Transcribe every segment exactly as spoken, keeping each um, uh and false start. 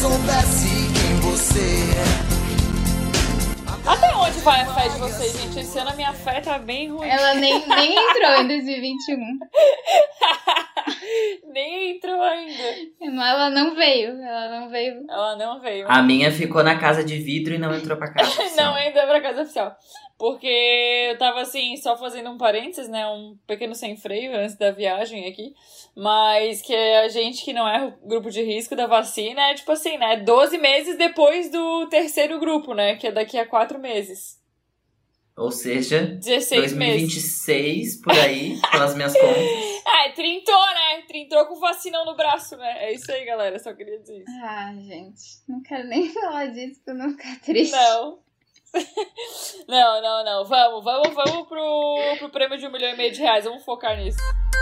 soubesse quem você é. Até onde vai a fé de vocês, gente? Esse ano a minha fé tá bem ruim. Ela nem, nem entrou em dois mil e vinte e um. Nem entrou ainda. Ela não veio, ela não veio. Ela não veio. A minha ficou na casa de vidro e não entrou pra casa oficial. Não entrou pra casa oficial. Porque eu tava assim, só fazendo um parênteses, né? Um pequeno sem freio antes da viagem aqui. Mas que a gente que não é o grupo de risco da vacina é tipo assim, né? doze meses depois do terceiro grupo, né? Que é daqui a quatro meses. Ou seja, dezesseis dois mil e vinte e seis, por aí, pelas minhas contas. Ah, trintou, né? Trintou com vacinão no braço, né? É isso aí, galera. Só queria dizer isso. Ah, gente. Não quero nem falar disso pra não ficar triste. Não. Não, não, não. Vamos, vamos, vamos pro, pro prêmio de um milhão e meio de reais. Vamos focar nisso.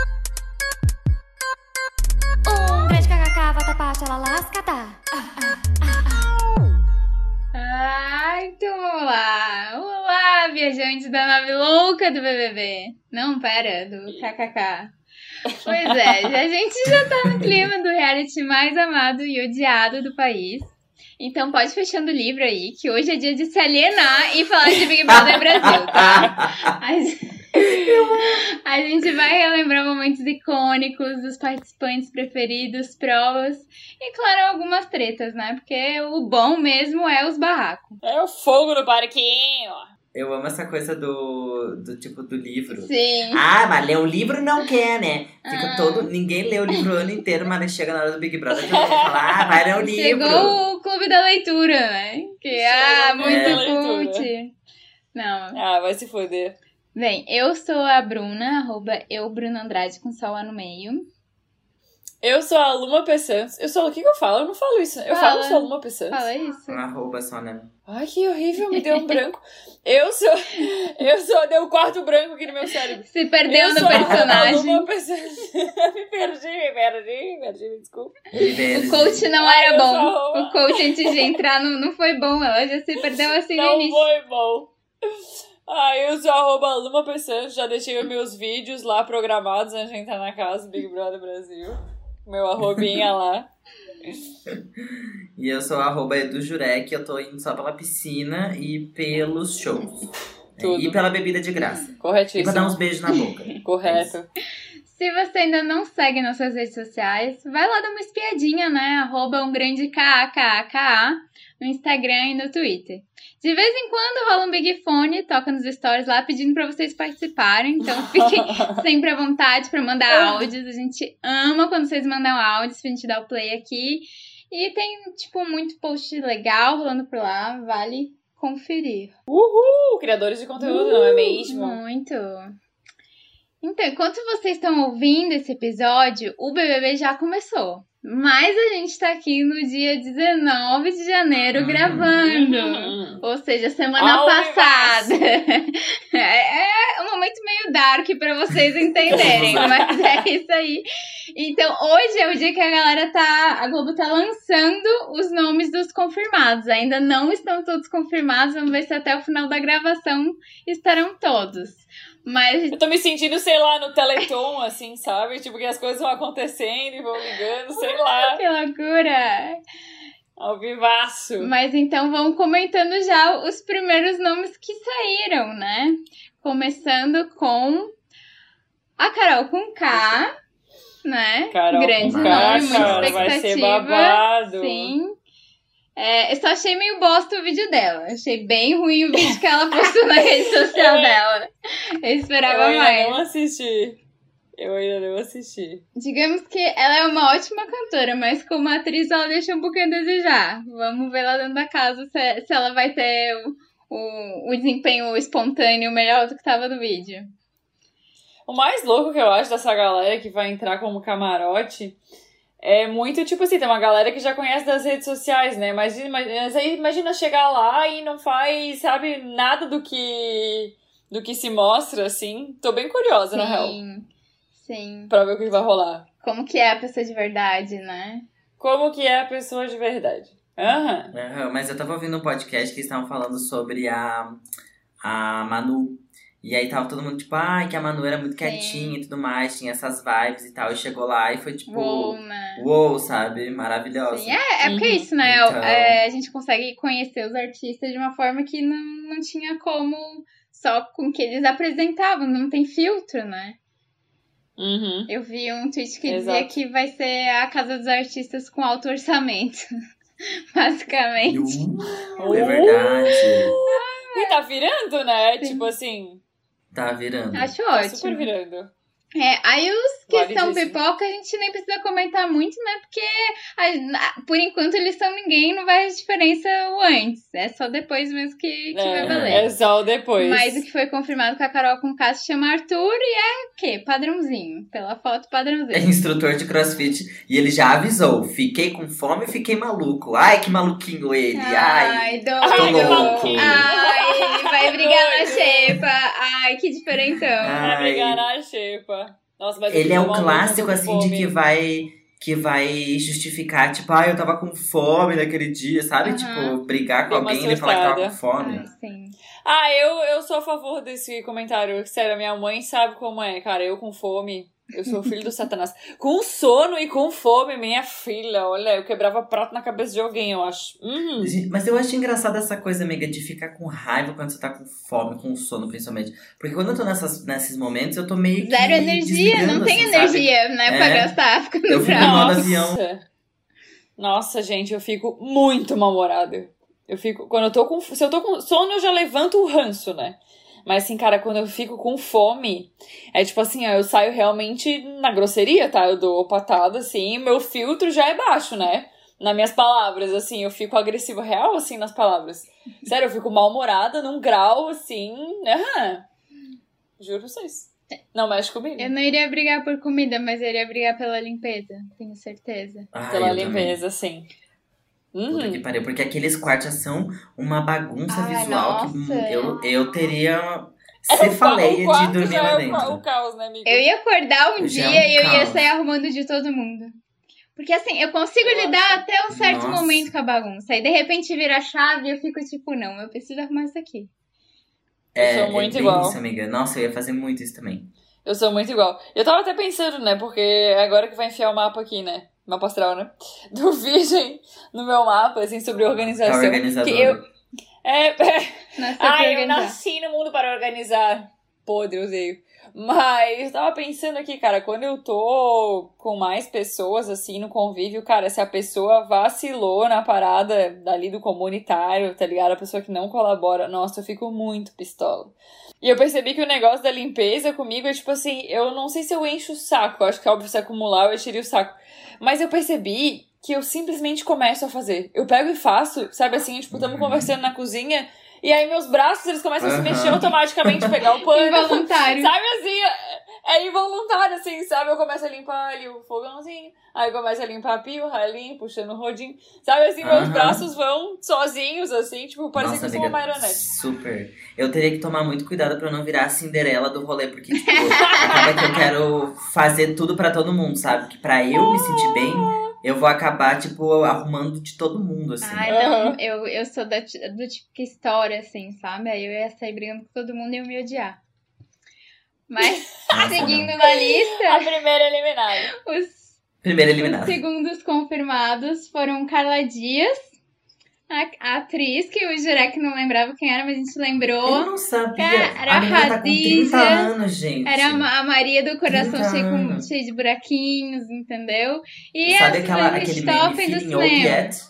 Um grande kkk, vatapá, lascata. Ah, ah, ah, ah, então vamos lá. Olá, viajantes da nave louca do B B B. Não, pera, do kkk. Pois é, a gente já tá no clima do reality mais amado e odiado do país. Então pode fechando o livro aí, que hoje é dia de se alienar e falar de Big Brother Brasil, tá? A gente, a gente vai relembrar momentos icônicos dos participantes preferidos, provas e, claro, algumas tretas, né? Porque o bom mesmo é os barracos. É o fogo no parquinho. Eu amo essa coisa do, do tipo do livro. Sim. Ah, mas ler o livro não quer, né? Fica Ah. todo... Ninguém lê o livro o ano inteiro, mas chega na hora do Big Brother que eu vou falar, ah, vai ler o livro. Chegou o clube da leitura, né? Que, ah, Chegou o clube da muito cult. leitura. Não. Ah, vai se foder. Bem, eu sou a Bruna, arroba eu, Bruna Andrade, com sol lá no meio. Eu sou a Luma P. Santos. Eu sou... O que que eu falo? Eu não falo isso. Eu Fala. falo que sou a Luma P. Santos. Fala isso. Um arroba só, né? Ai, que horrível. Me deu um branco. Eu sou... Eu sou... Deu um quarto branco aqui no meu cérebro. Se perdeu Eu no sou a personagem. Luma P. Santos. Me perdi, me perdi, me perdi, me desculpa. O coach não Ai, era eu bom. sou- O coach antes de entrar não, não foi bom. Ela já se perdeu assim no Não início. foi bom. Ah, eu sou arroba Luma P. Santos. Já deixei os meus vídeos lá programados antes de entrar na casa do Big Brother Brasil. Meu arrobinha lá. E eu sou arroba Edu Jurek, eu tô indo só pela piscina e pelos shows. Tudo. E pela bebida de graça. E pra dar Corretíssimo. uns beijos na boca. Correto. Se você ainda não segue nas suas redes sociais, vai lá dar uma espiadinha, né? Arroba um grande K-A-K-A-K-A no Instagram e no Twitter. De vez em quando rola um Big Fone, toca nos stories lá pedindo pra vocês participarem. Então fiquem sempre à vontade pra mandar áudios. A gente ama quando vocês mandam áudios pra gente dar o play aqui. E tem, tipo, muito post legal rolando por lá. Vale conferir. Uhul! Criadores de conteúdo, não é mesmo? Muito. Então, enquanto vocês estão ouvindo esse episódio, o B B B já começou. Mas a gente tá aqui no dia dezenove de janeiro Uhum. gravando. Uhum. Ou seja, semana Ao passada. É, é um momento meio dark pra vocês entenderem, mas é isso aí. Então, hoje é o dia que a galera tá... A Globo tá lançando os nomes dos confirmados. Ainda não estão todos confirmados. Vamos ver se até o final da gravação estarão todos. Mas Eu tô me sentindo, sei lá, no Teleton, assim, sabe? Tipo, que as coisas vão acontecendo e vão ligando, sei lá. que loucura! Ao vivaço. Mas então vamos comentando já os primeiros nomes que saíram, né? Começando com a Carol com K, né? Carol Grande com K, nome, muita cara, vai expectativa. ser babado. Sim. É, eu só achei meio bosta o vídeo dela. Achei bem ruim o vídeo que ela postou na rede social Eu- dela. Eu esperava Eu ainda mais. não assisti. Eu ainda não assisti. Digamos que ela é uma ótima cantora, mas como atriz ela deixa um pouquinho a desejar. Vamos ver lá dentro da casa se, se ela vai ter o, o, o desempenho espontâneo melhor do que tava no vídeo. O mais louco que eu acho dessa galera que vai entrar como camarote é muito, tipo assim, tem uma galera que já conhece das redes sociais, né? Mas, mas aí imagina chegar lá e não faz, sabe, nada do que, do que se mostra, assim. Tô bem curiosa, na real, Sim, sim. pra ver o que vai rolar. Como que é a pessoa de verdade, né? Como que é a pessoa de verdade. Aham. Aham, mas eu tava ouvindo um podcast que eles estavam falando sobre a, a Manu. E aí tava todo mundo tipo, ai, que a Manu era muito Sim. quietinha e tudo mais, tinha essas vibes e tal. E chegou lá e foi tipo, Uou, né? uou, sabe? Maravilhosa. Sim, é, é porque é Uhum. isso, né? Então- É, a gente consegue conhecer os artistas de uma forma que não, não tinha como só com o que eles apresentavam, não tem filtro, né? Uhum. Eu vi um tweet que Exato. dizia que vai ser a Casa dos Artistas com alto orçamento. Basicamente. Uh, é verdade. E tá virando, né? Sim. Tipo assim, Tá virando. Acho tá super ótimo. virando. É, aí os que Vale são disso. pipoca, a gente nem precisa comentar muito, né? Porque a- por enquanto eles são ninguém, não vai a diferença o antes. É só depois mesmo que, que vai valer. É, é só o depois. Mas o que foi confirmado com a Carol com o Cássio chama Arthur e é o quê? Padrãozinho. Pela foto, É padrãozinho. instrutor de crossfit. E ele já avisou. Fiquei com fome e fiquei maluco. Ai, que maluquinho ele. Ai. Ai, doido. Ai, que louco. Ai, ele vai brigar na Doido. xepa. Ai, que diferentão. Pra Ai. brigar na xepa. Nossa, mas eu Ele é fico o mal clássico, com assim, de fome. que vai... Que vai justificar, tipo, ah, eu tava com fome naquele dia, sabe? Aham. Tipo, brigar com Deu uma alguém e ele falar que tava com surtada. fome. Ai, sim. Ah, eu, eu sou a favor desse comentário. Sério, a minha mãe sabe como é, cara. Eu com fome, eu sou filho do Satanás. Com sono e com fome, minha filha. Olha, eu quebrava prato na cabeça de alguém, eu acho. Uhum. Gente, mas eu acho engraçado essa coisa, amiga, de ficar com raiva quando você tá com fome, com sono, principalmente. Porque quando eu tô nessas, nesses momentos, eu tô meio que Zero energia, não desligando, tem assim, sabe? energia, né, pra É. gastar, fica Eu no fico prato. mal no Nossa. avião. Nossa, gente, eu fico muito mal-humorada. Eu fico. Quando eu tô com. Se eu tô com sono, eu já levanto o ranço, né? Mas assim, cara, quando eu fico com fome, é tipo assim, ó, eu saio realmente na grosseria, tá? Eu dou patada, assim, meu filtro já é baixo, né? Nas minhas palavras, assim, eu fico agressiva real, assim, nas palavras. Sério, eu fico mal-humorada num grau, assim, aham. Juro pra vocês. Não mexe comigo. Eu não iria brigar por comida, mas eu iria brigar pela limpeza, tenho certeza. Ai, Pela eu também. limpeza, assim. Puta que Uhum. pariu, porque aqueles quartos já são uma bagunça Ai, visual nossa. que eu, eu teria É, cefaleia o de quarto dormir já lá é o dentro. ca- o caos, né, amiga? Eu ia acordar um Já é dia um e eu ia caos. sair arrumando de todo mundo. Porque assim, eu consigo Eu lidar acho. até um certo Nossa. momento com a bagunça. Aí de repente vira a chave e eu fico tipo, não, eu preciso arrumar isso aqui. É, Eu sou muito é bem igual. isso, amiga. Nossa, eu ia fazer muito isso também. Eu sou muito igual. Eu tava até pensando, né? Porque agora que vai enfiar o mapa aqui, né? Mapa astral, né? Do Virgem no meu mapa, assim, sobre A organização. organizadora. Que eu. É, é. Nasceu pra Ai, eu organizar. nasci no mundo para organizar. Podre, eu odeio. Mas eu tava pensando aqui, cara, quando eu tô com mais pessoas, assim, no convívio, cara, se a pessoa vacilou na parada dali do comunitário, tá ligado? A pessoa que não colabora, nossa, eu fico muito pistola. E eu percebi que o negócio da limpeza comigo é tipo assim, eu não sei se eu encho o saco, eu acho que é óbvio se acumular eu encheria o saco. Mas eu percebi que eu simplesmente começo a fazer. Eu pego e faço, sabe assim, tipo, tamo Uhum. conversando na cozinha, e aí meus braços, eles começam a se Aham. mexer automaticamente, pegar o pano. Involuntário. Sabe assim, é involuntário, assim, sabe? Eu começo a limpar ali o fogãozinho, aí eu começo a limpar a pia, o ralinho, puxando o rodinho. Sabe assim, meus Aham. braços vão sozinhos, assim, tipo, parece Nossa, que eu sou uma amiga, marionete. super. Eu teria que tomar muito cuidado pra eu não virar a Cinderela do rolê, porque, tipo, acaba que eu quero fazer tudo pra todo mundo, sabe? Que pra eu me sentir bem, eu vou acabar, tipo, arrumando de todo mundo, assim. Ai, não, eu, eu sou da, ti- do tipo que estoura, assim, sabe? Aí eu ia sair brigando com todo mundo e eu me odiar. Mas, Nossa, seguindo não. na lista, A primeira eliminada. os Primeiro eliminado. segundos confirmados foram Carla Dias, a, a atriz, que o Jurek não lembrava quem era, mas a gente Eu lembrou. não sabia. Cara, A menina tá com trinta Radija. anos, gente. Era a Ma- a Maria do coração trinta cheio, com- anos. cheio de buraquinhos, entendeu? E Sabe a aquela, Suzy aquele meme Richthofen do Feeling Old cinema. Yet?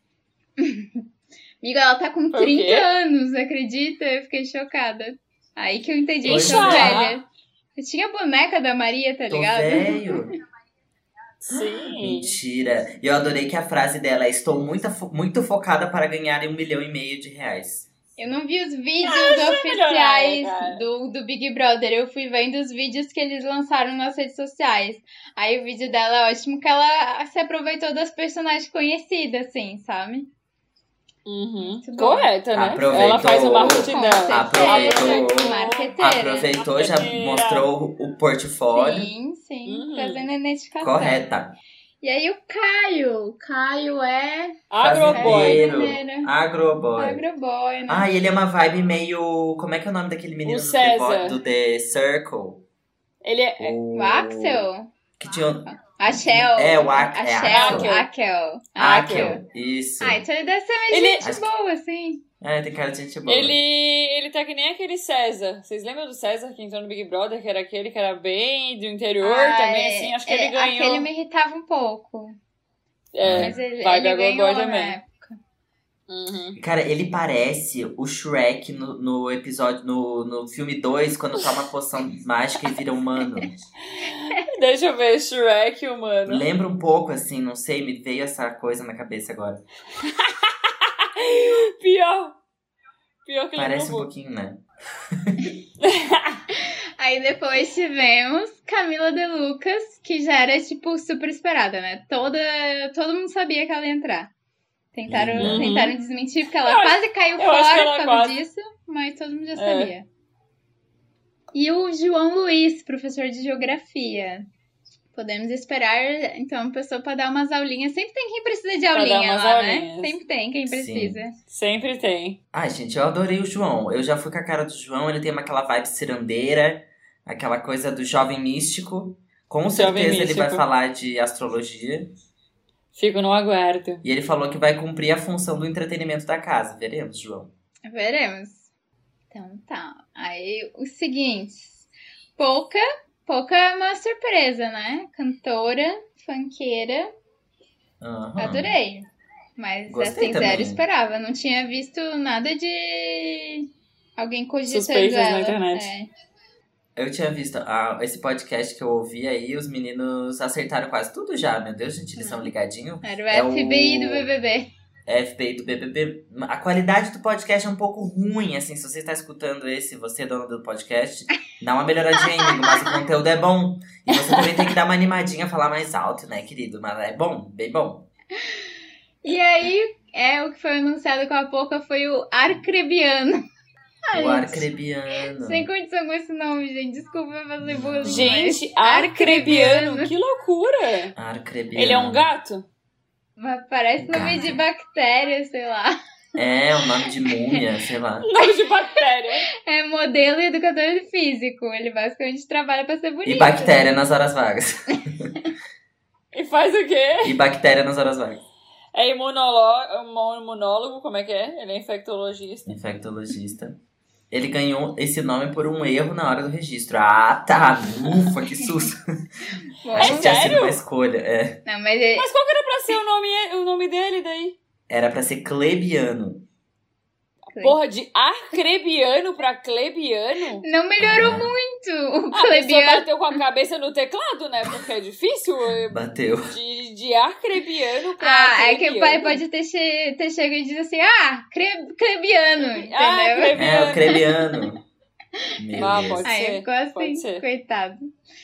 Amiga, ela tá com Foi o trinta quê? anos, acredita? Eu fiquei chocada. Aí que eu entendi que Pois tão é. velha. Eu tinha a boneca da Maria, tá Tô ligado? velho. Sim. Mentira. E eu adorei que a frase dela é: estou muito, fo- muito focada para ganhar um milhão e meio de reais. Eu não vi os vídeos milionária, oficiais cara. do, do Big Brother. Eu fui vendo os vídeos que eles lançaram nas redes sociais. Aí o vídeo dela é ótimo, que ela se aproveitou das personagens conhecidas, assim, sabe? Uhum. Muito bom. Correta, né? Aproveitou. Ela faz o marketing Com dela. Aproveitou. Marqueteira. Aproveitou, já Marqueteira. mostrou o portfólio. Sim, sim. Uhum. Fazendo a identificação. Correta. E aí o Caio. O Caio é... Agroboy. Fazendeiro. Agroboy. Agroboy, né? Ah, e ele é uma vibe meio... Como é que é o nome daquele menino O do, César. The Vo- do The Circle? Ele é... O... O Axel. Que tinha... um- A Shell. É, o Ac- A é Shell. Axel. Akel. Akel. Akel. Isso. Ah, então ele deve ser mais Ele- gente Acho que- boa, assim. É, tem cara de gente boa. Ele, ele tá que nem aquele César. Vocês lembram do César que entrou no Big Brother? Que era aquele que era bem do interior Ah, também, é, assim. Acho que é, ele ganhou. Aquele me irritava um pouco. É, Mas ele, vibe ele ganhou Agroboy na também. época. Uhum. Cara, ele parece o Shrek no, no episódio, no, no filme dois, quando toma poção mágica e vira humano. Deixa eu ver, Shrek, humano. Lembra um pouco, assim, não sei, me veio essa coisa na cabeça agora. Pior. Pior que ele Parece um não pouquinho, né? Aí depois tivemos Camila De Lucas, que já era, tipo, super esperada, né? Toda, todo mundo sabia que ela ia entrar. Tentaram, Uhum. tentaram desmentir, porque ela Eu acho- quase caiu eu acho que fora ela por causa quase- disso, mas todo mundo já É. sabia. E o João Luiz, professor de geografia. Podemos esperar, então, uma pessoa pra dar umas aulinhas. Sempre tem quem precisa de dar aulinha umas lá, aulinhas. né? Sempre tem quem precisa. Sempre tem. Ai, gente, eu adorei o João. Eu já fui com a cara do João, ele tem uma, aquela vibe cirandeira, aquela coisa do jovem místico. Com Jovem certeza ele vai místico. falar de astrologia. Fico no aguardo. E ele falou que vai cumprir a função do entretenimento da casa. Veremos, João. Veremos. Então tá. Aí, os seguintes. Pouca. Pouca é uma surpresa, né? Cantora, funkeira. Aham. Adorei. Mas Gostei assim, também. zero esperava. Não tinha visto nada de alguém cogitando Suspeitas na ela. internet. É. Eu tinha visto ah, esse podcast que eu ouvi aí, os meninos acertaram quase tudo já. Meu Deus, gente, eles são ligadinhos. Era o É F B I o- do B B B. F B I do B B B. A qualidade do podcast é um pouco ruim, assim, se você está escutando esse, você é dono do podcast, dá uma melhoradinha aí, amigo, mas o conteúdo é bom. E você também tem que dar uma animadinha, falar mais alto, né, querido? Mas é bom, bem bom. E aí, é o que foi anunciado com a pouca foi o Arcrebiano. Ai, O Arcrebiano. sem condição com esse nome, gente. Desculpa fazer bullying. Gente, mas Arcrebiano, que loucura! Arcrebiano. Ele é um gato? Mas parece nome de bactéria, sei lá. É, o nome de múmia, sei lá. Nome de bactéria. É modelo e educador físico. Ele basicamente trabalha pra ser bonito. E bactéria nas horas vagas. E faz o quê? E bactéria nas horas vagas. É imunólogo, imunólogo, como é que é? Ele é infectologista. Infectologista. Ele ganhou esse nome por um erro na hora do registro. Ah, tá. Ufa, que susto. Bom, Acho que tinha sido sério? uma escolha. É. Não, mas ele... Mas qual que era pra ser o nome, o nome dele daí? Era pra ser Clebiano. Porra, de arcrebiano pra clebiano? não melhorou É. muito o A pessoa Clebiano. bateu com a cabeça no teclado, né? Porque é difícil eh, Bateu. de, de arcrebiano pra Ah, é que o pai clebiano. pode ter, che... ter chegado e dito assim, ah, cre... Clebiano, entendeu? Ah, Clebiano. É, o Clebiano. Meu Ah, Deus. pode Aí ser, ficou assim, pode ser. coitado.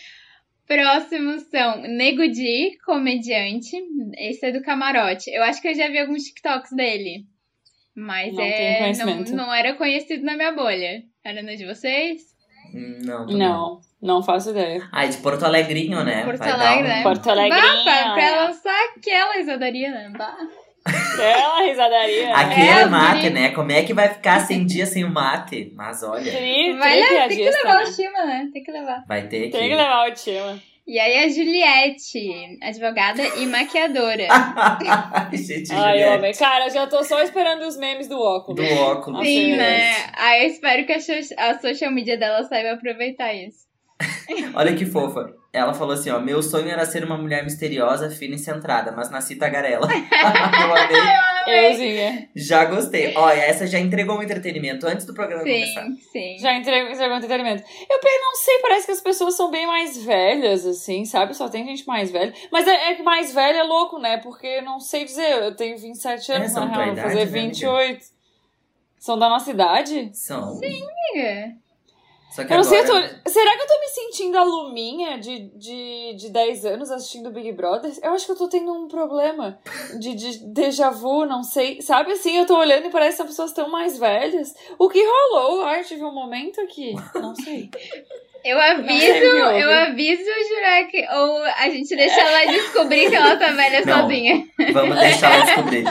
Próximos são Nego Di, comediante. Esse é do Camarote. Eu acho que eu já vi alguns TikToks dele. Mas Não tenho é, não, conhecimento. não era conhecido na minha bolha. Era no de vocês? Não, também. Não, não faço ideia. Ah, de Porto Alegrinho, né? Porto Vai dar Alegre, um- né? Porto Alegrinho. Bah, pra, pra lançar aquela risadaria, né? Bah. Aquela risadaria. Aquele É, mate, guri. né? Como é que vai ficar cem dias sem o mate? Mas olha, Tri, Vai tri lá, tem que piadista, levar né? o Chima, né? Tem que levar. vai ter que... Tem que levar o time. E aí a Juliette, advogada e maquiadora. Gente, Ai, Juliette, homem. Cara, eu já tô só esperando os memes do óculos. do óculos. Sim, Nossa, né? Aí eu espero que a, so- a social media dela saiba aproveitar isso. Olha que fofa. Ela falou assim, ó, meu sonho era ser uma mulher misteriosa, fina e centrada, mas nasci tagarela. Eu amei. Euzinha. Já gostei. Olha, essa já entregou um entretenimento antes do programa começar. Sim, sim. Já entrego, entrego entretenimento. Eu pe- não sei, parece que as pessoas são bem mais velhas, assim, sabe? Só tem gente mais velha. Mas é, é que mais velha é louco, né? Porque não sei dizer, eu tenho vinte e sete anos, É, são na tua real, vou idade, fazer né, vinte e oito. São da nossa idade? São. Amiga. Só que Eu não sei, eu agora... tô... será que eu tô me sentindo a Luminha de, de, de dez anos assistindo Big Brother? Eu acho que eu tô tendo um problema de, de déjà vu, não sei. Sabe assim, eu tô olhando e parece que as pessoas estão mais velhas. O que rolou? Ah, eu tive um momento aqui. Não sei. Eu aviso, sei o que houve. eu aviso o Jurek, ou a gente deixa ela descobrir que ela tá velha Não. sozinha. Vamos deixar ela descobrir.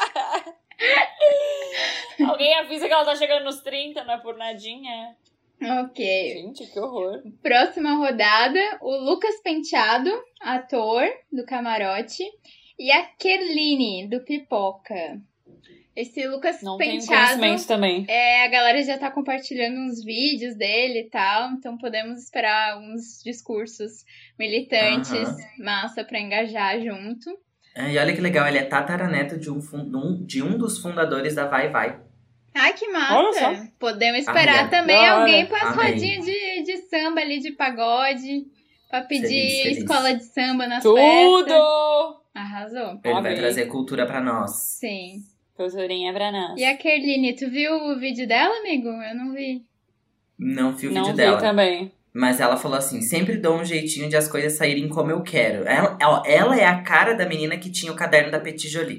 Alguém avisa que ela tá chegando nos trinta, não é por nadinha. Ok. Gente, que horror. Próxima rodada, o Lucas Penteado, ator do Camarote, e a Kerline, do Pipoca. Esse Lucas Não tenho Penteado, conhecimento também. é, a galera já tá compartilhando uns vídeos dele e tal, então podemos esperar uns discursos militantes, Aham. massa pra engajar junto. Ah, e olha que legal, ele é tataraneto de um, fun- um- de um dos fundadores da Vai Vai. Ai, que Olha só. massa! Podemos esperar Ai, é também da hora. alguém com as Amei. rodinhas de, de samba ali, de pagode, pra pedir Feliz, feliz. escola de samba nas festas. Tudo! Arrasou. Ele Amei. vai trazer cultura pra nós. Sim. Culturinha pra nós. E a Kerline, tu viu o vídeo dela, amigo? Eu não vi. Não vi o Não vídeo vi dela. também. Mas ela falou assim, sempre dou um jeitinho de as coisas saírem como eu quero. Ela, ela, ela é a cara da menina que tinha o caderno da Petit Jolie.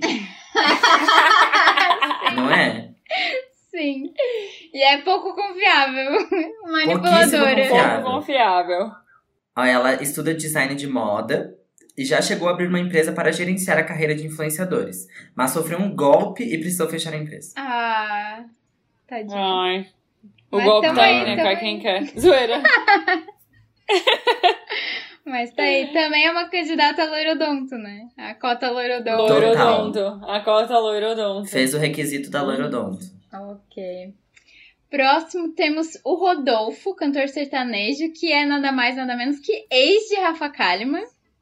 Não é? Sim. E é pouco confiável. Pouquíssimo Manipuladora. confiável. Pouco confiável. Ó, ela estuda design de moda e já chegou a abrir uma empresa para gerenciar a carreira de influenciadores. Mas sofreu um golpe e precisou fechar a empresa. Ah, tadinha. Ai. O Mas golpe tamo tá aí, aí, né? tamo Cai aí. quem quer. Zoeira. Mas tá aí. Também é uma candidata a loirodonto, né? A cota loirodonto. Total. Loirodonto. A cota loirodonto. Fez o requisito da loirodonto. Ok. Próximo temos o Rodolfo, cantor sertanejo, que é nada mais, nada menos que ex de Rafa Kalimann.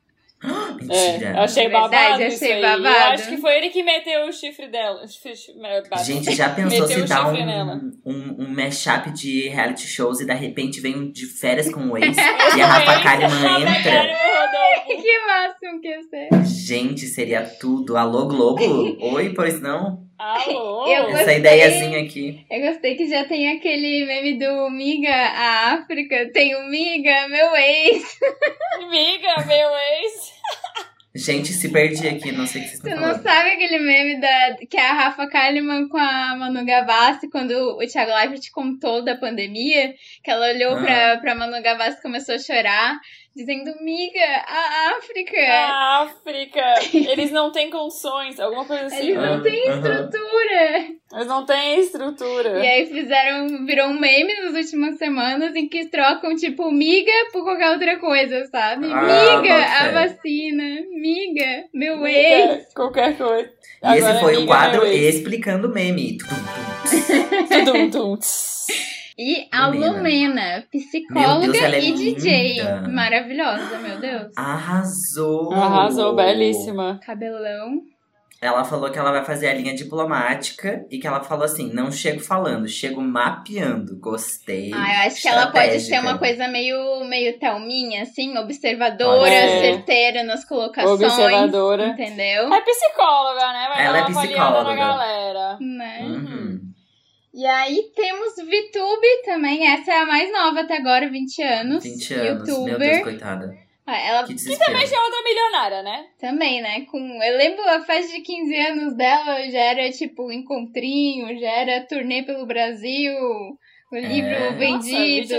Mentira. É, achei Verdade, babado achei isso aí. babado. Eu acho que foi ele que meteu o chifre dela. Chifre- chifre- babado. Gente, já pensou Meteu se o dá chifre nela. um, um, um mashup de reality shows e de repente vem um de férias com o ex e a Rafa Kalimann entra? Que máximo que ia ser. Gente, seria tudo. Alô, Globo? Oi, pois não? Alô? Eu Essa gostei. ideiazinha aqui. Eu gostei que já tem aquele meme do Miga, a África. Tem o Miga, meu ex. Amiga, meu ex. Gente, se perdi aqui, não sei o que vocês Tu estão não falando. sabe aquele meme da, que é a Rafa Kalimann com a Manu Gavassi, quando o Thiago Leifert contou da pandemia, que ela olhou Ah. pra, pra Manu Gavassi e começou a chorar, dizendo, miga, a África. A África. Eles não têm condições. Alguma coisa assim. Eles né? não têm Aham. estrutura. Eles não têm estrutura. E aí fizeram, virou um meme nas últimas semanas em que trocam, tipo, miga por qualquer outra coisa, sabe? Ah, miga, bota a fé. vacina. Miga, meu ex. Miga, qualquer coisa. E esse Agora, foi o amiga, quadro meu ex. explicando o meme. Tum, tum. Tudum, tum, tss. E a Lumena. Lumena, psicóloga Meu Deus, ela é e D J. linda. Maravilhosa, meu Deus. Arrasou! Arrasou, belíssima. Cabelão. Ela falou que ela vai fazer a linha diplomática e que ela falou assim: não chego falando, chego mapeando. Gostei. Ah, eu acho que ela pode ser Estratégica. uma coisa meio, meio Thelminha, assim, observadora, Pode ser. certeira nas colocações. Observadora. Entendeu? É psicóloga, né? Vai Ela dar é uma avaliada psicóloga. na galera. Né? Uhum. E aí temos VTube também, essa é a mais nova até agora, vinte anos. vinte anos. Meu Youtuber. Deus, coitada. Ah, ela Que desespero. Também já é outra milionária, né? também, né? Com, eu lembro a festa de quinze anos dela, já era tipo encontrinho, já era turnê pelo Brasil, o livro vendido.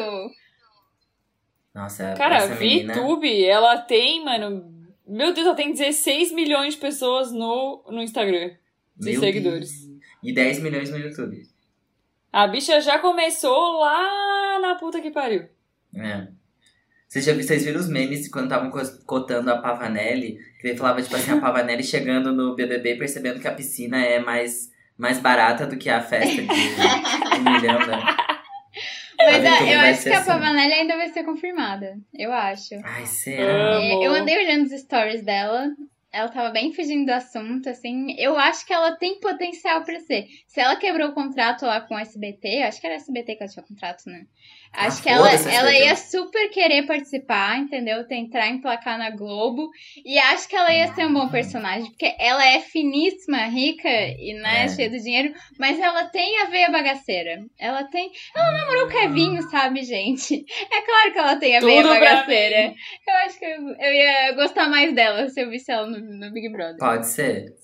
Nossa, Cara, essa menina... VTube, ela tem, mano... Meu Deus, ela tem dezesseis milhões de pessoas no, no Instagram. De Meu seguidores. Deus. E dez milhões no YouTube. A bicha já começou lá na puta que pariu. É. Vocês, já, vocês viram os memes quando estavam co- cotando a Pavanelli? Que ele falava, tipo assim, a Pavanelli chegando no B B B percebendo que a piscina é mais, mais barata do que a festa de um milhão, né? Mas A ah, VTube eu vai acho ser que a assim. Pavanelli ainda vai ser confirmada. Eu acho. Ai, será? Amo. É, eu andei olhando os stories dela. Ela tava bem fugindo do assunto, assim. Eu acho que ela tem potencial pra ser. Se ela quebrou o contrato lá com o S B T, acho que era S B T que ela tinha contrato, né? Acho Ah, que ela, foda-se, ela S B T. ia super querer participar, entendeu? Tentar emplacar na Globo. E acho que ela ia ser um bom personagem, porque ela é finíssima, rica e, né, É. cheia de dinheiro, mas ela tem a veia bagaceira. Ela tem. Ela namorou o Kevinho, sabe, gente? É claro que ela tem a veia Tudo pra bagaceira. mim. Eu acho que eu, eu ia gostar mais dela se eu visse ela no, no Big Brother. Pode ser.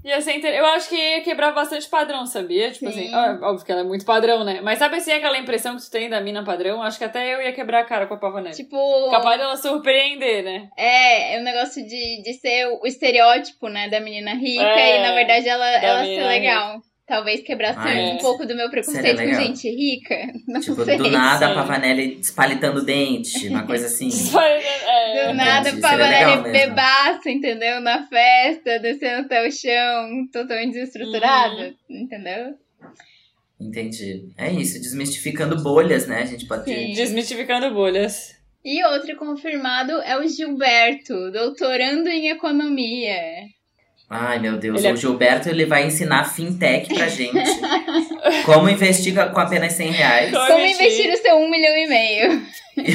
Ia ser inter... Eu acho que ia quebrar bastante padrão, sabia? Tipo Sim. assim, ó, óbvio que ela é muito padrão, né? Mas sabe assim, aquela impressão que tu tem da mina padrão? Acho que até eu ia quebrar a cara com a Pavanelli. Tipo, Capaz dela surpreender, né? é, é um negócio de, de ser o estereótipo, né, da menina rica É, e, na verdade, ela, da ela ser menina legal. Talvez quebrasse Ai, um pouco do meu preconceito seria com legal. gente rica. Não Tipo, sei. do nada sim. a Pavanelli espalitando o dente, uma coisa assim. É, Do nada, entendi, seria Pavanelli legal mesmo. bebaça, entendeu? Na festa, descendo até o chão, totalmente desestruturada, entendeu? Entendi. É isso, desmistificando bolhas, né? A gente pode Sim. desmistificando bolhas. E outro confirmado é o Gilberto, doutorando em economia. Ai, meu Deus. Ele é- O Gilberto, ele vai ensinar fintech pra gente. Como investir com apenas cem reais. Como Como investir. investir o seu um milhão e meio?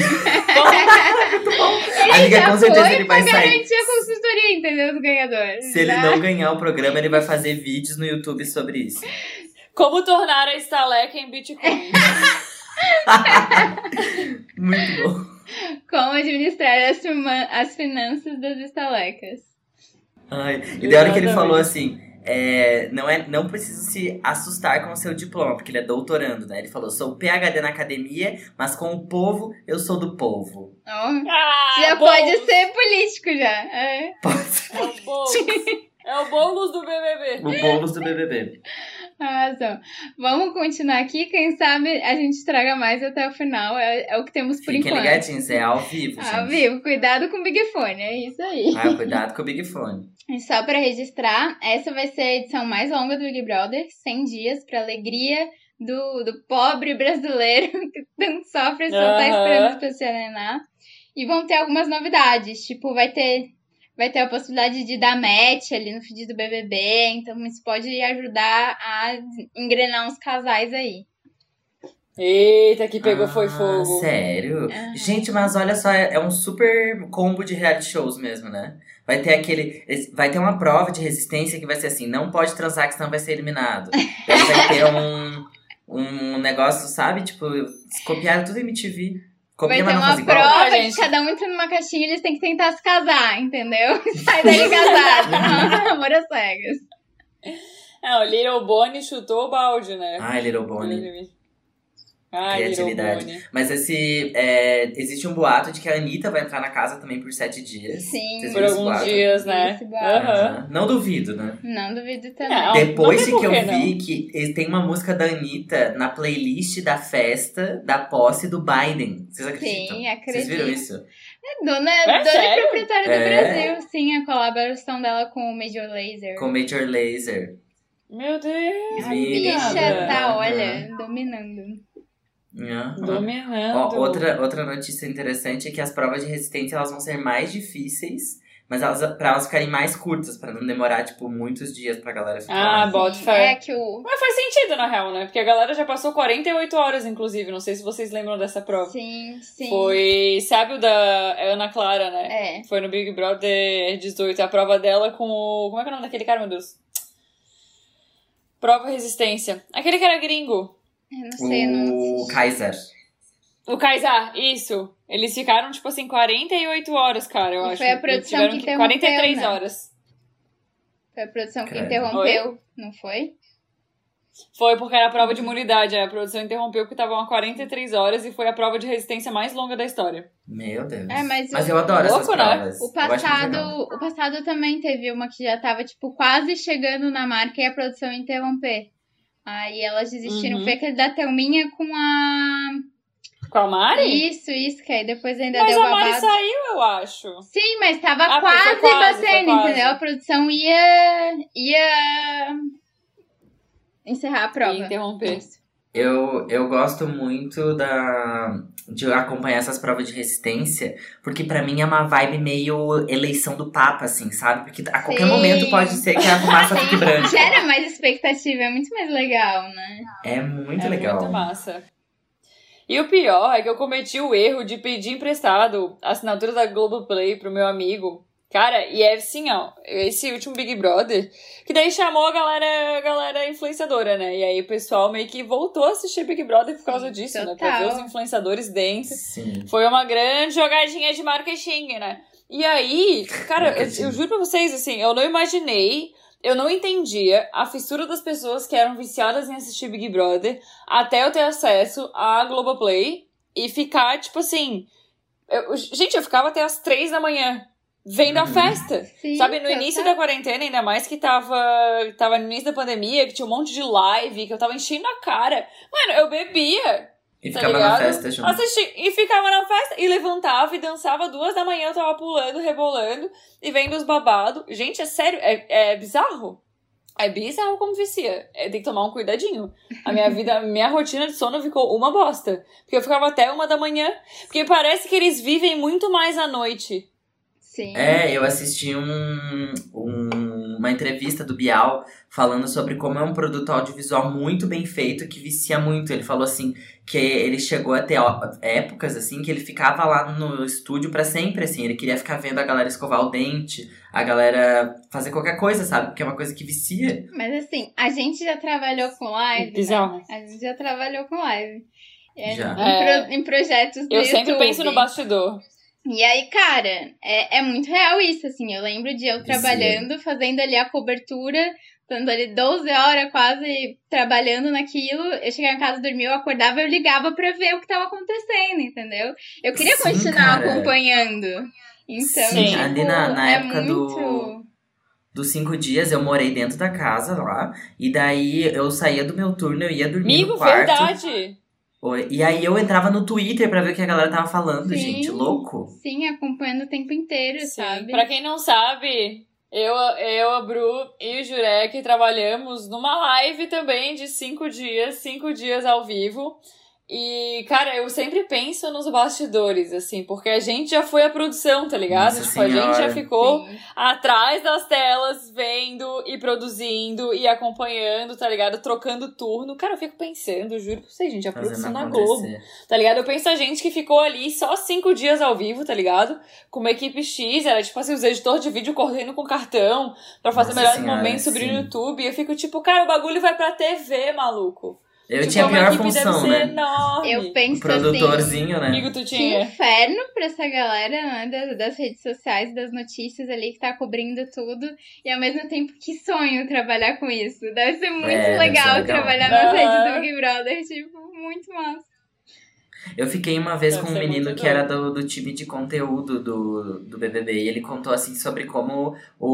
Amiga, Já com certeza foi ele vai pra sair. garantir a consultoria, entendeu? Do ganhador. Se ele Já. não ganhar o programa, ele vai fazer vídeos no YouTube sobre isso. Como tornar a estaleca em Bitcoin. Muito bom. Como administrar as, firma- as finanças das estalecas. Ai, e da hora que ele Exatamente. falou assim, é, não, é, não precisa se assustar com o seu diploma, porque ele é doutorando, né? Ele falou, sou P H D na academia, mas com o povo, eu sou do povo. Ó, Ah, já Boulos. pode ser político já. É. É o Boulos. É o Boulos do B B B. O Boulos do B B B. Arrasou. Vamos continuar aqui, quem sabe a gente traga mais até o final. É, é o que temos por Fiquem enquanto. ligadinhos, é ao vivo, gente. Ao vivo, cuidado com o Big Fone, é isso aí. Ah, cuidado com o Big Fone. E só pra registrar, essa vai ser a edição mais longa do Big Brother, cem dias, pra alegria do, do pobre brasileiro que tanto sofre, só tá Aham. esperando as pessoas se alienar. E vão ter algumas novidades, tipo, vai ter, vai ter a possibilidade de dar match ali no feed do B B B, então isso pode ajudar a engrenar uns casais aí. Eita, que pegou foi Ah, fogo. Sério? Ah. Gente, mas olha só, é é um super combo de reality shows mesmo, né? Vai ter aquele. Vai ter uma prova de resistência que vai ser assim, não pode transar que senão vai ser eliminado. Daí vai ter um, um negócio, sabe? Tipo, eles copiaram tudo M T V. Vai Copia, ter mas não uma faz igual. prova Ah, que gente. cada um entra numa caixinha e eles têm que tentar se casar, entendeu? Sai daí casado. Amor às cegas. É, o Little Bonnie chutou o balde, né? Ai, Little Bonnie. Ai, Little Criatividade. Bonnie. Mas esse. É, existe um boato de que a Anitta vai entrar na casa também por sete dias. Sim. Vocês Por viram esse alguns boato? dias, né? Esse boato. Aham. Aham. Não duvido, né? Não duvido também. Não. Depois tem de por que eu que vi não. que ele tem uma música da Anitta na playlist da festa da posse do Biden. Vocês acreditam? Sim, Vocês viram acredito. isso? É dona, É dona e sério? proprietária do É. Brasil. Sim, a colaboração dela com o Major Lazer. Com Major Lazer. Meu Deus. A Amiga. bicha tá, Aham. olha, dominando. Aham. Dominando. Ó, outra, outra notícia interessante é que as provas de resistência elas vão ser mais difíceis, mas elas, pra elas ficarem mais curtas, pra não demorar, tipo, muitos dias pra galera ficar. Ah, lá. bota Sim, fé. é que o... Mas faz sentido, na real, né? Porque a galera já passou quarenta e oito horas, inclusive. Não sei se vocês lembram dessa prova. Sim, sim. Foi, sabe o da Ana Clara, né? É. Foi no Big Brother dezoito. A prova dela com o... Como é que é o nome daquele cara, meu Deus? Prova resistência. Aquele que era gringo. Eu não sei, eu não O assisti. Kaiser. O Kaysar, isso. Eles ficaram, tipo assim, quarenta e oito horas, cara, eu E acho. foi a produção Tiveram que que interrompeu, quarenta e três né? horas. Foi a produção que Credo. interrompeu, não foi? Foi porque era a prova de imunidade. A produção interrompeu porque estavam a quarenta e três horas e foi a prova de resistência mais longa da história. Meu Deus. É, mas Mas o- eu adoro Louco, essas né? provas. O Eu acho muito passado, legal. o passado também teve uma que já tava, tipo, quase chegando na marca e a produção interromper. Aí elas desistiram. Uhum. Foi aquele da Thelminha com a... Com a Mari? Isso, isso, que aí depois ainda Mas deu a Mari babado. saiu, eu acho. Sim, mas tava Ah, porque quase, foi quase, batendo, foi quase. entendeu? A produção ia... ia... encerrar a prova. E interromper. Isso. Eu, eu gosto muito da, de acompanhar essas provas de resistência, porque pra mim é uma vibe meio eleição do Papa, assim, sabe? Porque a qualquer Sim. momento pode ser que a fumaça fique branca. Gera mais expectativa, é muito mais legal, né? É muito é legal. muito massa. E o pior é que eu cometi o erro de pedir emprestado a assinatura da Globoplay pro meu amigo. Cara, e é assim, ó, esse último Big Brother, que daí chamou a galera, a galera influenciadora, né? E aí o pessoal meio que voltou a assistir Big Brother por causa Sim, disso, né? Pra ver total. os influenciadores dentro. Sim. Foi uma grande jogadinha de marketing, né? E aí, cara, eu, Marketing. eu juro pra vocês, assim, eu não imaginei eu não entendia a fissura das pessoas que eram viciadas em assistir Big Brother até eu ter acesso à Globoplay e ficar, tipo assim... Eu, gente, eu ficava até as três da manhã vendo a festa. Sim, Sabe, no tá, início tá. da quarentena, ainda mais que tava, tava no início da pandemia, que tinha um monte de live, que eu tava enchendo a cara. Mano, eu bebia. E Tá ficava ligado? na festa junto. Assisti, e ficava na festa, e levantava e dançava duas da manhã, eu tava pulando, rebolando, e vendo os babados. Gente, é sério, é, é bizarro. É bizarro como vicia. É, tem que tomar um cuidadinho. A minha vida, a minha rotina de sono ficou uma bosta. Porque eu ficava até uma da manhã. Porque parece que eles vivem muito mais à noite. Sim. É, eu assisti um, um- uma entrevista do Bial falando sobre como é um produto audiovisual muito bem feito que vicia muito. Ele falou assim que ele chegou a ter ó, épocas assim que ele ficava lá no estúdio pra sempre, assim. Ele queria ficar vendo a galera escovar o dente, a galera fazer qualquer coisa, sabe? Porque é uma coisa que vicia. Mas assim, a gente já trabalhou com live. Bizarro. Né? A gente já trabalhou com live. É, Já. Em, É. pro- em projetos do Eu sempre YouTube. penso no bastidor. E aí, cara, é, é muito real isso, assim. Eu lembro de eu Vicia. trabalhando, fazendo ali a cobertura, estando ali doze horas quase trabalhando naquilo. Eu chegava em casa, dormia, eu acordava, eu ligava pra ver o que tava acontecendo, entendeu? Eu queria Sim, continuar cara. acompanhando. Então, Sim, tipo, ali na- na é época do- muito... Dos cinco dias eu morei dentro da casa lá. E daí eu saía do meu turno, eu ia dormir Amigo, no quarto. verdade. Oi. E aí eu entrava no Twitter pra ver o que a galera tava falando, Sim. gente. Louco. Sim, acompanhando o tempo inteiro, Sim. sabe? Pra quem não sabe, eu, eu, a Bru e o Jurek trabalhamos numa live também de cinco dias, cinco dias ao vivo. E, cara, eu sempre penso nos bastidores, assim, porque a gente já foi a produção, tá ligado? Nossa tipo, a gente já Senhora. ficou Sim. atrás das telas, vendo e produzindo e acompanhando, tá ligado? Trocando turno. Cara, eu fico pensando, juro pra vocês, gente, a Fazendo produção na Globo. acontecer. Tá ligado? Eu penso a gente que ficou ali só cinco dias ao vivo, tá ligado? Com uma equipe X, era tipo assim, os editores de vídeo correndo com cartão pra fazer Nossa melhores senhora, momentos sobre o sim. YouTube. E eu fico tipo, cara, o bagulho vai pra T V, maluco. Eu tipo, tinha a uma pior equipe função, deve ser né? enorme. Eu O penso produtorzinho, né? Amigo, tu assim, que tinha. inferno pra essa galera, né, das, das redes sociais, das notícias ali, que tá cobrindo tudo. E ao mesmo tempo, que sonho trabalhar com isso. Deve ser muito É, deve legal, ser legal. trabalhar nas Aham. redes do Big Brother, tipo, muito massa. Eu fiquei uma vez Deve com um ser menino muito que era do, do time de conteúdo do, do B B B. E ele contou, assim, sobre como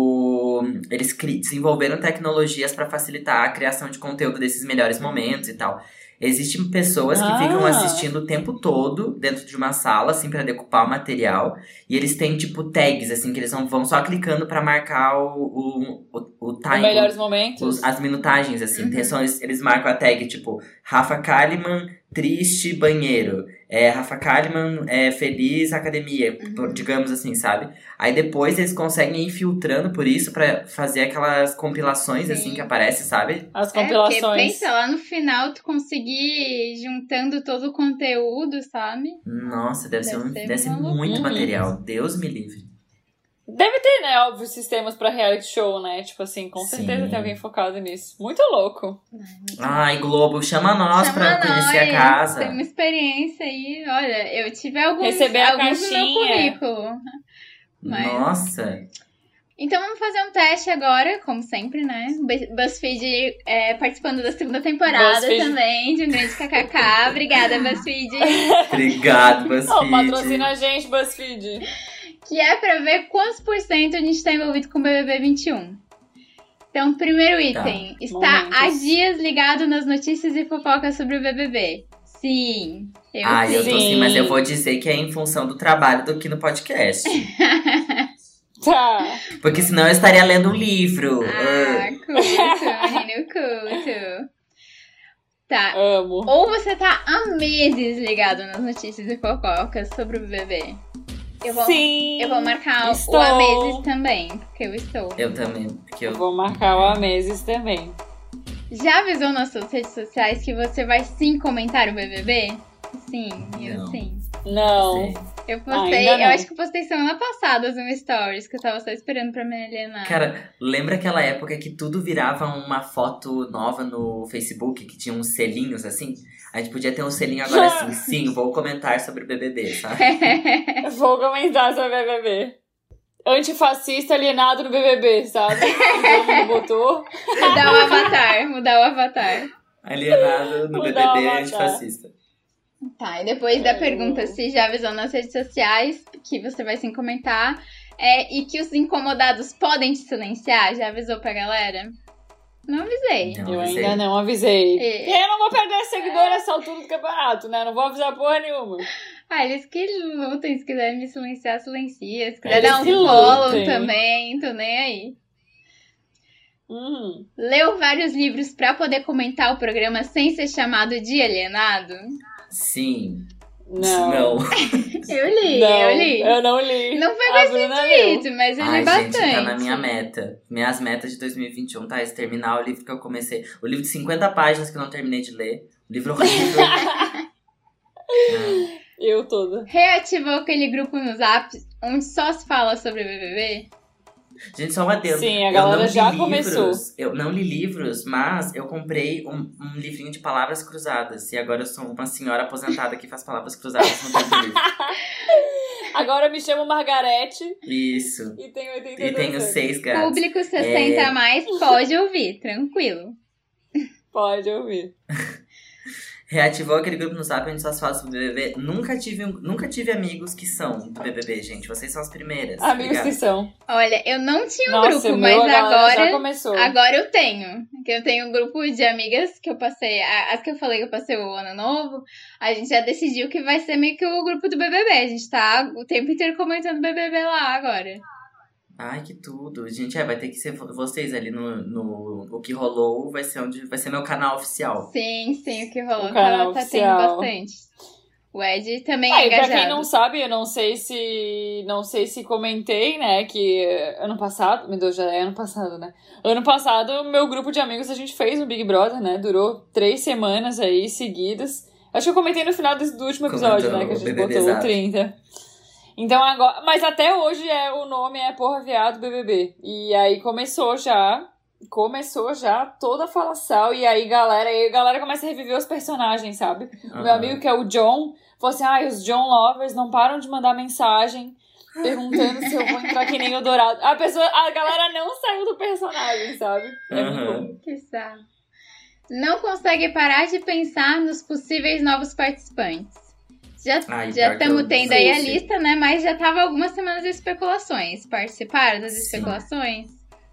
o, eles cri- desenvolveram tecnologias pra facilitar a criação de conteúdo desses melhores momentos e tal. Existem pessoas que Ah. ficam assistindo o tempo todo dentro de uma sala, assim, pra decupar o material. E eles têm, tipo, tags, assim, que eles vão, vão só clicando pra marcar o, o, o, o Os time. melhores momentos. Os- as minutagens, assim. Uhum. Tem só- eles, eles marcam a tag, tipo, Rafa Kalimann, triste banheiro. É, Rafa Kalimann, é, feliz academia, por- digamos assim, sabe? Aí depois eles conseguem ir filtrando por isso pra fazer aquelas compilações, Sim. assim, que aparecem, sabe? As É, porque compilações. pensa lá no final, tu conseguir ir juntando todo o conteúdo, sabe? Nossa, deve, ser, Deve um, ser deve ser uma muito loucura. material. Deus me livre. Deve ter, né, óbvio, sistemas pra reality show, né? Tipo assim, com certeza Sim. tem alguém focado nisso. Muito louco. Ai, Globo, chama nós Chama pra conhecer a nós, casa. Tem uma experiência aí. Olha, eu tive alguns, Receber a alguns no meu caixinha. currículo. Mas- Nossa. Então vamos fazer um teste agora, como sempre, né? Bu- BuzzFeed é, participando da segunda temporada BuzzFeed. também, de um grande kkk. Obrigada, BuzzFeed. Obrigado, Ô, BuzzFeed. patrocina a gente, BuzzFeed. Que é pra ver quantos por cento a gente tá envolvido com o B B B vinte e um. Então, primeiro item. Está Momentos. há dias ligado nas notícias e fofocas sobre o B B B. Sim, eu Ah, eu sim. tô sim, Sim. mas eu vou dizer que é em função do trabalho do que no podcast. Tá. Porque senão eu estaria lendo um livro. Ah, Ah, culto, menino culto. Tá. Amo. Ou você tá há meses ligado nas notícias e fofocas sobre o B B B. Eu vou, Sim. eu vou marcar estou. o há meses também, porque eu estou. eu também, porque Eu eu... vou marcar o Ameses também. Já avisou nas suas redes sociais que você vai sim comentar o B B B? Sim, eu Não. sim. Não. sei. Eu postei, Ainda não. eu acho que eu postei semana passada um stories, que eu tava só esperando pra me alienar. Cara, lembra aquela época que tudo virava uma foto nova no Facebook, que tinha uns selinhos assim? A gente podia ter um selinho agora assim, sim, vou comentar sobre o B B B, sabe? Vou comentar sobre o B B B. antifascista alienado no B B B, sabe? Todo mundo botou. Mudar o avatar, mudar o avatar. Alienado no Mudar B B B o avatar. antifascista. Tá, e depois da É, pergunta eu- se já avisou nas redes sociais, que você vai sim comentar, é, e que os incomodados podem te silenciar, já avisou pra galera? Não avisei. Não Eu avisei. ainda não avisei. É. Porque eu não vou perder seguidor nessa altura do campeonato, né? Não vou avisar porra nenhuma. Ah, eles que lutem, se quiserem me silenciar, silencia. Se quiser Eles dar um que follow lutem. também, tô nem aí. Uhum. Leu vários livros pra poder comentar o programa sem ser chamado de alienado? Sim. Não. Não. Eu li, Não, eu li. eu não li. Não foi A com esse Bruna leu. intuito, mas eu li Ai, bastante. gente, tá na minha meta. Minhas metas de dois mil e vinte e um, tá? É terminar o livro que eu comecei. O livro de cinquenta páginas que eu não terminei de ler. O livro horrível. Ah, Eu toda. Reativou aquele grupo no Zap onde só se fala sobre B B B? gente, só um adendo. Sim, a Eu galera não li já livros, começou. Eu não li livros, mas eu comprei um, um livrinho de palavras cruzadas. E agora eu sou uma senhora aposentada que faz palavras cruzadas no tempo livre. Agora me chamo Margarete Isso. e tenho oitenta E tenho anos. seis gatos. Público sessenta É. a mais pode ouvir, tranquilo. Pode ouvir. Reativou aquele grupo no Zap onde só se fala sobre B B B. Nunca tive, um- nunca tive amigos que são do B B B, gente. Vocês são as primeiras. Amigos Obrigado. que são. Olha, eu não tinha um Nossa, grupo, o mas meu, a galera já agora, começou. agora eu tenho. Que eu tenho um grupo de amigas que eu passei, a- as que eu falei que eu passei o ano novo, a gente já decidiu que vai ser meio que o grupo do B B B. A gente tá o tempo inteiro comentando B B B lá agora. Ai, que tudo. Gente, é, vai ter que ser vo- vocês ali no, no... O que rolou vai ser onde vai ser meu canal oficial. Sim, sim, o que rolou O canal tá, tá tendo oficial. bastante. O Ed também Ah, é e pra engajado. quem não sabe, eu não sei se. Não sei se comentei, né? Que ano passado. Meu Deus, já é ano passado, né? Ano passado, meu grupo de amigos, a gente fez um Big Brother, né? Durou três semanas aí seguidas. Acho que eu comentei no final desse, do último episódio, Comentou né? Que a o gente B B B botou o exato. trinta. Então agora. Mas até hoje é, o nome é Porra Viado B B B. E aí começou já. Começou já toda a falação. E aí, galera, aí a galera começa a reviver os personagens, sabe? O meu Aham. amigo, que é o John, falou assim: ai, os John Lovers não param de mandar mensagem perguntando se eu vou entrar que nem o Dourado. A pessoa, a galera não saiu do personagem, sabe? É muito Aham. bom. Que saco. Não consegue parar de pensar nos possíveis novos participantes. Já Ai, já pior que estamos eu tendo não aí a sei. lista, né? Mas já tava algumas semanas de especulações. Participaram das Sim. especulações?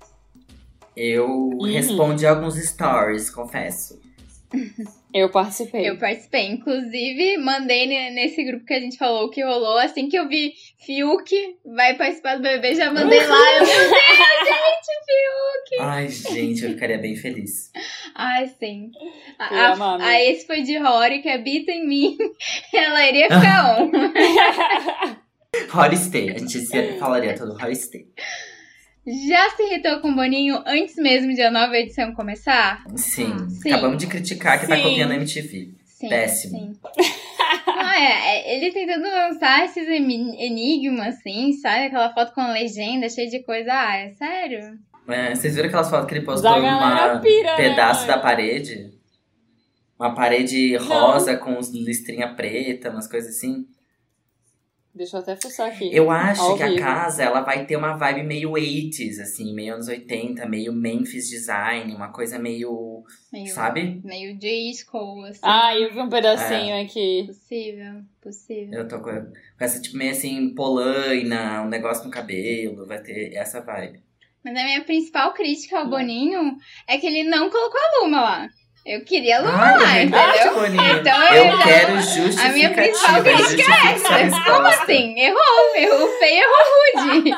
Eu Uhum. respondi alguns stories, confesso. Eu participei. Eu participei. Inclusive, mandei ne- nesse grupo que a gente falou o que rolou. Assim que eu vi Fiuk vai participar do B B B, já mandei lá. Eu, meu Deus, gente, Fiuk! Ai, gente, eu ficaria bem feliz. Ai, sim. A, Eu ia amar, a, amiga. a esse foi de Rory, que habita em mim. Ela iria ficar on. Horistay, a gente se- falaria todo Horistay. Já se irritou com o Boninho antes mesmo de a nova edição começar? Sim. Sim. Acabamos de criticar que tá Sim. copiando a M T V. Sim. Péssimo. Sim. Ah, é, é, ele tentando lançar esses emi- enigmas, assim, sabe? Aquela foto com legenda, cheia de coisa. Ah, é sério? É, vocês viram aquelas fotos que ele postou Da galera numa pira, né, pedaço mãe? da parede? Uma parede rosa com uns listrinha preta, umas coisas assim. Deixa eu até fuçar aqui. Eu acho Ao que a vivo. casa, ela vai ter uma vibe meio oitenta, assim, meio anos oitenta, meio Memphis Design, uma coisa meio, Meio, sabe? meio J-School, assim. Ah, eu vi um pedacinho aqui. Possível, possível. Eu tô com, com essa, tipo, meio assim, polaina, um negócio no cabelo, vai ter essa vibe. Mas a minha principal crítica ao Boninho é que ele não colocou a Luma lá. Eu queria a Luma Ai, lá, é verdade, entendeu? Boninho. Então eu eu já- quero A justificativa. minha principal crítica é justifique sua essa. resposta. Como assim? Errou, errou feio, errou rude.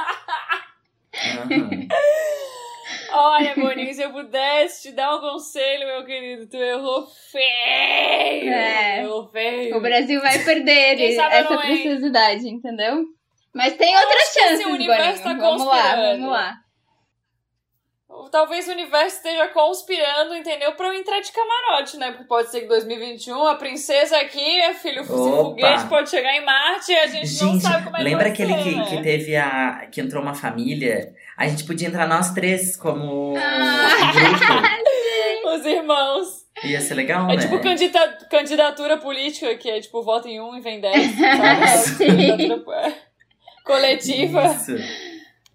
Aham. Olha, Boninho, se eu pudesse te dar um conselho, meu querido, tu errou feio. É. Errou feio. O Brasil vai perder Quem sabe essa não é. preciosidade, entendeu? Mas tem outras acho que esse chances, universo Boninho. tá Vamos lá, conspirando. vamos lá. Talvez o universo esteja conspirando, entendeu? Pra eu entrar de camarote, né? Porque pode ser que em dois mil e vinte e um a princesa aqui, filho, esse Opa. foguete pode chegar em Marte e a gente, não Gente, sabe como é que lembra vai aquele ser, que, né? que teve a. Que entrou uma família? A gente podia entrar nós três como Ah. grupo. Os irmãos. Ia ser legal, É né? tipo candida- candidatura política, que é tipo, vota em um e vem dez, sabe? Sim. Candidatura coletiva. Isso.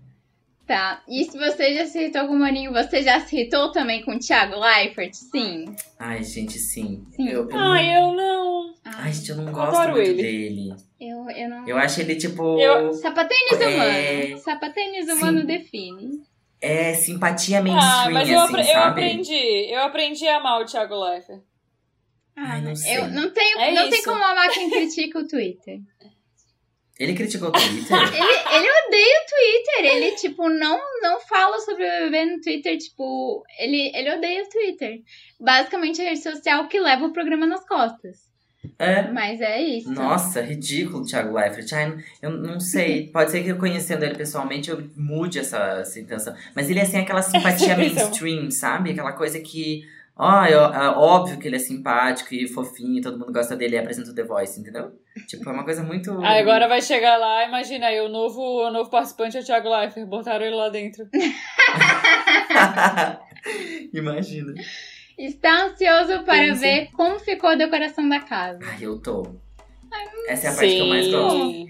Tá. E se você já se irritou com o Maninho, você já se irritou também com o Thiago Leifert? Sim. Ai, gente, sim. Sim. Eu, eu Ai, não... eu não. Ai, gente, eu não Eu gosto adoro muito ele. dele. Eu, eu não. Eu acho ele, tipo... Eu- Sapatênis É. humano. Sapatênis humano Sim. define. É simpatia Ah, mainstream, mas eu, assim, apre- eu sabe? aprendi. Eu aprendi a amar o Thiago Leifert. Ah, Ai, não sei. eu não tenho, É não tem isso. como amar quem critica o Twitter. Ele criticou o Twitter? Ele, ele odeia o Twitter. Ele, tipo, não, não fala sobre o B B B no Twitter. Tipo, ele, ele odeia o Twitter. Basicamente, a rede social que leva o programa nas costas. É. Mas é isso. Nossa, ridículo, Thiago Leifert. Ai, eu não sei. Pode ser que eu conhecendo ele pessoalmente eu mude essa, essa intenção. Mas ele é assim, aquela simpatia Essa intenção. mainstream, sabe? Aquela coisa que. Ó, é, é óbvio que ele é simpático e fofinho, todo mundo gosta dele e apresenta o The Voice, entendeu? Tipo, é uma coisa muito. Aí agora vai chegar lá, imagina aí, o novo, o novo participante é o Thiago Leifert. Botaram ele lá dentro. Imagina. Está ansioso para Sim, sim. ver como ficou a decoração da casa. Ai, eu tô. Essa é a parte que eu mais gosto. Sim.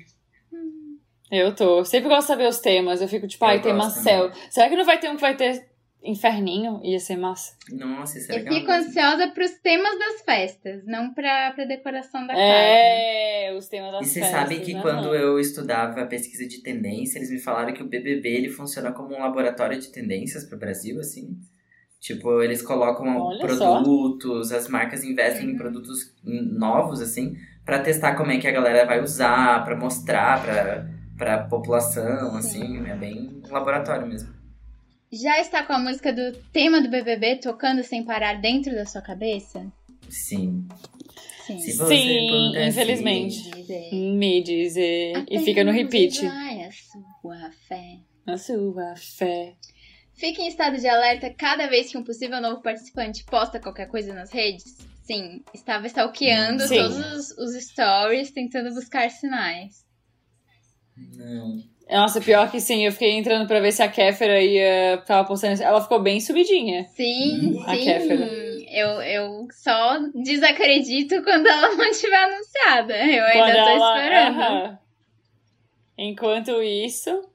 Eu tô. Sempre gosto de saber os temas. Eu fico tipo, ai, Eu tema gosto céu. Será que não vai ter um que vai ter inferninho? Ia ser massa. Nossa, isso é Eu legal. fico mesmo. ansiosa para os temas das festas, não para a decoração da casa. É, os temas das E vocês festas. sabem que aham. quando eu estudava pesquisa de tendência, eles me falaram que o B B B ele funciona como um laboratório de tendências pro Brasil, assim. Tipo, eles colocam Olha produtos, as marcas investem em produtos novos, assim, pra testar como é que a galera vai usar, pra mostrar pra, pra população, assim. É bem um laboratório mesmo. Já está com a música do tema do B B B tocando sem parar dentro da sua cabeça? Sim. Sim. Se você Sim, pudesse- infelizmente. Dizer, Me dizer. E fica no apenas repeat. vai a sua fé. A sua fé. Fique em estado de alerta cada vez que um possível novo participante posta qualquer coisa nas redes? Sim, estava stalkeando Sim. todos os, os stories, tentando buscar sinais. Não. Nossa, pior que sim, eu fiquei entrando pra ver se a Kéfera ia. Tava postando isso. Ela ficou bem subidinha. Sim, A sim. Kéfera. Eu, eu só desacredito quando ela não estiver anunciada. Eu Quando ainda tô ela- esperando. aham. Enquanto isso.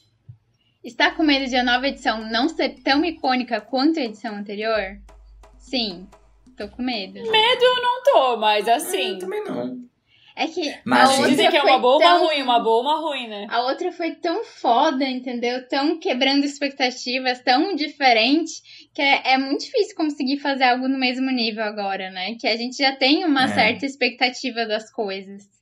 Está com medo de a nova edição não ser tão icônica quanto a edição anterior? Sim, tô com medo. Não tô, mas assim. Eu também não. É que Mas a outra Dizem que é foi uma boa ou tão... uma ruim, uma boa ou uma ruim, né? A outra foi tão foda, entendeu? Tão quebrando expectativas, tão diferente, que é, é muito difícil conseguir fazer algo no mesmo nível agora, né? Que a gente já tem uma É. certa expectativa das coisas.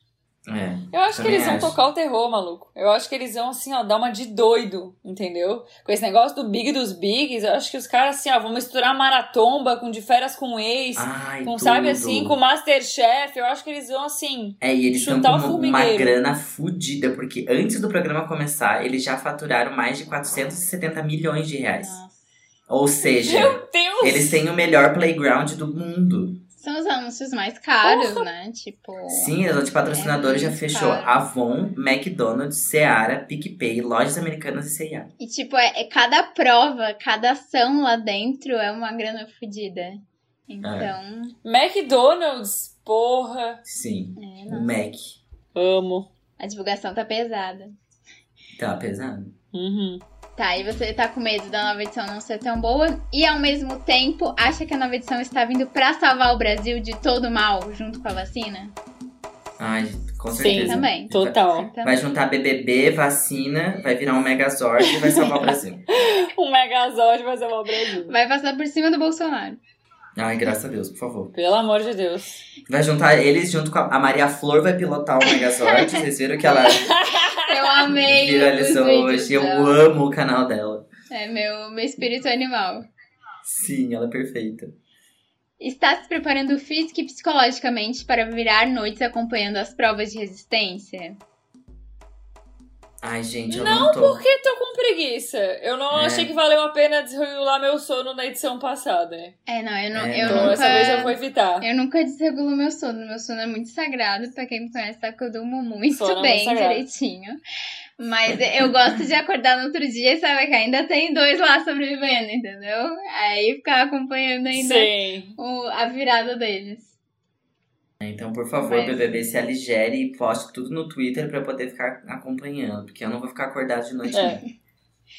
É. Eu acho que Também eles vão acho. tocar o terror, maluco. Eu acho que eles vão, assim, ó, dar uma de doido, entendeu? Com esse negócio do Big dos Bigs, eu acho que os caras, assim, ó, vão misturar maratomba com de férias com ex, Ai, com, tudo. sabe, assim, com Masterchef. Eu acho que eles vão, assim... É, e eles estão chutar o com uma formigueiro. grana fodida, porque antes do programa começar, eles já faturaram mais de quatrocentos e setenta milhões de reais. Ou seja, Meu Deus! eles têm o melhor playground do mundo. São os anúncios mais caros, né? Tipo... Sim, os de patrocinadores É já muito fechou caro. Avon, McDonald's, Seara, PicPay, Lojas Americanas e C e A. E, tipo, é, é cada prova, cada ação lá dentro é uma grana fodida. Então, McDonald's, porra. Sim, é, o não. Mac. Amo. A divulgação tá pesada. Tá pesado. Uhum. Tá, e você tá com medo da nova edição não ser tão boa e, ao mesmo tempo, acha que a nova edição está vindo pra salvar o Brasil de todo o mal junto com a vacina? Ai, com Sim, certeza. também. Total. Então, Vai juntar B B B, vacina, vai virar um Megazord e vai salvar o Brasil. Um Megazord vai salvar o Brasil. vai passar por cima do Bolsonaro. Ai, graças a Deus, por favor. Pelo amor de Deus. Vai juntar eles junto com a, a Maria Flor, vai pilotar o Megazord. Vocês viram que ela Eu amei os viralizou vídeos hoje. Eu dela. amo o canal dela. É meu, meu espírito animal. Sim, ela é perfeita. Está se preparando física e psicologicamente para virar noites acompanhando as provas de resistência? Ai, gente, eu Não, não tô. porque tô com preguiça. Eu não É. achei que valeu a pena desregular meu sono na edição passada. É, não, eu, não, É, eu não. Então nunca... essa vez eu vou evitar. Eu nunca desregulo meu sono. Meu sono é muito sagrado. Pra quem me conhece, sabe que eu durmo muito Sono é bem, muito sagrado. direitinho. Mas eu gosto de acordar no outro dia e saber que ainda tem dois lá sobrevivendo, entendeu? Aí ficar acompanhando ainda Sim. o- a virada deles. Então, por favor, Mas- B B B, se aligere e poste tudo no Twitter pra eu poder ficar acompanhando. Porque eu não vou ficar acordado de noite. É. não.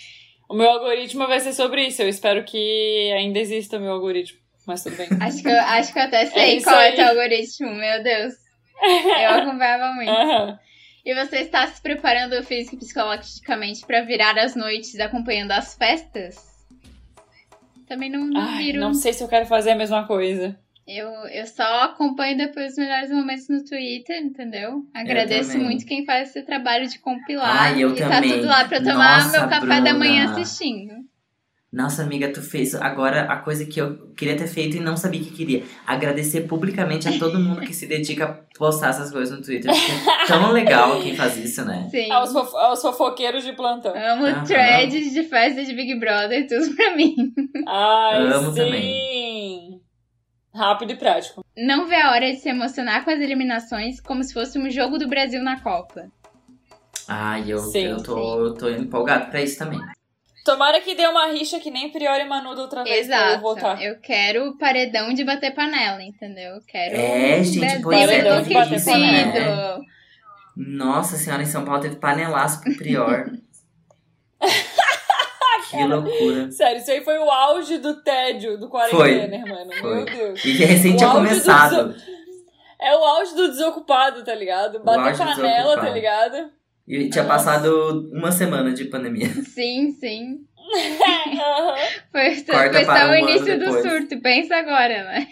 O meu algoritmo vai ser sobre isso. Eu espero que ainda exista o meu algoritmo. Mas tudo bem. Acho que eu, acho que eu até É sei isso qual é aí. o teu algoritmo, meu Deus. Eu acompanhava muito. Aham. E você está se preparando física e psicologicamente pra virar as noites acompanhando as festas? Também não, não Ai, viro. não sei se eu quero fazer a mesma coisa. Eu, eu só acompanho depois os melhores momentos no Twitter, entendeu? Agradeço também. muito quem faz esse trabalho de compilar. Ai, eu e tá também. tudo lá pra eu tomar Nossa, meu café da manhã Bruna. assistindo. Nossa, amiga, tu fez agora a coisa que eu queria ter feito e não sabia que queria. Agradecer publicamente a todo mundo que se dedica a postar essas coisas no Twitter. Porque é tão legal quem faz isso, né? Sim. Aos, fofo- aos fofoqueiros de plantão. Amo Aham. threads de festa de Big Brother, tudo pra mim. Ai, Amo sim. também. Rápido e prático. Não vê a hora de se emocionar com as eliminações como se fosse um jogo do Brasil na Copa. Ai, eu, Sim, eu, tô, eu tô empolgado pra isso também. Tomara que dê uma rixa que nem Prior e Manu da outra vez pra eu Exato. votar. Eu quero paredão de bater panela, entendeu? Eu quero É, gente, Brasil pois é, teve enlouquecido. isso, né? Nossa senhora, em São Paulo teve panelaço pro Prior. Que loucura. Sério, isso aí foi o auge do tédio do quarentena, mano. Foi. Meu Deus. E que recém O tinha áudio do começado. É o auge do desocupado, tá ligado? Bater auge do panela, desocupado. tá ligado? E tinha Nossa. passado uma semana de pandemia. Sim, sim. Aham. Foi, Corta foi para só um o ano início do depois. surto. Pensa agora, né?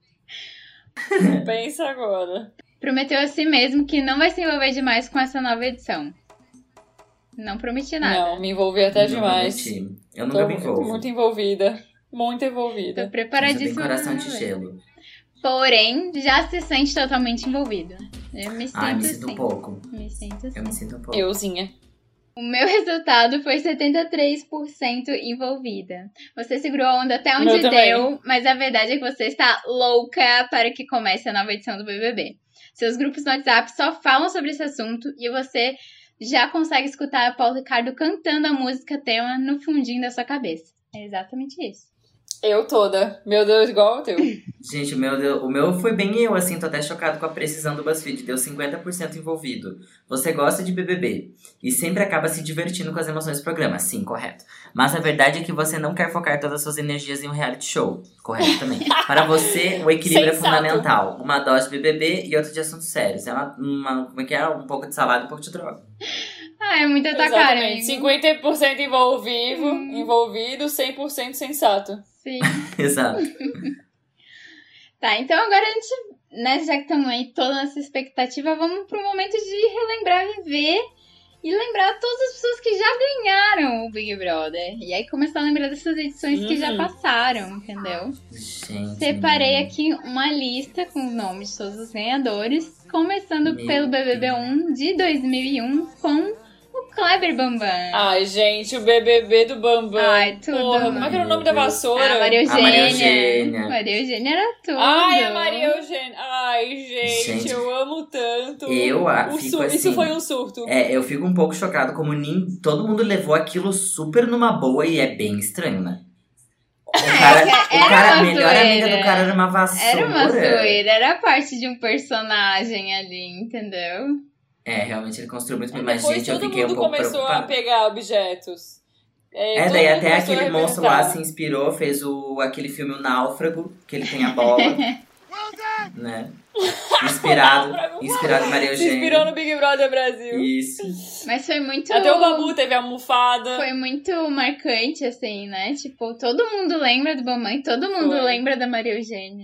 Pensa agora. Prometeu a si mesmo que não vai se envolver demais com essa nova edição. Não prometi nada. Não, me envolvi até Não demais. prometi. Eu Tô nunca me muito, envolvo. muito envolvida. Muito Tô envolvida. Mas eu tenho preparadíssima. coração pra de ver. gelo. Porém, já se sente totalmente envolvido. Eu me sinto Ai, me assim. sinto um pouco. Me sinto assim. Eu me sinto um pouco. Euzinha. O meu resultado foi setenta e três por cento envolvida. Você segurou a onda até O meu onde também. deu, mas a verdade é que você está louca para que comece a nova edição do B B B. Seus grupos no WhatsApp só falam sobre esse assunto e você já consegue escutar a Paulo Ricardo cantando a música tema no fundinho da sua cabeça. É exatamente isso. Eu toda. Meu Deus, igual o teu. Gente, o meu, deu- o meu foi bem eu, assim, tô até chocado com a precisão do BuzzFeed. Deu cinquenta por cento envolvido. Você gosta de B B B e sempre acaba se divertindo com as emoções do programa. Sim, correto. Mas a verdade é que você não quer focar todas as suas energias em um reality show. Correto também. Para você, o equilíbrio é Sensato. fundamental. Uma dose de B B B e outra de assuntos sérios. É uma, uma, como é que é? Um pouco de salada e um pouco de droga. Ah, é muito a tua cara, Exatamente. amigo. cinquenta por cento envolvido, Hum. envolvido, cem por cento sensato. Sim. Exato. Tá, então agora a gente, né, já que estamos aí toda nessa expectativa, vamos pro momento de relembrar, viver e lembrar todas as pessoas que já ganharam o Big Brother. E aí começar a lembrar dessas edições que já Uhum. passaram, entendeu? Gente. Separei menina. aqui uma lista com os nomes de todos os ganhadores, começando Meu pelo B B B um de dois mil e um com o Kleber Bambam. Ai, gente, o B B B do Bambam. Ai, tudo. Porra, como é que era o nome da Meu Deus. vassoura? A Maria A Maria Eugênia. Eugênia. Maria Eugênia era tudo. Ai, a Maria Eugênia. Ai, gente, Gente, eu amo tanto. eu, ah, O fico sur- Isso assim- foi um surto. É, eu fico um pouco chocado como nin... todo mundo levou aquilo super numa boa e é bem estranho, né? O cara, era o cara a uma melhor amiga zoeira. do cara era uma vassoura. Era uma zoeira, era parte de um personagem ali, entendeu? É, realmente ele construiu muito bem, mas Depois gente, eu todo fiquei um mundo pouco começou a preocupado. pegar objetos. É, É, todo daí mundo até começou a aquele monstro lá representar. se inspirou, fez o, aquele filme O Náufrago, que ele tem a bola, né? Inspirado, Náufrago. inspirado em Maria Se inspirou Eugênia. no Big Brother Brasil. Isso. Mas foi muito. Até o Babu teve a almofada. Foi muito marcante, assim, né? Tipo, todo mundo lembra do Bambam e todo mundo Foi. lembra da Maria Eugênia.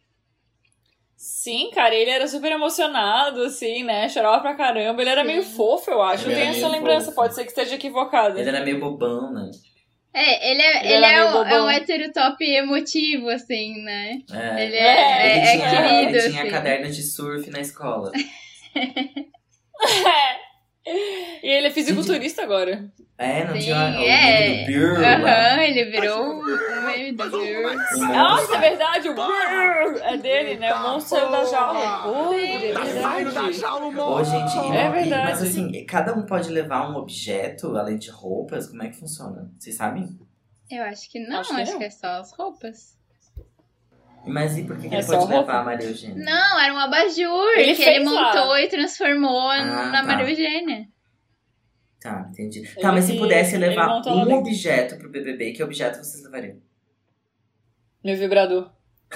Sim, cara, ele era super emocionado, assim, né? Chorava pra caramba. Ele era Sim. meio fofo, eu acho. Ele Eu tenho era essa meio lembrança, fofo. pode ser que esteja equivocada. Ele era meio bobão, né? É, ele é, Ele ele era é, meio um, é bobão. um hétero top emotivo, assim, né? É. Ele é, é, Ele é tinha, querido, ele tinha assim. caderno de surf na escola. E ele é fisiculturista agora. É, não Sim, tinha o é. meme do Beer lá. Aham, ele virou o meme do Beer. O Nossa, monstro. é verdade, o brrr é dele, né? O monstro saiu da jaula. Pô, é verdade. Ô, gente, e É não- e- verdade. mas assim, cada um pode levar um objeto, além de roupas? Como é que funciona? Vocês sabem? Eu acho que não, Acho acho que que, não. é só as roupas. Mas e por que, que É ele só pode roupa? levar a Maria Eugênia? Não, era um abajur Ele que ele fez lá. montou e transformou Ah, na tá. Maria Eugênia. Tá, entendi. Ele Tá, mas se que- pudesse ele levar montou lá um dentro. objeto pro B B B, que objeto vocês levariam? Meu vibrador.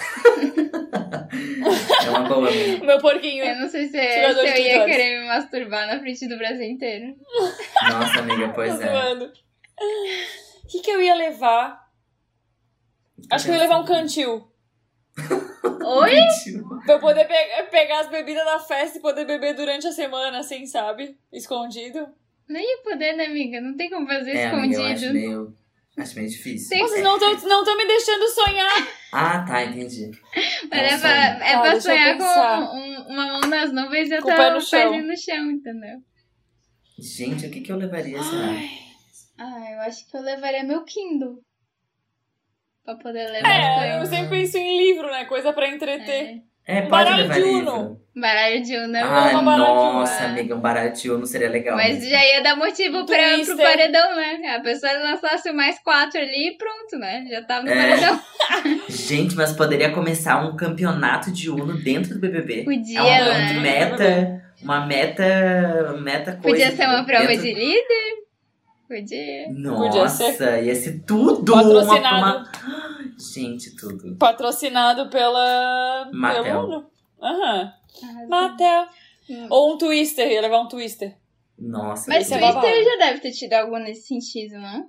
É uma boa mesmo. O meu porquinho. Eu não sei se, se Tirador de eu ia clitóris. querer me masturbar na frente do Brasil inteiro. Nossa, amiga, pois Tô é. zoando. O que, que eu ia levar? Acho que eu ia levar um cantil. Oi? Pra eu poder pe- pegar as bebidas da festa e poder beber durante a semana, assim, sabe? Escondido. Não ia poder, né, amiga? Não tem como fazer É, amiga, eu acho escondido. meio, acho meio difícil. Tem- Vocês não estão não tão me deixando sonhar. Ah, tá, entendi. Mas É é um pra, sonho. é Tá, pra deixa eu sonhar pensar. com um- uma mão nas nuvens e Com o outra pé no o chão. pezinho no chão, entendeu? Gente, o que, que eu levaria, será? Ah, eu acho que eu levaria meu Kindle. Pra poder levar É, as eu sempre penso em livro, né? Coisa pra entreter. É. É, pode baralho levar de livro. Uno. Baralho de Uno é Ai, bom. uma baralho de Uno, nossa, é. amiga, um baralho de Uno seria legal. Mas mesmo. já ia dar motivo pra, pro Twister. paredão, né? A pessoa lançasse mais quatro ali e pronto, né? Já tava no É. paredão. Gente, mas poderia começar um campeonato de Uno dentro do B B B. Podia, é uma né? meta, uma meta, meta coisa. Podia ser uma prova dentro- de líder. Podia. Podia Nossa, ser. ia ser tudo. Patrocinado. Uma, uma... Gente, tudo. Patrocinado pela... Mattel. Pelo Uno. Aham. Arrasou. Mattel. Hum. Ou um twister, ia levar um twister. Nossa. Mas Esse é Twister babado. já deve ter tido algo nesse sentido, não?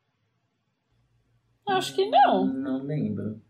Acho que não. Não lembro.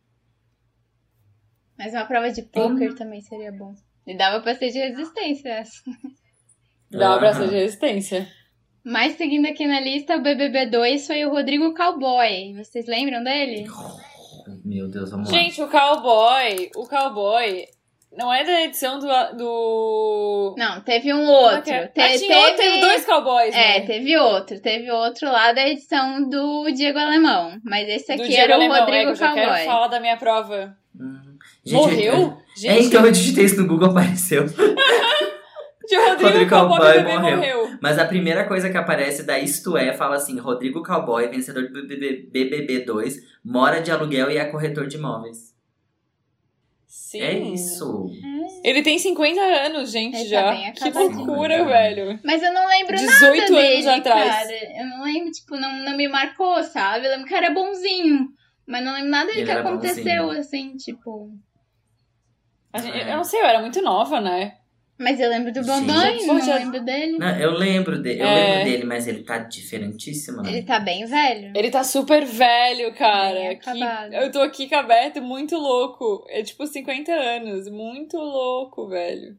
Mas uma prova de poker também seria bom. E dava pra ser de resistência essa. Dá pra Aham. ser de resistência. Mas seguindo aqui na lista, o B B B dois foi o Rodrigo Cowboy. Vocês lembram dele? Meu Deus, vamos lá. Gente, o cowboy, o cowboy não é da edição do... do... Não, teve um Como é outro. que é? Te- Ah, tinha outro, teve dois cowboys, É, né? teve outro. Teve outro lá da edição do Diego Alemão. Mas esse Do aqui Diego era o Alemão, é, que Rodrigo eu já quero Cowboy. falar da minha prova. Hum. Gente, Morreu? eu- Gente, É, então eu digitei isso no Google, apareceu. de Rodrigo, Rodrigo Cowboy, Cowboy bebê morreu. morreu. Mas a primeira coisa que aparece da Isto É, fala assim, Rodrigo Cowboy, vencedor do B B B dois, mora de aluguel e é corretor de imóveis. Sim. É isso. Ele tem cinquenta anos, gente, Ele tá já. bem que acabadinho. loucura, velho. Mas eu não lembro dezoito nada anos dele, atrás. cara. Eu não lembro, tipo, não, não me marcou, sabe? Eu lembro que era bonzinho. Mas não lembro nada do Ele que era aconteceu, bonzinho. assim, tipo... A gente- É. Eu não sei, eu era muito nova, né? Mas eu lembro do Gente. Bambam, não Poxa. lembro dele. Não, eu lembro dele, eu É. lembro dele, mas ele tá diferentíssimo, né? Ele tá bem velho. Ele tá super velho, cara. Bem Que... acabado. Eu tô aqui com a Berta, muito louco. É tipo cinquenta anos. Muito louco, velho.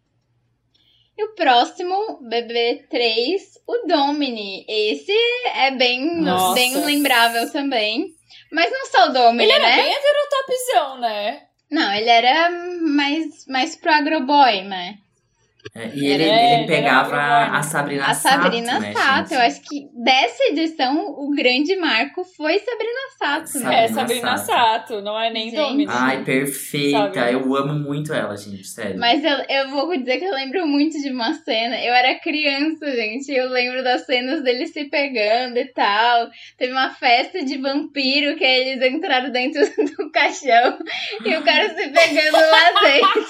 E o próximo, B B B três, o Domini. Esse é bem, Nossa. bem lembrável também. Mas não só o Domini, Ele era né? bem heterotopzão, né? Não, ele era mais, mais pro agroboy, né? É, e ele, É, ele pegava era a Sabrina A Sato, Sabrina né, Sato. gente? Eu acho que dessa edição, o grande marco foi Sabrina Sato, né? É, Sabrina Sabrina Sato. Sato, não é nem Gente. Domini. Ai, perfeita. Sabe? Eu amo muito ela, gente, sério. Mas eu, eu vou dizer que eu lembro muito de uma cena. Eu era criança, gente. Eu lembro das cenas deles se pegando e tal. Teve uma festa de vampiro que eles entraram dentro do caixão e o cara se pegando lá dentro.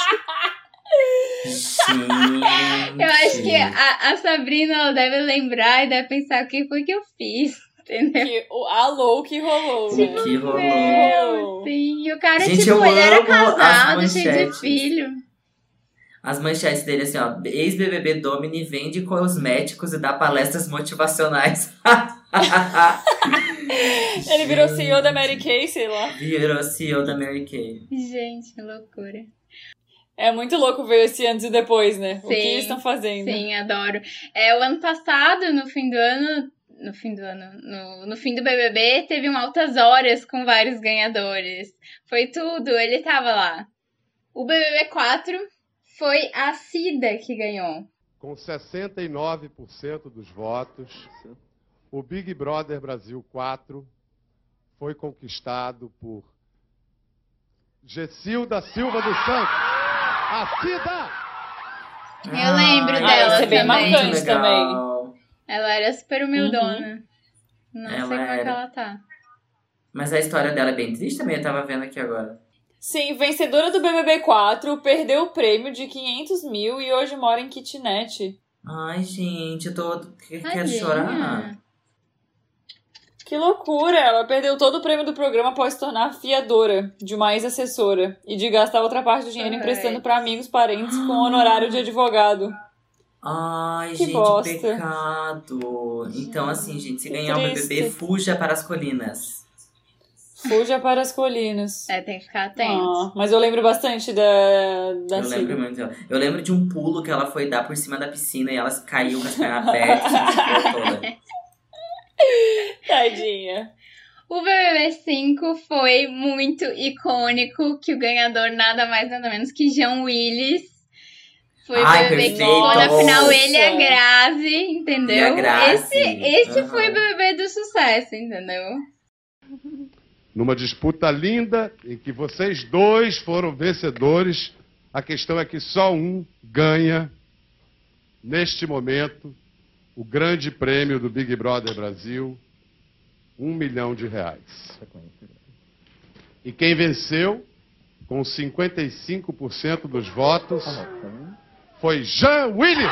Gente. Eu acho que a, a Sabrina ela deve lembrar e deve pensar o que foi que eu fiz. Entendeu? Que o alô que rolou, né? Que rolou. Meu, sim. E o cara, Gente, tipo, eu ele era amo casado, as cheio de manchetes. filho. As manchetes dele assim, ó. Ex-B B B Domini vende cosméticos e dá palestras motivacionais. Ele virou C E O da Mary Kay, sei lá. Virou C E O da Mary Kay. Gente, que loucura. É muito louco ver esse antes e depois, né? O que Sim, eles estão fazendo. Sim, adoro. É, o ano passado, no fim do ano, no fim do ano, no, no fim do B B B, teve um Altas Horas com vários ganhadores. Foi tudo, ele tava lá. O B B B quatro foi a Cida que ganhou. Com sessenta e nove por cento dos votos, o Big Brother Brasil quatro foi conquistado por Gessilda Silva dos Santos. A Cida! Eu lembro Ai, dela esse é bem também. marcante muito legal. Ela era super humildona. Não Ela sei como é que era. ela tá. Mas a história dela é bem triste também, eu tava vendo aqui agora. Sim, vencedora do B B B quatro, perdeu o prêmio de quinhentos mil e hoje mora em kitnet. Ai, gente, eu tô. Quero Tadinha. chorar. Que loucura! Ela perdeu todo o prêmio do programa após se tornar fiadora de uma ex-assessora e de gastar outra parte do dinheiro Ai. emprestando pra amigos, parentes com honorário de advogado. Ai, Que gente, bosta. pecado. Então, assim, gente, se Que ganhar o B B B, triste. fuja para as colinas. Fuja para as colinas. É, tem que ficar atento. Ah, mas eu lembro bastante da, da Eu Cida. lembro muito. Eu lembro de um pulo que ela foi dar por cima da piscina e ela caiu com as pernas abertas, se desesperou toda. Tadinha. O B B B cinco foi muito icônico, que o ganhador nada mais nada menos que João Willis. Foi o Ai, B B B que perfeito! ficou na final ele e a Nossa. Grazi, entendeu? E a Grazi, Esse, esse aham. foi o B B B do sucesso, entendeu? Numa disputa linda em que vocês dois foram vencedores, a questão é que só um ganha, neste momento, o grande prêmio do Big Brother Brasil, um milhão de reais. E quem venceu, com cinquenta e cinco por cento dos votos, foi Jean Willis.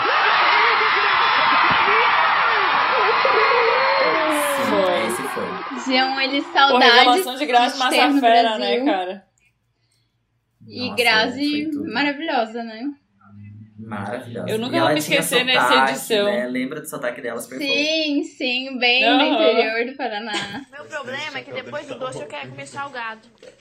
Sim, Foi. esse foi. João, ele Pô, saudades revelação de Grazi de ter no Massafera, né, Brasil. cara? E Nossa, Grazi, foi tudo. maravilhosa, né? Maravilhosa. Eu nunca E vou ela me tinha esquecer nessa sotaque, edição. Né? Lembra do sotaque dela, super fofo. Sim, sim, bem Aham. do interior do Paraná. Meu problema é que depois do doce eu quero comer salgado.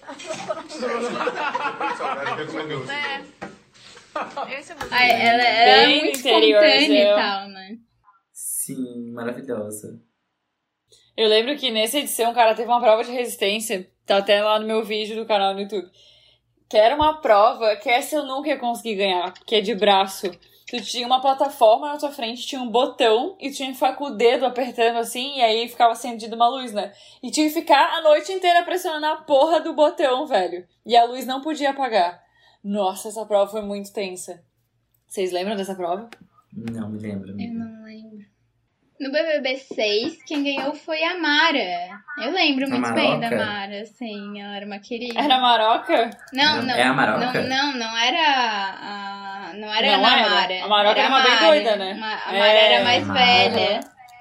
É. Esse é muito Ai, ela era Bem do muito interior, espontânea e Zé. tal, né? Sim, maravilhosa. Eu lembro que nessa edição, cara, teve uma prova de resistência. Tá até lá no meu vídeo do canal no YouTube. Que era uma prova que essa eu nunca ia conseguir ganhar, que é de braço. Tu tinha uma plataforma na tua frente, tinha um botão e tu tinha que ficar com o dedo apertando assim, e aí ficava acendida uma luz, né? E tinha que ficar a noite inteira pressionando a porra do botão, velho. E a luz não podia apagar. Nossa, essa prova foi muito tensa. Vocês lembram dessa prova? Não me lembro. Eu amiga. não lembro. No B B B seis, quem ganhou foi a Mara. Eu lembro A muito bem da Maroca? Mara, sim, ela era uma querida. Era Maroca? Não, Não, não. é a Maroca? Não, não, não era a. Não era Não a Ana era. Mara. A Maroca era uma bem Mara. doida, né? Ma- A É, Mara era mais Mara. velha.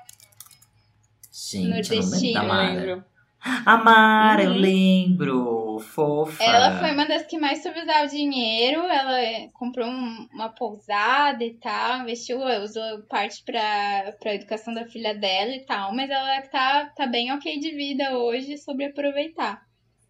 Gente, eu não lembro Nordestina. da Eu Mara. lembro. A Mara, eu Uhum. lembro. Fofa. Ela foi uma das que mais soube usar o dinheiro. Ela comprou um- uma pousada e tal, investiu, usou parte pra, pra educação da filha dela e tal. Mas ela tá, tá bem ok de vida hoje sobre aproveitar.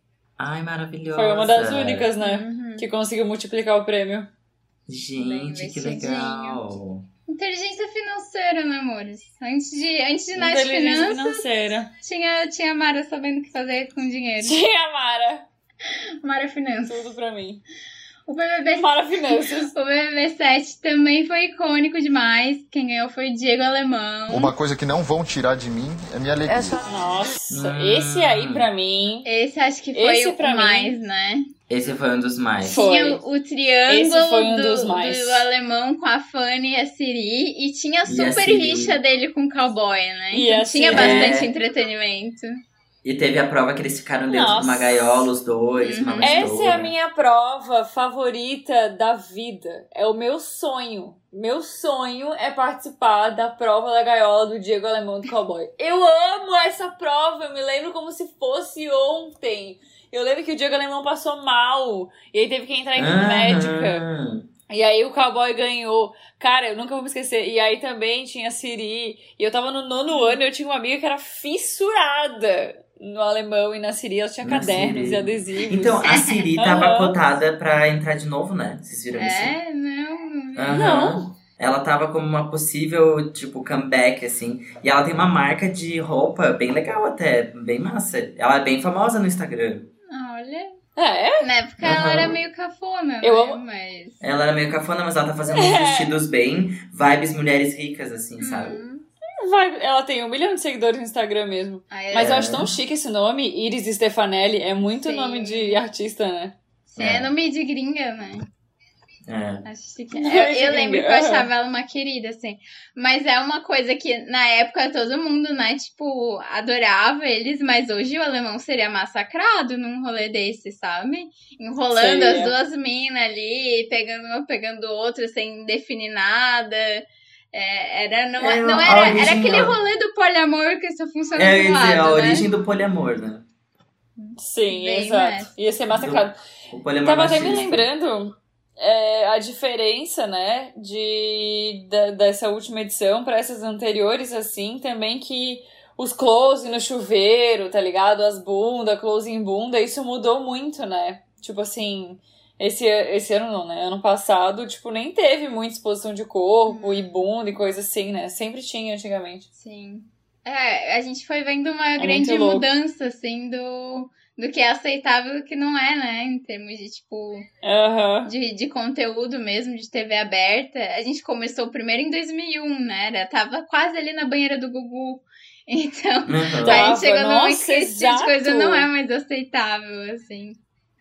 Ai, maravilhosa. Foi uma das únicas, né? Uhum. Que conseguiu multiplicar o prêmio. Bem Gente, que vestidinho. legal. Inteligência financeira, né, amores? Antes de, antes de nas Inteligência finanças, financeira. tinha, tinha a Mara sabendo o que fazer com dinheiro. Tinha a Mara. Mara Finanças. Tudo pra mim. O B B B, Mara Finanças. o B B B sete também foi icônico demais. Quem ganhou foi Diego Alemão. Uma coisa que não vão tirar de mim é minha alegria. Nossa, Hum. esse aí pra mim. Esse acho que foi Esse o pra mim- mais, né? Esse foi um dos mais. Foi. Tinha o, o triângulo Esse foi um do, dos mais. do alemão com a Fanny e a Siri. E tinha a E a super Siri. rixa dele com o cowboy, né? E Então a tinha Siri. bastante É. entretenimento. E teve a prova que eles ficaram dentro de uma Nossa. gaiola, os dois, uma Uhum. noite Essa é toda. a minha prova favorita da vida. É o meu sonho. Meu sonho é participar da prova da gaiola do Diego Alemão do Cowboy. Eu amo essa prova, eu me lembro como se fosse ontem. Eu lembro que o Diego Alemão passou mal. E aí teve que entrar em Aham. médica. E aí o Cowboy ganhou. Cara, eu nunca vou me esquecer. E aí também tinha a Siri. E eu tava no nono ano e eu tinha uma amiga que era fissurada no alemão e na Siri. Ela tinha Na cadernos Siri. e adesivos. Então, a Siri tava Aham. cotada pra entrar de novo, né? Vocês viram isso? É, não. Aham. Não. Ela tava como uma possível, tipo, comeback, assim. E ela tem uma marca de roupa bem legal até, bem massa. Ela é bem famosa no Instagram. Olha. É, Na época ela Aham. era meio cafona, Eu né? amo- Mas. Ela era meio cafona, mas ela tá fazendo uns vestidos bem vibes mulheres ricas, assim, sabe? Hum. vai, ela tem um milhão de seguidores no Instagram mesmo. Aí Mas é, eu acho tão chique esse nome, Iris Stefanelli. É muito Sim. nome de artista, né? Sim, é nome de gringa, né? É. Acho chique. Eu, De eu lembro que eu gringa, achava ela uma querida, assim. Mas é uma coisa que, na época, todo mundo, né, tipo, adorava eles, mas hoje o alemão seria massacrado num rolê desse, sabe? Enrolando Seria. as duas minas ali, pegando uma, pegando outra, sem definir nada. É, era, não, É, não a era, origem era aquele da- rolê do poliamor que só funciona É, eu de ia um dizer, lado, a né? origem do poliamor, né? Sim, Bem exato. massa. Ia ser massacrado. O poliamor Tava até me machista. lembrando é, a diferença, né, de, da- dessa última edição pra essas anteriores, assim, também que os close no chuveiro, tá ligado? As bunda, close em bunda, isso mudou muito, né? Tipo assim, esse, esse ano não, né? Ano passado, tipo, nem teve muita exposição de corpo e bunda e coisa assim, né? Sempre tinha antigamente. Sim. É, a gente foi vendo uma É grande muito louco. mudança, assim, do, do que é aceitável e do que não é, né? Em termos de, tipo, Aham. de, de conteúdo mesmo, de T V aberta. A gente começou primeiro em dois mil e um, né? Era, tava quase ali na banheira do Gugu. Então, Uhum. a Tava, gente chegou no momento nossa, que esse tipo de coisa exato. não é mais aceitável, assim.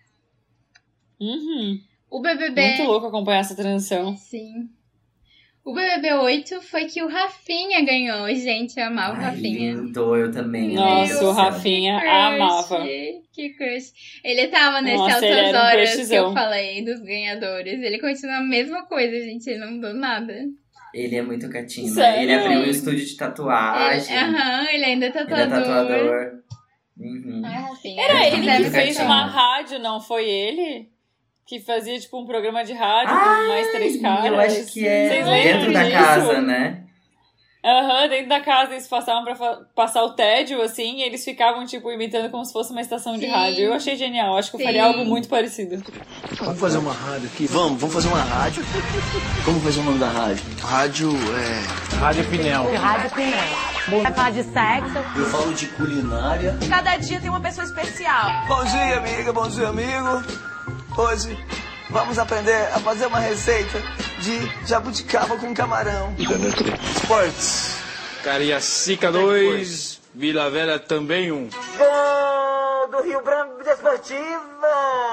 Uhum. O B B B... Muito louco acompanhar essa transição. Sim. O B B B oito foi que o Rafinha ganhou. Gente, eu amava o Ai, Rafinha. lindo, eu também. Nossa, Deus o do céu. Rafinha Que amava. crush, que crush. Ele tava nesse Nossa, Altas ele era um Horas que crushzão. eu falei, dos ganhadores. Ele continua a mesma coisa, gente. Ele não mudou nada. Ele é muito gatinho, né? Sério? Ele abriu um estúdio de Ele, tatuagem. aham, ele ainda é Ele é tatuador. tatuador. Uhum. Ai, Rafinha, Era se ele quiser que me fez contar. uma rádio, não foi ele? Que fazia, tipo, um programa de rádio Ai, com mais três caras. eu acho que é Vocês lembram dentro da disso? casa, né? Aham, dentro da casa eles passavam pra fa- passar o tédio, assim, e eles ficavam, tipo, imitando como se fosse uma estação de Sim. rádio. Eu achei genial, acho que eu Sim. faria algo muito parecido. Vamos fazer uma rádio aqui? Vamos, vamos fazer uma rádio. Como fazer o nome da rádio? Rádio é. Rádio Pinel. Rádio Pinel. Vai falar de sexo. Eu falo de culinária. Cada dia tem uma pessoa especial. Bom dia, amiga, bom dia, amigo. Hoje vamos aprender a fazer uma receita de jabuticaba com camarão. Esportes. Cariacica dois, Vila Velha também um. Gol do Rio Branco Desportivo.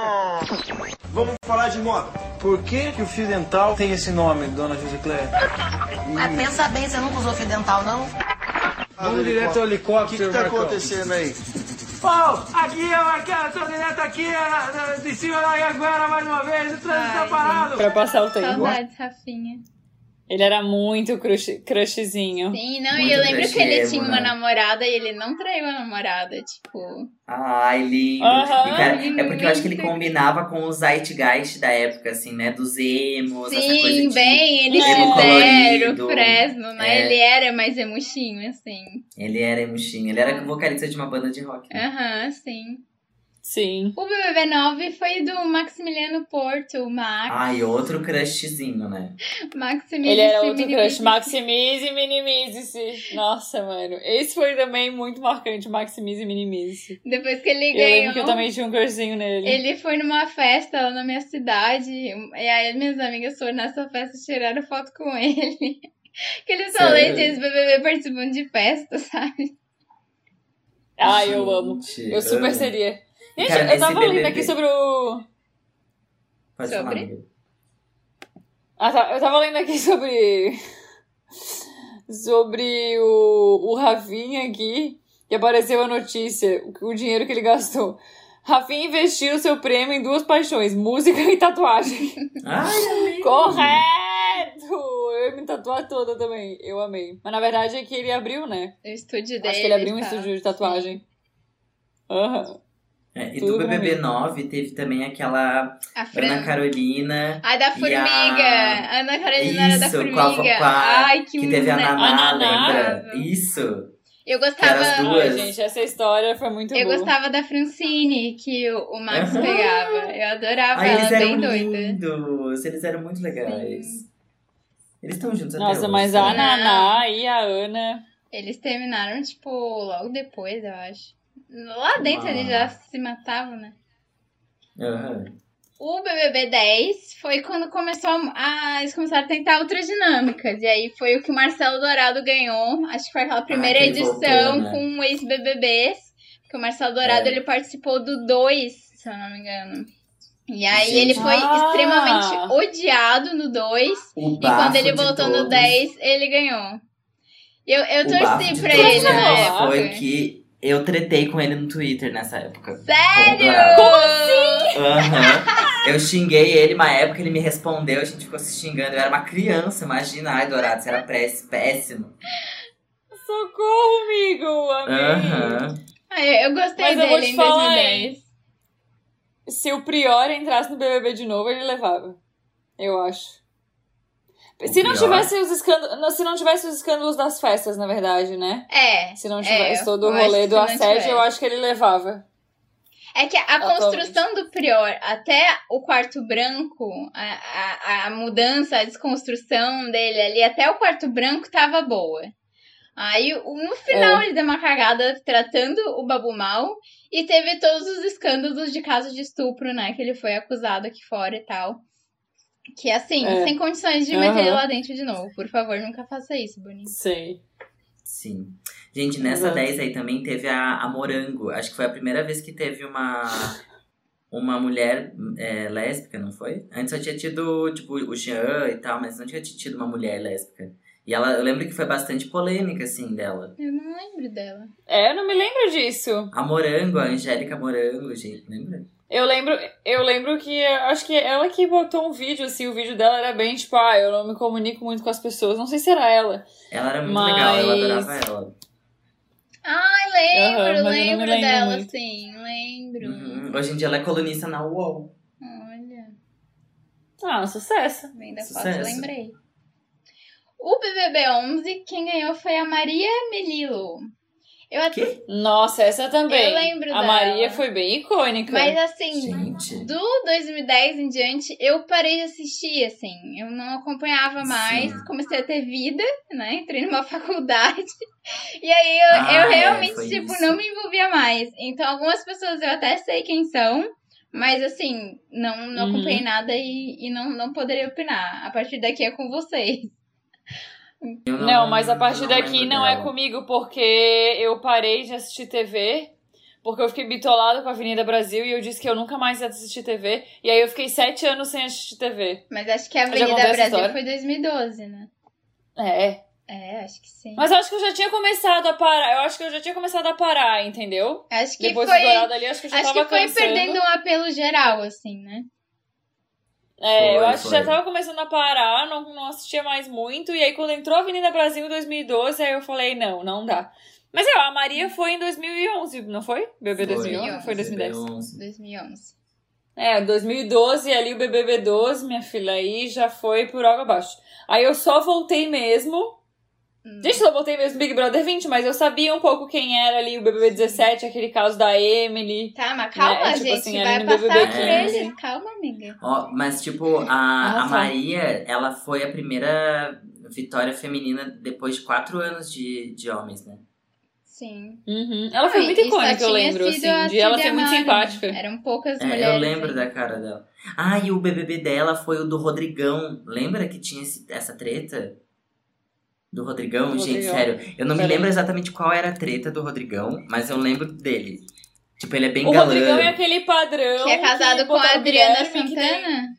Vamos falar de moda. Por que, que o fio dental tem esse nome, dona Josicléia? Mas pensa bem, você nunca usou fio dental, não? Vamos direto ao O que, helicóptero, que tá Marcão. acontecendo aí? Paulo, aqui eu aqui, eu tô direto aqui, é, de cima da Anhanguera mais uma vez, o trânsito tá Ai, parado. Pra passar o tempo. Saudades, Rafinha. Ele era muito crush, crushzinho. Sim, não, Muito e eu lembro que ele crush tinha emo, uma né? namorada e ele não traiu a namorada, tipo... Ai, lindo. Aham. E, cara, é porque eu acho que ele Muito. combinava com o zeitgeist da época, assim, né? Dos emos, essa coisa Sim, de... bem, eles emo fizeram colorido. o Fresno, né? É. Ele era mais emuxinho, assim. Ele era emuxinho, ele era vocalista de uma banda de rock. né? Aham, sim. Sim. O B B B nove foi do Maximiliano Porto, o Max. Ai, outro crushzinho, né? Maximize Ele era outro Minimize. crush. Maximize e minimize-se. Nossa, mano. Esse foi também muito marcante. Maximize e minimize. Depois que ele Eu ganhou, lembro que eu também tinha um crushzinho nele. ele foi numa festa lá na minha cidade. E aí minhas amigas foram nessa festa e tiraram foto com ele. Que eles só Sério? leem esse B B B participando de festa, sabe? Ai, eu amo. Gente, Eu super amo. seria. Gente, Cara, eu esse tava B B B lendo aqui sobre o... Pode Sobre? falar, amiga. Ah, tá. Eu tava lendo aqui sobre... sobre o, o Rafinha aqui. E apareceu a notícia, o, o dinheiro que ele gastou. Rafinha investiu seu prêmio em duas paixões, música e tatuagem. Ai, Correto! Eu ia me tatuar toda também. Eu amei. Mas na verdade é que ele abriu, né? O estúdio dele. Acho que ele abriu um tá? estúdio de tatuagem. Aham. É, e Tudo do pra B B B mim. nove teve também aquela A Ana Fran... Carolina. Ai, da e Formiga! a- Ana Carolina era da Isso, Formiga. com a, com a- Ai, que, que teve a né? Naná, A Naná. lembra? Isso. Eu Que era gostava... as duas. Ai, gente, essa história foi muito Eu boa. gostava da Francine, que o, o Max Aham. pegava. Eu adorava Ai, ela, eles bem eram doida. lindos. Eles eram muito legais. Sim. Eles estão juntos até Nossa, hoje, mas né? a Naná e a Ana... Eles terminaram, tipo, logo depois, eu acho. Lá dentro Ah. eles já se matavam, né? Aham. O B B B dez foi quando começou a, a- eles começaram a tentar outras dinâmicas. E aí foi o que o Marcelo Dourado ganhou. Acho que foi aquela primeira que ele edição voltou, né? com ex-B B Bs. Porque o Marcelo Dourado É. ele participou do dois, se eu não me engano. E aí Gente. ele foi Ah. extremamente odiado no dois. O E bafo quando ele de voltou no todos- dez, ele ganhou. Eu, eu o bafo torci de pra todos ele na também época. Foi que eu tretei com ele no Twitter nessa época. Sério? Como assim? Aham. Eu xinguei ele uma época, ele me respondeu, a gente ficou se xingando. Eu era uma criança, imagina. Ai, Dourado, você era péssimo. Socorro, amigo! Amei! Aham. Ah, eu eu gostei Mas eu vou dele te em falar, dois mil e hein? dez. Se o Prior entrasse no B B B de novo, ele levava. Eu acho. Se não, Prior? tivesse os escândalos, se não tivesse os escândalos das festas, na verdade, né? É. Se não é, tivesse todo o eu acho rolê que do se não assédio, tivesse. eu acho que ele levava. É que a Atualmente. construção do Prior até o quarto branco, a, a, a mudança, a desconstrução dele ali, até o quarto branco tava boa. Aí, o- no final, É. ele deu uma cagada tratando o Babu mal e teve todos os escândalos de casos de estupro, né? Que ele foi acusado aqui fora e tal. Que, assim, É. sem condições de meter ele Aham. lá dentro de novo. Por favor, nunca faça isso, Boninho. Sei. Sim. Gente, nessa Exato. dez aí também teve a, a Morango. Acho que foi a primeira vez que teve uma, uma mulher é, lésbica, não foi? Antes só tinha tido, tipo, o Jean e tal, mas não tinha tido uma mulher lésbica. E ela, eu lembro que foi bastante polêmica, assim, dela. Eu não lembro dela. É, eu não me lembro disso. A Morango, a Angélica Morango, gente, lembra? Eu lembro, eu lembro que acho que ela que botou um vídeo, assim, o vídeo dela era bem tipo, ah, eu não me comunico muito com as pessoas. Não sei se era ela. Ela era muito Mas- legal, eu adorava ela. Ai, lembro, Aham, mas eu não me lembro lembro dela, muito. sim, lembro. Uhum. Hoje em dia ela é colunista na U O L. Olha, Ah, sucesso. bem da foto, Sucesso. lembrei. O B B B onze, quem ganhou foi a Maria Melilo. Eu até... Nossa, essa também. Eu lembro A dela. Maria foi bem icônica. Mas assim, Gente. do dois mil e dez em diante, eu parei de assistir, assim. Eu não acompanhava mais, Sim. comecei a ter vida, né? Entrei numa faculdade. E aí eu, Ah, eu é, realmente, foi tipo, isso. não me envolvia mais. Então, algumas pessoas eu até sei quem são, mas assim, não, não Uhum. acompanhei nada e, e não, não poderia opinar. A partir daqui é com vocês. Eu Não, mas a partir não daqui lembro não é dela. comigo, porque eu parei de assistir T V, porque eu fiquei bitolada com a Avenida Brasil e eu disse que eu nunca mais ia assistir T V. E aí eu fiquei sete anos sem assistir T V. Mas acho que a Já Avenida contei essa Brasil história? foi dois mil e doze, né? É. É, acho que sim. Mas eu acho que eu já tinha começado a parar. Eu acho que eu já tinha começado a parar, entendeu? Acho que Depois foi... do Dourado ali, acho que eu já Acho tava que foi cansando. perdendo um apelo geral, assim, né? É, Foi, eu acho que foi. já tava começando a parar, não, não assistia mais muito. E aí, quando entrou a Avenida Brasil em dois mil e doze, aí eu falei, não, não dá. Mas é, a Maria foi em dois mil e onze, não foi? B B B dois mil e onze? Foi dois mil e dez. B B onze. dois mil e onze. É, dois mil e doze, ali o B B B doze, minha filha, aí já foi por água abaixo. Aí eu só voltei mesmo. Hum. Gente, eu só voltei mesmo Big Brother vinte, mas eu sabia um pouco quem era ali o B B B dezessete, aquele caso da Emily. Tá, mas calma, Né, tipo gente, assim, vai ali no B B B passar por quinze. eles. Calma, amiga. Ó, mas, tipo, a, Ah, a tá. Maria, ela foi a primeira vitória feminina depois de quatro anos de, de homens, né? Sim. Uhum. Ela foi Não, muito e só icônica, eu tinha lembro, sido assim, a de ela Cília ser muito Mara. simpática. Eram poucas É, mulheres. eu lembro aí. da cara dela. Ah, e o B B B dela foi o do Rodrigão. Lembra que tinha esse- essa treta? Do Rodrigão? Do Gente, Rodrigão. sério. Eu não me Peraí. lembro exatamente qual era a treta do Rodrigão, mas eu lembro dele. Tipo, ele é bem O galã. Rodrigão é aquele padrão Que é casado com a botaram o Adriana Guilherme, que tem- Santana?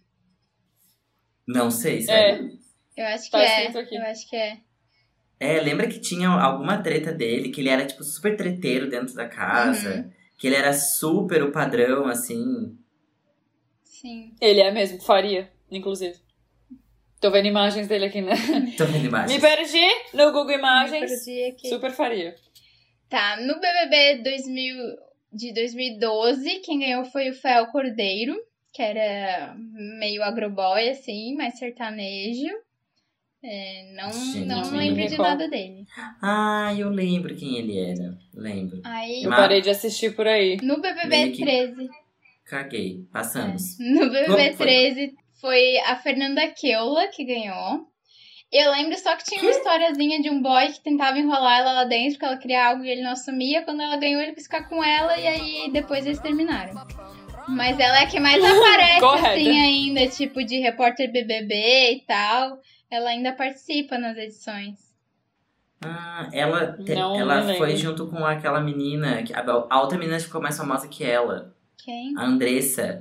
Não sei, sério. Eu acho que Tá é. escrito aqui. Eu acho que é. É, lembra que tinha alguma treta dele, que ele era, tipo, super treteiro dentro da casa. Uhum. Que ele era super o padrão, assim. Sim. Ele é mesmo, faria, inclusive. Tô vendo imagens dele aqui, né? Tô vendo imagens. Me perdi no Google Me Imagens. perdi aqui. Super faria. Tá, no B B B dois mil, de dois mil e doze, quem ganhou foi o Fael Cordeiro, que era meio agroboy, assim, mais sertanejo. É, não Gente, não não lembro me de recordo. nada dele. Ah, eu lembro quem ele era. Lembro. Aí, Eu Mas- parei de assistir por aí. no B B B Meio que- treze, Caguei. Passamos. no B B B Vamos, foi. treze foi a Fernanda Keula que ganhou. Eu lembro só que tinha uma historiazinha de um boy que tentava enrolar ela lá dentro, porque ela queria algo e ele não assumia. Quando ela ganhou, ele quis ficar com ela e aí depois eles terminaram. Mas ela é a que mais aparece, Correta. assim, ainda, tipo, de repórter B B B e tal. Ela ainda participa nas edições. Ah, ela, te- Não, ela não foi lembro. junto com aquela menina. que- A, a outra menina ficou mais famosa que ela. Quem? A Andressa.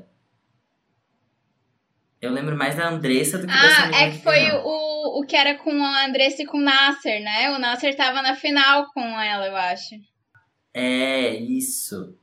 Eu lembro mais da Andressa do que dessa Ah, menina é que foi ganhou. o, o que era com a Andressa e com o Nasser, né? O Nasser tava na final com ela, eu acho. É, isso.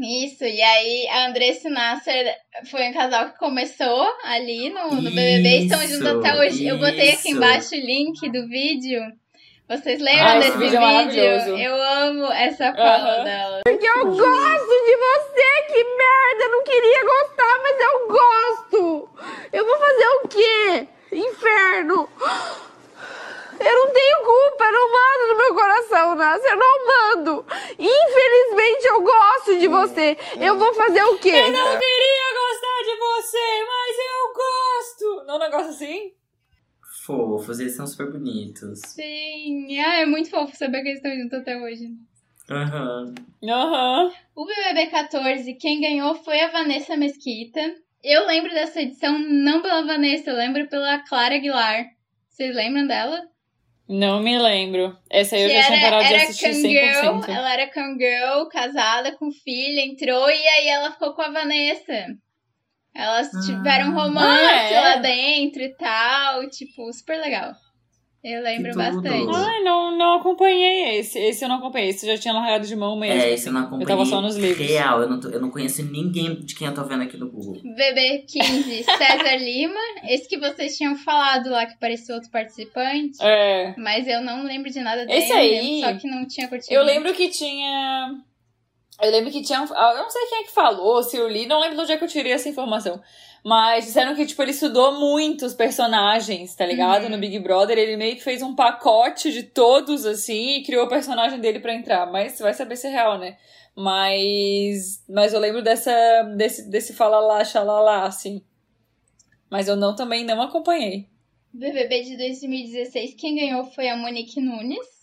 Isso, e aí a Andressa e o Nasser foi um casal que começou ali no, no B B B e estão juntos até hoje. Isso. Eu botei aqui embaixo o link do vídeo. Vocês lembram Ah, desse esse vídeo vídeo? é maravilhoso. Eu amo essa fala Uhum. dela. Porque eu gosto de você, que merda! Eu não queria gostar, mas eu gosto! Eu vou fazer o quê? Inferno! Eu não tenho culpa, eu não mando no meu coração, Nasser, eu não mando! Infelizmente eu gosto de você! Eu vou fazer o quê? Eu não queria gostar de você, mas eu gosto! Não é um negócio assim? Fofos, eles são super bonitos. Sim, ah, é muito fofo saber que eles estão juntos até hoje. Aham. Aham. O B B B quatorze, quem ganhou foi a Vanessa Mesquita. Eu lembro dessa edição não pela Vanessa, eu lembro pela Clara Aguilar. Vocês lembram dela? Não me lembro. Essa aí eu Que já tinha era, parado de era assistir cem por Kangirl, cento. ela era Kangirl, casada com filha, entrou e aí ela ficou com a Vanessa. Elas tiveram um romance Ah, é? lá dentro e tal, tipo, super legal. Eu lembro Que tudo. bastante. Ai, não, não acompanhei esse. Esse eu não acompanhei. Esse eu já tinha largado de mão mesmo. É, esse eu não acompanhei. Eu tava só nos livros. Real, eu não, tô- eu não conheço ninguém de quem eu tô vendo aqui no Google. B B quinze, César Lima. Esse que vocês tinham falado lá, que parecia outro participante. É. Mas eu não lembro de nada dele. Esse aí, Só que não tinha curtido. Eu lembro que tinha... Eu lembro que tinha... Eu não sei quem é que falou, se eu li, não lembro de onde é que eu tirei essa informação. Mas disseram que, tipo, ele estudou muitos personagens, tá ligado? Uhum. No Big Brother, ele meio que fez um pacote de todos, assim, e criou o personagem dele pra entrar. Mas vai saber se é real, né? Mas... Mas eu lembro dessa... Desse, desse falalá, xalalá, assim. Mas eu não, também não acompanhei. B B B de dois mil e dezesseis, quem ganhou foi a Monique Nunes.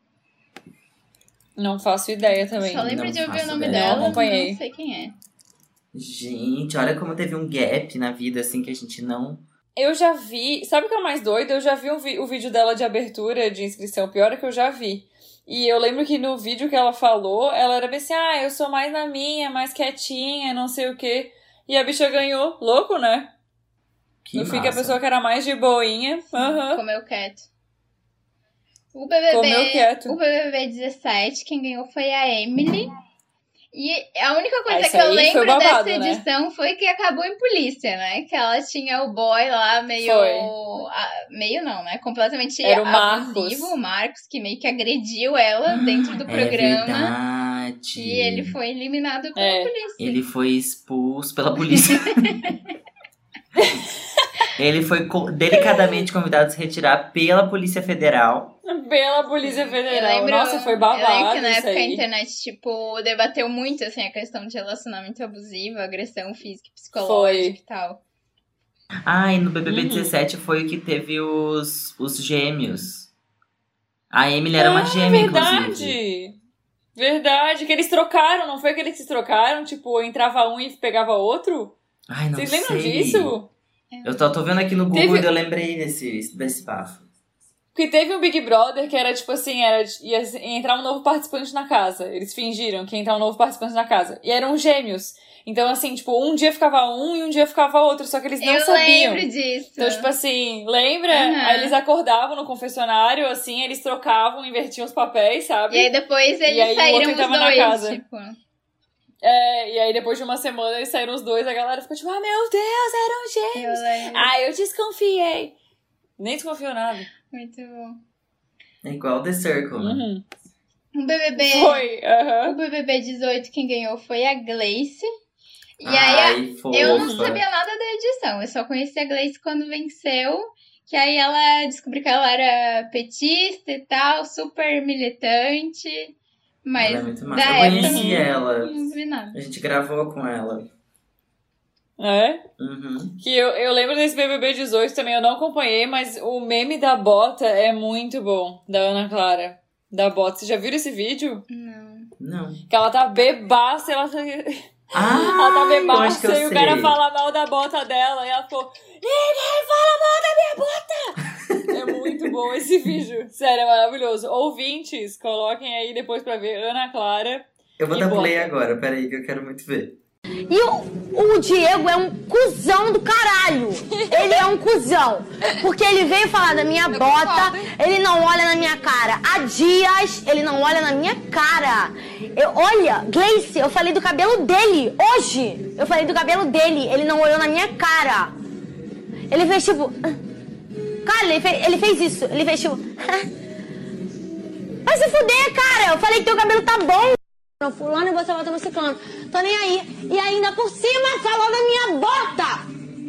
Não faço ideia também. Só lembro não de ouvir o faço nome ideia. dela, Não acompanhei. não sei quem é. Gente, olha como teve um gap na vida, assim, que a gente não... Eu já vi... Sabe o que é o mais doido? Eu já vi um vi- o vídeo dela de abertura, de inscrição. Pior é que eu já vi. E eu lembro que no vídeo que ela falou, ela era bem assim, ah, eu sou mais na minha, mais quietinha, não sei o quê. E a bicha ganhou. Louco, né? Que No fim, que a massa. pessoa que era mais de boinha. Aham. Comeu quieto. O B B B, Comeu quieto. O B B B dezessete, quem ganhou foi a Emily. E a única coisa Ah, isso que eu aí lembro foi babado, dessa né? edição foi que acabou em polícia, né? Que ela tinha o boy lá meio... Foi. a- meio não, né? Completamente Era o Marcos. abusivo, o Marcos, que meio que agrediu ela dentro do É programa. verdade. E ele foi eliminado pela É. polícia. Ele foi expulso pela polícia. Ele foi co- delicadamente convidado a se retirar pela Polícia Federal. Pela Polícia Eu Federal. lembro, Nossa, foi eu lembro babado que na isso época a aí. internet, tipo, debateu muito, assim, a questão de relacionamento abusivo, agressão física e psicológica e tal. Ah, e no B B B Uhum. dezessete foi o que teve os, os gêmeos. A Emily era uma Ah, gêmea, inclusive. verdade. Verdade, que eles trocaram, não foi que eles se trocaram? Tipo, entrava um e pegava outro? Ai, não Vocês sei. lembram disso? Eu tô, tô vendo aqui no Google Teve- e eu lembrei desse, desse bafo. Porque teve um Big Brother que era tipo assim, era, ia entrar um novo participante na casa. Eles fingiram que ia entrar um novo participante na casa. E eram gêmeos. Então, assim, tipo, um dia ficava um e um dia ficava outro, só que eles não eu sabiam. lembro disso. Então, tipo assim, lembra? Uhum. Aí eles acordavam no confessionário, assim, eles trocavam, invertiam os papéis, sabe? E aí depois eles E aí o saíram outro os entrava na dois, casa. tipo... É, e aí depois de uma semana eles saíram os dois, a galera ficou tipo, ah, meu Deus, eram gêmeos. Eu lembro. Ah, eu desconfiei. Nem desconfio nada. Muito bom. É igual The Circle, né? Uhum. O B B B... Foi, aham. O B B B dezoito, quem ganhou foi a Gleice. E aí, Ai, a- eu não fofa. sabia nada da edição. Eu só conheci a Gleice quando venceu. Que aí ela descobriu que ela era petista e tal, super militante. Mas Ela é muito massa. da Eu época conheci não, ela. não vi nada. A gente gravou com ela. É? Uhum. Que eu, eu lembro desse B B B dezoito também, eu não acompanhei, mas o meme da bota é muito bom, da Ana Clara. Da bota. Vocês já viram esse vídeo? Não. Não. Que ela tá bebaça, ela tá... Ah, ela tá eu acho que bebaça eu e o cara sei. fala mal da bota dela. E ela ficou, ninguém fala mal da minha bota! É muito bom esse vídeo. Sério, é maravilhoso. Ouvintes, coloquem aí depois pra ver Ana Clara. Eu vou E dar bota. play agora, peraí que eu quero muito ver. E o, o Diego é um cuzão do caralho. Ele é um cuzão. Porque ele veio falar da minha bota, ele não olha na minha cara. Há dias, ele não olha na minha cara. Eu, olha, Gleice, eu falei do cabelo dele, hoje. Eu falei do cabelo dele, ele não olhou na minha cara. Ele fez tipo... Cara, ele fez, ele fez isso, ele fez tipo... Vai se fuder, cara, eu falei que teu cabelo tá bom. Fulano e você volta no ciclano. Tô nem aí. E ainda por cima falou da minha bota.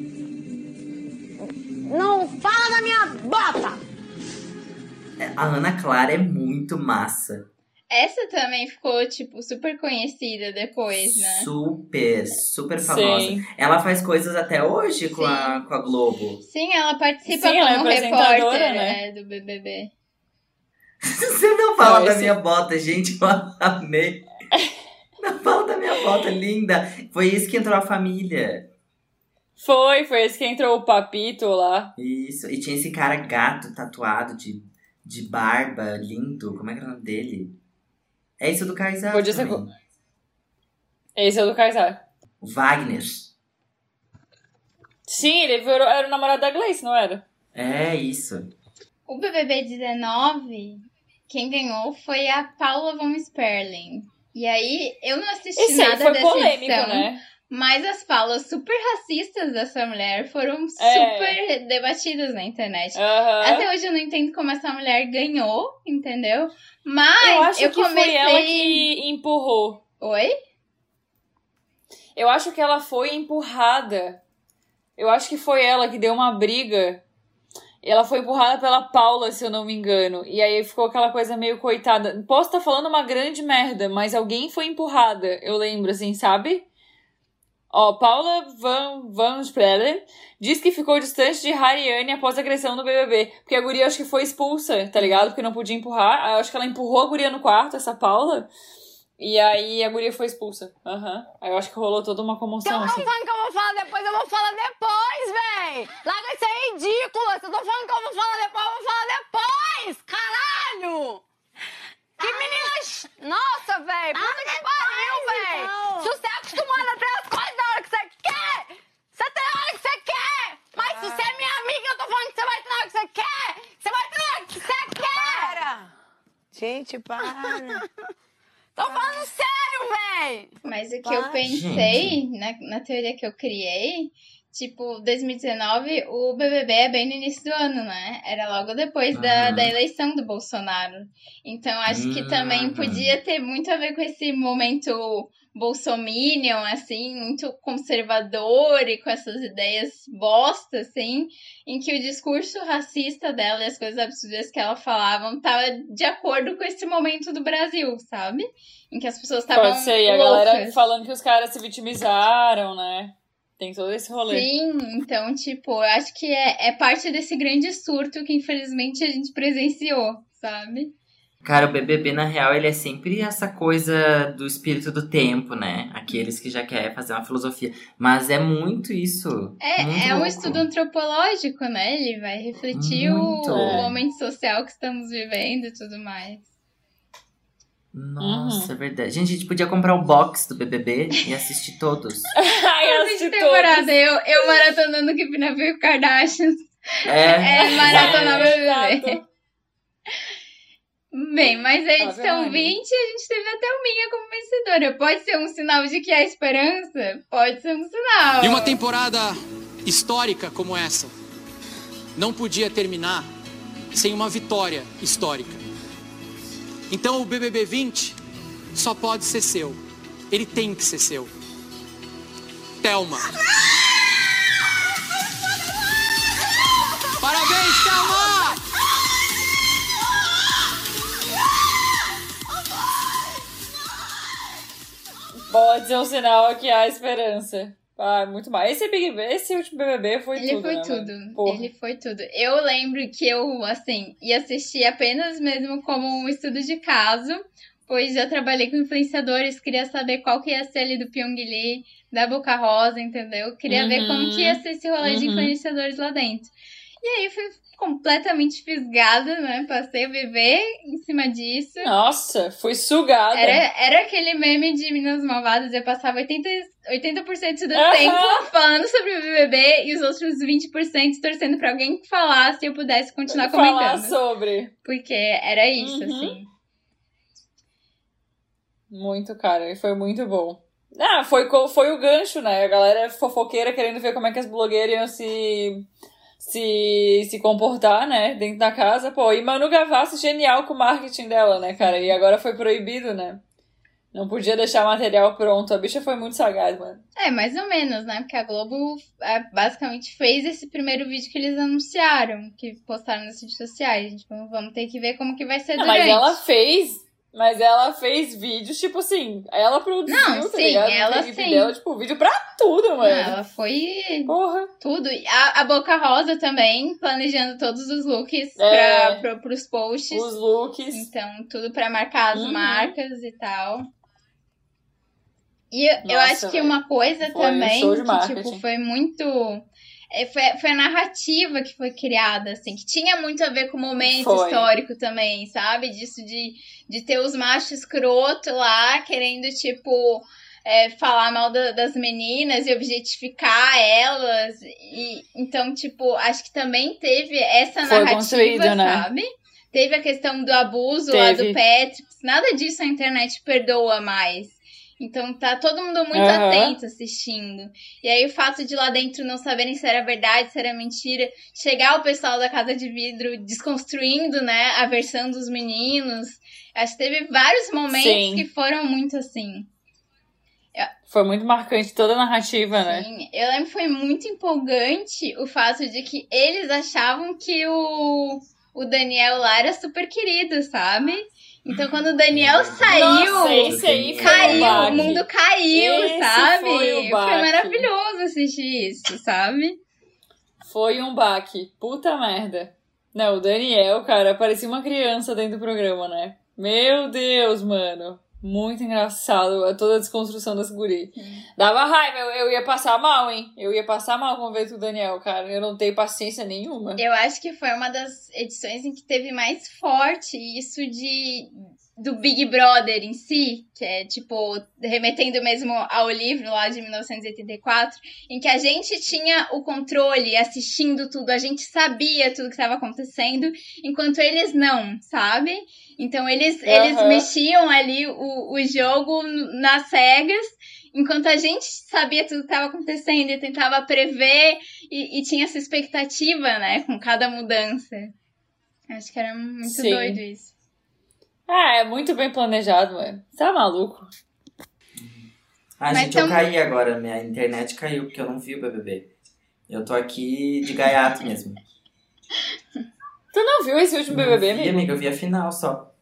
Não fala da minha bota. A Ana Clara é muito massa. Essa também ficou, tipo, super conhecida depois, né? Super, super famosa. Sim. Ela faz coisas até hoje com a, com a Globo. Sim, ela participa Sim, ela é como apresentadora, repórter né? é, do B B B. Você não fala Não, da esse- minha bota, gente, eu amei. Não fala da minha bota, linda. Foi isso que entrou a família. Foi, foi esse que entrou o Papito lá. Isso, e tinha esse cara gato tatuado de, de barba, lindo. Como é que era o nome dele? É isso do Kaysar Podia ser também. co- Esse é o do Kaysar. O Wagner. Sim, ele virou, era o namorado da Gleice, não era? É isso. O B B B dezenove, quem ganhou foi a Paula von Sperling. E aí, eu não assisti Esse aí nada foi dessa polêmico, edição, né? mas as falas super racistas dessa mulher foram É. super debatidas na internet. Aham. Até hoje eu não entendo como essa mulher ganhou, entendeu? Mas Eu acho que comecei... foi ela que empurrou. Oi? Eu acho que ela foi empurrada. Eu acho que foi ela que deu uma briga. Ela foi empurrada pela Paula, se eu não me engano. E aí ficou aquela coisa meio coitada. Posso estar falando uma grande merda, mas alguém foi empurrada. Eu lembro, assim, sabe? Ó, Paula Van, Van Sprellen diz que ficou distante de Hariane após a agressão no B B B. Porque a guria acho que foi expulsa, tá ligado? Porque não podia empurrar. Eu acho que ela empurrou a guria no quarto, essa Paula. E aí a guria foi expulsa. Aham. Aí eu acho que rolou toda uma comoção, Então assim. não falando que eu vou falar depois, eu vou falar depois, véi! Larga isso aí, ridículo! Vocês estão falando que eu vou falar depois, eu vou falar depois! Caralho! Que menina... ch- Nossa, véi! Puta que pariu, véi! Se você é acostumada a ter as coisas na hora que você quer, você tem na hora que você quer! Mas se você é minha amiga, eu tô falando que você vai ter na hora que você quer! Você vai ter na hora que você quer! Para! Gente, para! Tô falando sério, véi! Mas o que Vai. eu pensei, na, na teoria que eu criei, tipo, dois mil e dezenove, o B B B é bem no início do ano, né? Era logo depois da, Aham. da eleição do Bolsonaro. Então, acho que também Hum. podia ter muito a ver com esse momento bolsominion, assim, muito conservador e com essas ideias bosta, assim, em que o discurso racista dela e as coisas absurdas que ela falava tava de acordo com esse momento do Brasil, sabe? Em que as pessoas estavam Pode ser, e a loucas. galera falando que os caras se vitimizaram, né? Tem todo esse rolê. Sim, então, tipo, eu acho que é, é parte desse grande surto que infelizmente a gente presenciou, sabe? Cara, o B B B, na real, ele é sempre essa coisa do espírito do tempo, né? Aqueles que já querem fazer uma filosofia. Mas é muito isso. É, muito é um louco. estudo antropológico, né? Ele vai refletir o, Muito. o momento social que estamos vivendo e tudo mais. Nossa, Uhum. é verdade. Gente, a gente podia comprar o box do B B B e assistir todos. Ai, eu A assisti gente temporada, todos. eu, eu maratonando Keeping Up with Kardashians. É, É, maratona É, B B B. exato. Bem, mas a Ave edição Maria. vinte, a gente teve até o Minha como vencedora. Pode ser um sinal de que há esperança? Pode ser um sinal. E uma temporada histórica como essa não podia terminar sem uma vitória histórica. Então o B B B vinte só pode ser seu. Ele tem que ser seu. Thelma. Parabéns, Thelma! Pode ser um sinal que há esperança. Ah, muito mais. Esse Big B, esse último B B B foi Ele tudo, foi né, tudo. mano? Porra. Ele foi tudo. Eu lembro que eu, assim, ia assistir apenas mesmo como um estudo de caso, pois eu trabalhei com influenciadores, queria saber qual que ia ser ali do Pyong Lee, da Boca Rosa, entendeu? Queria ver Uhum. como que ia ser esse rolê de Uhum. influenciadores lá dentro. E aí eu fui completamente fisgada, né? Passei a viver em cima disso. Nossa, fui sugada. Era, era aquele meme de Meninas Malvadas, eu passava oitenta, oitenta por cento do Aham. tempo falando sobre o B B B e os outros vinte por cento torcendo pra alguém que falasse e eu pudesse continuar comentando. Falar sobre. Porque era isso, Uhum. assim. Muito, cara, e foi muito bom. Ah, foi, co- foi o gancho, né? A galera fofoqueira querendo ver como é que as blogueiras iam se, se, se comportar, né? Dentro da casa, pô. E Manu Gavassi, genial com o marketing dela, né, cara? E agora foi proibido, né? Não podia deixar material pronto. A bicha foi muito sagaz, mano. É, mais ou menos, né? Porque a Globo é, basicamente fez esse primeiro vídeo que eles anunciaram, que postaram nas redes sociais. Gente, vamos, vamos ter que ver como que vai ser Não, durante. mas ela fez... Mas ela fez vídeos, tipo assim, ela produziu, Não, tá sim, ligado? ela No clipe sim. dela, tipo, vídeo pra tudo, mano. Não, ela foi Porra. tudo. E A, a Boca Rosa também, planejando todos os looks É. pra, pra, pros posts. Os looks. Então, tudo pra marcar as Uhum. marcas e tal. E eu, eu Nossa, acho que velho. uma coisa Foi um também show de que, marketing. tipo, foi muito... é, Foi, foi a narrativa que foi criada, assim, que tinha muito a ver com o momento Foi. histórico também, sabe? Disso de, de ter os machos escroto lá, querendo, tipo, é, falar mal da- das meninas e objetificar elas. E, então, tipo, acho que também teve essa Foi narrativa, construído, né? sabe? Teve a questão do abuso lá do Teve. Patrick. Nada disso a internet perdoa mais. Então tá todo mundo muito Aham. atento assistindo. E aí o fato de lá dentro não saberem se era verdade, se era mentira, chegar o pessoal da Casa de Vidro desconstruindo, né, a versão dos meninos. Acho que teve vários momentos Sim. que foram muito assim. Foi muito marcante toda a narrativa, né? Sim, eu lembro que foi muito empolgante o fato de que eles achavam que o, o Daniel lá era super querido, sabe? Então quando o Daniel saiu, Nossa, esse aí foi caiu, o baque. o mundo caiu, Esse sabe? foi o baque. maravilhoso assistir isso, sabe? Foi um baque. Puta merda. Não, o Daniel, cara, parecia uma criança dentro do programa, né? Meu Deus, mano. Muito engraçado toda a desconstrução desse guri. Dava raiva, eu, eu ia passar mal, hein? Eu ia passar mal com ver o Daniel, cara. Eu não tenho paciência nenhuma. Eu acho que foi uma das edições em que teve mais forte isso de do Big Brother em si, que é, tipo, remetendo mesmo ao livro lá de mil novecentos e oitenta e quatro, em que a gente tinha o controle assistindo tudo, a gente sabia tudo que estava acontecendo, enquanto eles não, sabe? Então eles, Uhum. eles mexiam ali o, o jogo nas cegas, enquanto a gente sabia tudo que estava acontecendo e tentava prever e, e tinha essa expectativa, né, com cada mudança. Acho que era muito Sim. doido isso. Ah, é muito bem planejado, mano. Você tá maluco? Ah, Mas gente, eu tam- caí agora. Minha internet caiu porque eu não vi o B B B. Eu tô aqui de gaiato mesmo. Tu não viu esse último B B B, Não vi, amigo? amiga, eu vi a final só.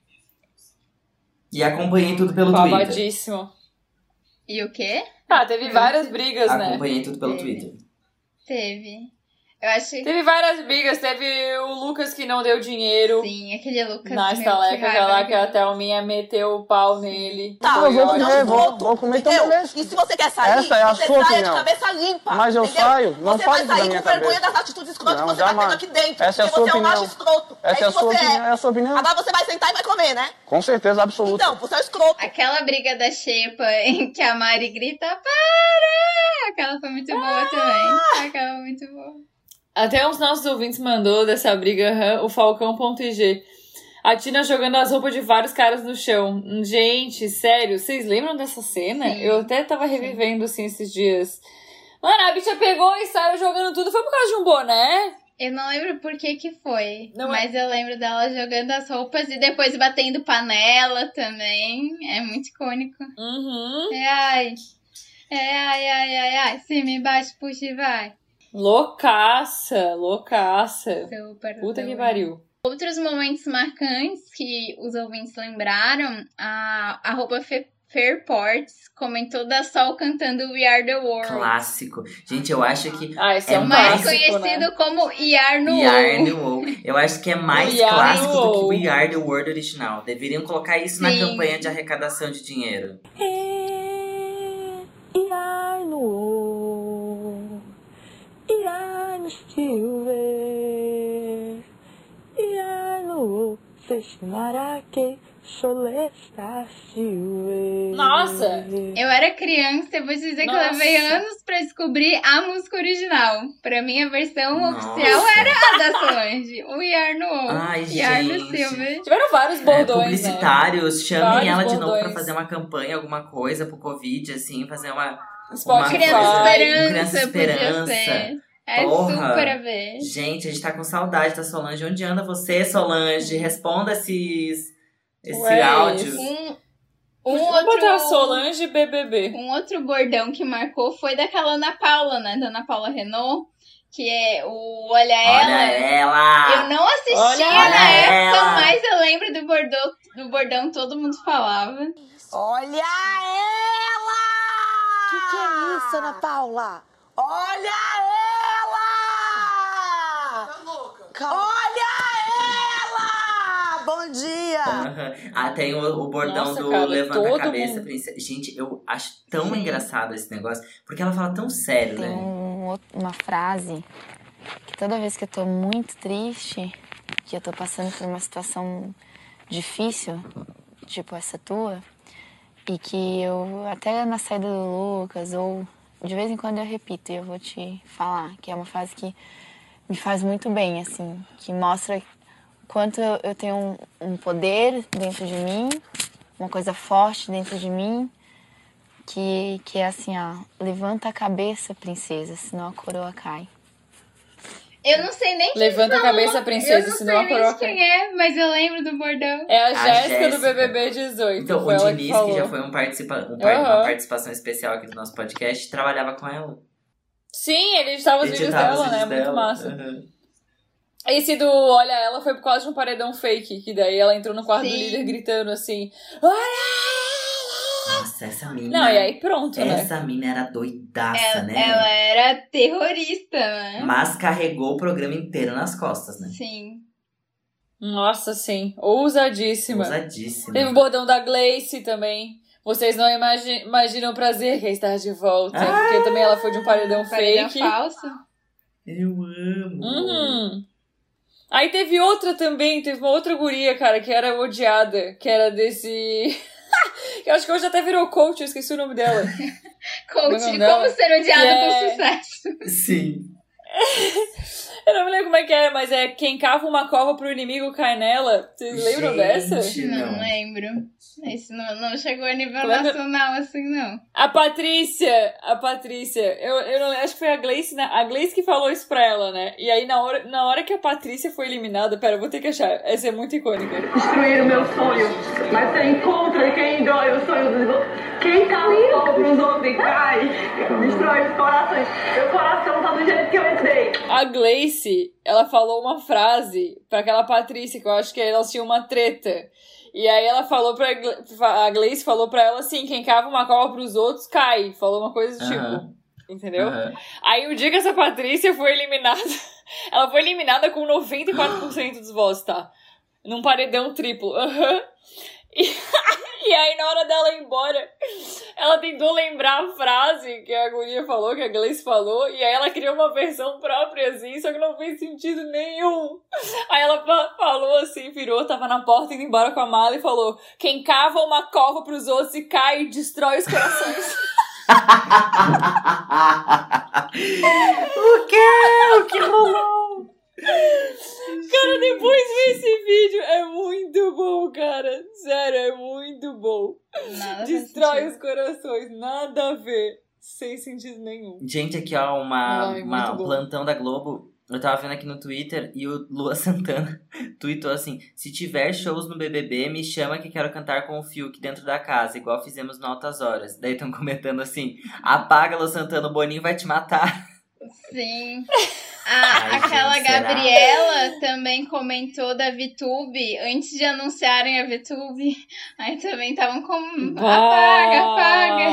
E acompanhei tudo pelo Twitter. Babadíssimo. E o quê? Ah, teve várias brigas, né? Acompanhei tudo pelo Teve. Twitter. Teve. Eu acho que... Teve várias brigas. Teve o Lucas que não deu dinheiro. Sim, aquele Lucas... Na meu, que estaleca raiva lá, que a daquele- Thelminha meteu o pau nele. Tá, Foi eu vou ótimo. comer, vou, vou comer, então Entendeu? beleza. E se você quer sair, Essa é a você sua saia opinião. de cabeça limpa. Mas eu entendeu? saio, não você fale vai da sair minha com vergonha cabeça. das atitudes escrotas Não, que você tá jamais. tendo aqui dentro. Essa é a porque sua você é um opinião. macho escroto. Essa é a isso sua que você opinião, é a sua opinião. Agora você vai sentar e vai comer, né? Com certeza absoluta. Então, você é um escroto. Aquela briga da Xepa em que a Mari grita, para! Aquela foi muito boa também. Aquela foi muito boa. Até uns nossos ouvintes mandou dessa briga, aham, o Falcão.ig. A Tina jogando as roupas de vários caras no chão. Gente, sério, vocês lembram dessa cena? Sim. Eu até tava revivendo, assim, esses dias. Mano, a bicha pegou e saiu jogando tudo. Foi por causa de um boné? Eu não lembro por que que foi, Não mas eu lembro dela jogando as roupas e depois batendo panela também. É muito icônico. Uhum. É, ai. É, ai, ai, ai, ai. Se me bate, puxa e vai. Loucaça, loucaça. Super, Puta que super. pariu. Outros momentos marcantes que os ouvintes lembraram, a, a roupa Fe, Fairports comentou da Sol cantando We Are The World. Clássico. Gente, eu acho que Ah, esse é é um Mais clássico, conhecido né? como Yar no We Are Wall. The World. Eu acho que é mais We Are clássico The do que World. We Are The World original. Deveriam colocar isso na Sim. campanha de arrecadação de dinheiro. E I know, e I still Nossa! Eu era criança, eu vou te dizer que eu levei anos pra descobrir a música original. Pra mim, a versão Nossa. oficial era a da Solange. We Are No. Ai, We Are No gente. Silver. Tiveram vários É, bordões, publicitários, né? chamem Vários ela de novo bordões. pra fazer uma campanha, alguma coisa pro Covid, assim, fazer uma. Spotify. Criança Esperança, Criança podia Esperança. ser. É Porra. super a ver. Gente, a gente tá com saudade da Solange. Onde anda você, Solange? Responda esses, esse Ué, áudio. Um, um Vamos outro, botar Solange B B B. um outro bordão que marcou foi daquela Ana Paula, né? Da Ana Paula Renault. Que é o Olha Ela. Olha ela! Eu não assistia Olha na ela. época, mas eu lembro do bordão, do bordão todo mundo falava. Olha ela! Que que é isso, Ana Paula? Olha ela! Tá louca? Olha ela! Bom dia! Aham. Ah, tem o, o bordão Nossa, do cara, Levanta a todo Cabeça, mundo. princesa. Gente, eu acho tão Sim. engraçado esse negócio, porque ela fala tão sério, Tem né? um outro- uma frase que toda vez que eu tô muito triste, que eu tô passando por uma situação difícil, tipo essa tua, e que eu até na saída do Lucas, ou de vez em quando eu repito e eu vou te falar, que é uma frase que me faz muito bem, assim, que mostra o quanto eu, eu tenho um, um poder dentro de mim, uma coisa forte dentro de mim, que, que é assim, ó, levanta a cabeça, princesa, senão a coroa cai. Eu não sei nem quem Levanta a falou. cabeça, princesa, Eu não senão a sei nem coroa de quem é, mas eu lembro do bordão. É a A Jéssica do Jéssica. B B B dezoito. Então, foi o ela Diniz, que que, falou. já foi um participa um par- Aham. uma participação especial aqui do nosso podcast, trabalhava com ela. Sim, ele editava os vídeos Editava os dela, né? vídeos Muito dela. massa. Aham. Esse do Olha Ela foi por causa de um paredão fake, que daí ela entrou no quarto do Sim. líder gritando assim, Olha Ela! Nossa, essa mina. Não, e aí pronto, né? Essa mina era doidaça, Ela, né? ela era terrorista, né? Mas carregou o programa inteiro nas costas, né? Sim. Nossa, sim. Ousadíssima. Ousadíssima. Teve o bordão da Gleice também. Vocês não imagi- imaginam o prazer que é estar de volta. Ah! Porque também ela foi de um paredão Paredão fake. falso. Eu amo. Uhum. Aí teve outra também, teve uma outra guria, cara, que era odiada, que era desse... eu acho que hoje até virou coach, eu esqueci o nome dela. Coach, Como é o nome como dela? ser odiado Que com é- sucesso. Sim. Eu não me lembro como é que é, mas é quem cava uma cova pro inimigo cai nela. Vocês lembram dessa? Gente, Não, não. lembro. Esse não, não chegou a nível Como é que- nacional assim, não. A Patrícia, a Patrícia, eu, eu não, acho que foi a Gleice, né? A Gleice que falou isso pra ela, né? E aí na hora, na hora que a Patrícia foi eliminada, pera, eu vou ter que achar, essa é muito icônica. Destruir o meu sonho, mas você encontra quem dói o sonho dos outros. Quem cala o fogo pros outros e cai, destrói os corações. Meu coração tá do jeito que eu entrei. A Gleice, ela falou uma frase pra aquela Patrícia, que eu acho que elas tinham uma treta. E aí ela falou pra... Gle- A Gleice falou pra ela assim, quem cava uma cova pros outros, cai. Falou uma coisa do tipo... Aham. Entendeu? Aham. Aí o dia que essa Patrícia foi eliminada, ela foi eliminada com noventa e quatro por cento dos votos, tá? Num paredão triplo. Aham. E, e aí, na hora dela ir embora, ela tentou lembrar a frase que a guria falou, que a Gleice falou, e aí ela criou uma versão própria, assim, só que não fez sentido nenhum. Aí ela fa- falou assim, virou, tava na porta indo embora com a mala e falou: quem cava uma cova pros outros e cai e destrói os corações. O que? O que rolou? Cara, depois vê esse vídeo. É muito bom, cara. Sério, é muito bom. Nada Destrói faz os corações. Nada a ver. Sem sentido nenhum. Gente, aqui ó, uma, Ai, uma- muito um bom. plantão da Globo. Eu tava vendo aqui no Twitter e o Lua Santana tweetou assim: se tiver shows no B B B, me chama que quero cantar com o Fiuk dentro da casa, igual fizemos no Altas Horas. Daí estão comentando assim: apaga, Lua Santana, o Boninho vai te matar. Sim. A, Ai, aquela gente, será? Gabriela também comentou da VTube antes de anunciarem a VTube. Aí também estavam com. Apaga, apaga.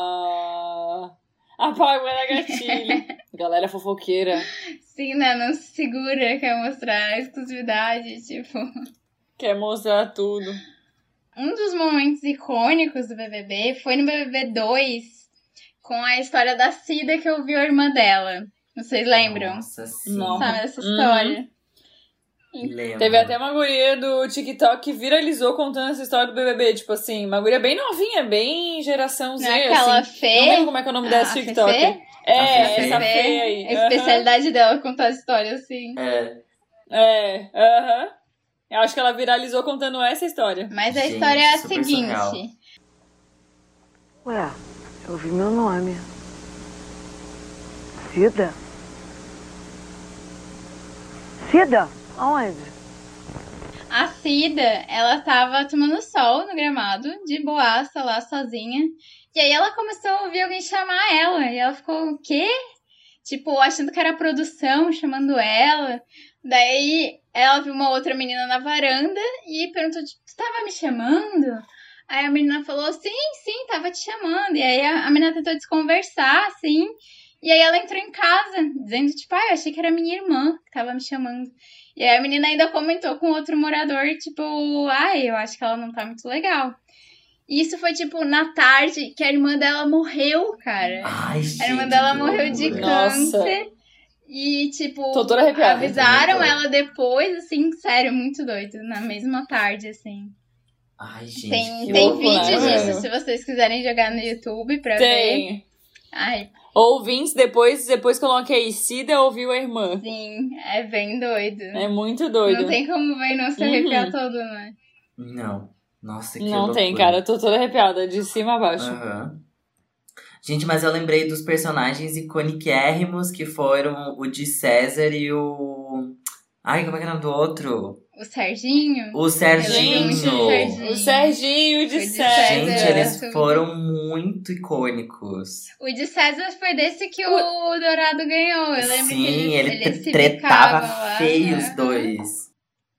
Apaga, vai dar gatilho. Galera fofoqueira. Sim, né? Não se segura, quer mostrar a exclusividade, tipo. Quer mostrar tudo. Um dos momentos icônicos do B B B foi no B B B dois, com a história da Cida que ouviu a irmã dela. Vocês lembram? Nossa, sim. Nossa. Sabe essa Uhum. história? Lembro. Teve até uma guria do TikTok que viralizou contando essa história do B B B. Tipo assim, uma guria bem novinha, bem geração Z, Não é aquela assim. Fê? Não lembro como é que é o nome Ah, dessa a TikTok. Fê? É, A Fê. essa Fê aí. A especialidade dela é contar história assim. É. É, aham. Uhum. Eu acho que ela viralizou contando essa história. Mas a Gente, história é a super seguinte. surreal. Ué, eu ouvi meu nome. Cida? Cida? Aonde? A Cida, ela tava tomando sol no gramado, de boaça lá sozinha. E aí ela começou a ouvir alguém chamar ela. E ela ficou, o quê? Tipo, achando que era a produção chamando ela. Daí ela viu uma outra menina na varanda e perguntou, tipo, tu tava me chamando? Aí a menina falou, sim, sim, tava te chamando. E aí a, a menina tentou desconversar, assim. E aí ela entrou em casa, dizendo, tipo, ah, eu achei que era minha irmã que tava me chamando. E aí a menina ainda comentou com outro morador, tipo, ai, eu acho que ela não tá muito legal. E isso foi, tipo, na tarde que a irmã dela morreu, cara. Ai, gente, a irmã dela que morreu de loucura. câncer. E, tipo, Tô toda arrepiada. avisaram ela depois, assim, sério, muito doido. Na mesma tarde, assim. Ai, gente, Tem, que tem louco, vídeo né? disso, se vocês quiserem jogar no YouTube pra Tem. ver. Ai, Ouvintes, depois, depois coloquei Cida ouviu a irmã. sim, é bem doido. É muito doido. Não tem como ver e não se Uhum. arrepiar todo, né? Não. Nossa, que Não loucura. tem, cara. Eu tô toda arrepiada, de cima a baixo. Aham. Gente, mas eu lembrei dos personagens iconiquérrimos que foram o de César e o... Ai, como é que é o nome do outro? O Serginho? O Serginho. Eu lembro muito do Serginho. O Serginho de O de César. César. Gente, era eles tudo. foram muito icônicos. O de César foi desse que o Dourado ganhou. Eu lembro Sim, que eles, ele, eles se tretava bicavam lá. feio os Aham. dois.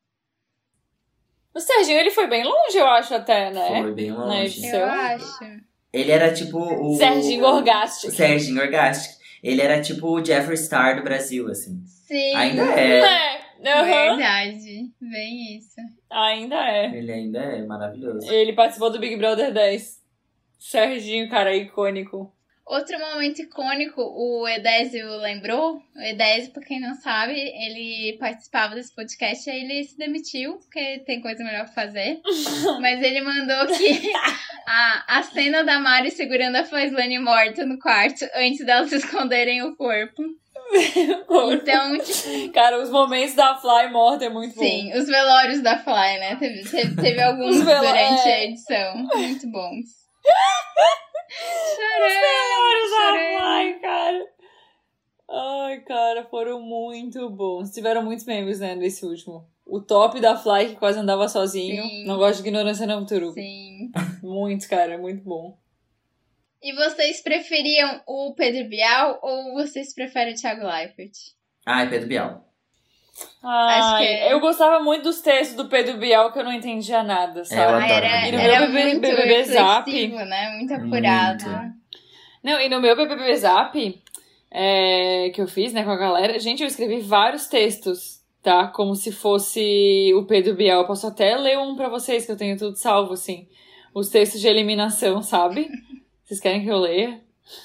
O Serginho, ele foi bem longe, eu acho, até, né? Foi bem Na longe. edição. Eu acho. Ele era tipo o... Serginho Orgastic. Serginho Orgastic. Ele era tipo o Jeffree Star do Brasil, assim. Sim. Ainda é. É, aham. Verdade. Bem isso. Ainda é. Ele ainda é maravilhoso. Ele participou do Big Brother dez. Serginho, cara, icônico. Outro momento icônico, o Edésio lembrou. O Edésio, pra quem não sabe, ele participava desse podcast e aí ele se demitiu, porque tem coisa melhor pra fazer. Mas ele mandou que a, a cena da Mari segurando a Faislane morta no quarto antes delas esconderem o corpo. Então, tipo... Cara, os momentos da Fly morta é muito bom. Sim, os velórios da Fly, né? Teve, teve, teve alguns Os velo- durante é. a edição. Muito bons. Os Chorei, melhores da chorei. Fly, cara. Ai, cara, foram muito bons. Tiveram muitos memes, né, nesse último. O top da Fly, que quase andava sozinho. Sim. Não gosto de ignorância não, Turu. Sim. Muitos, cara, muito bom. E vocês preferiam o Pedro Bial ou vocês preferem o Thiago Leifert? Ai, Pedro Bial. Ai, Acho que é. eu gostava muito dos textos do Pedro Bial, que eu não entendia nada, sabe? É, eu Ah, adoro era, E no era meu B B B muito B B Zap. reflexivo, né? Muito apurado. Muito. Não, e no meu B B B Zap, é, que eu fiz, né, com a galera, gente, eu escrevi vários textos, tá? Como se fosse o Pedro Bial. Eu posso até ler um pra vocês, que eu tenho tudo salvo, assim. Os textos de eliminação, sabe? Vocês querem que eu leia?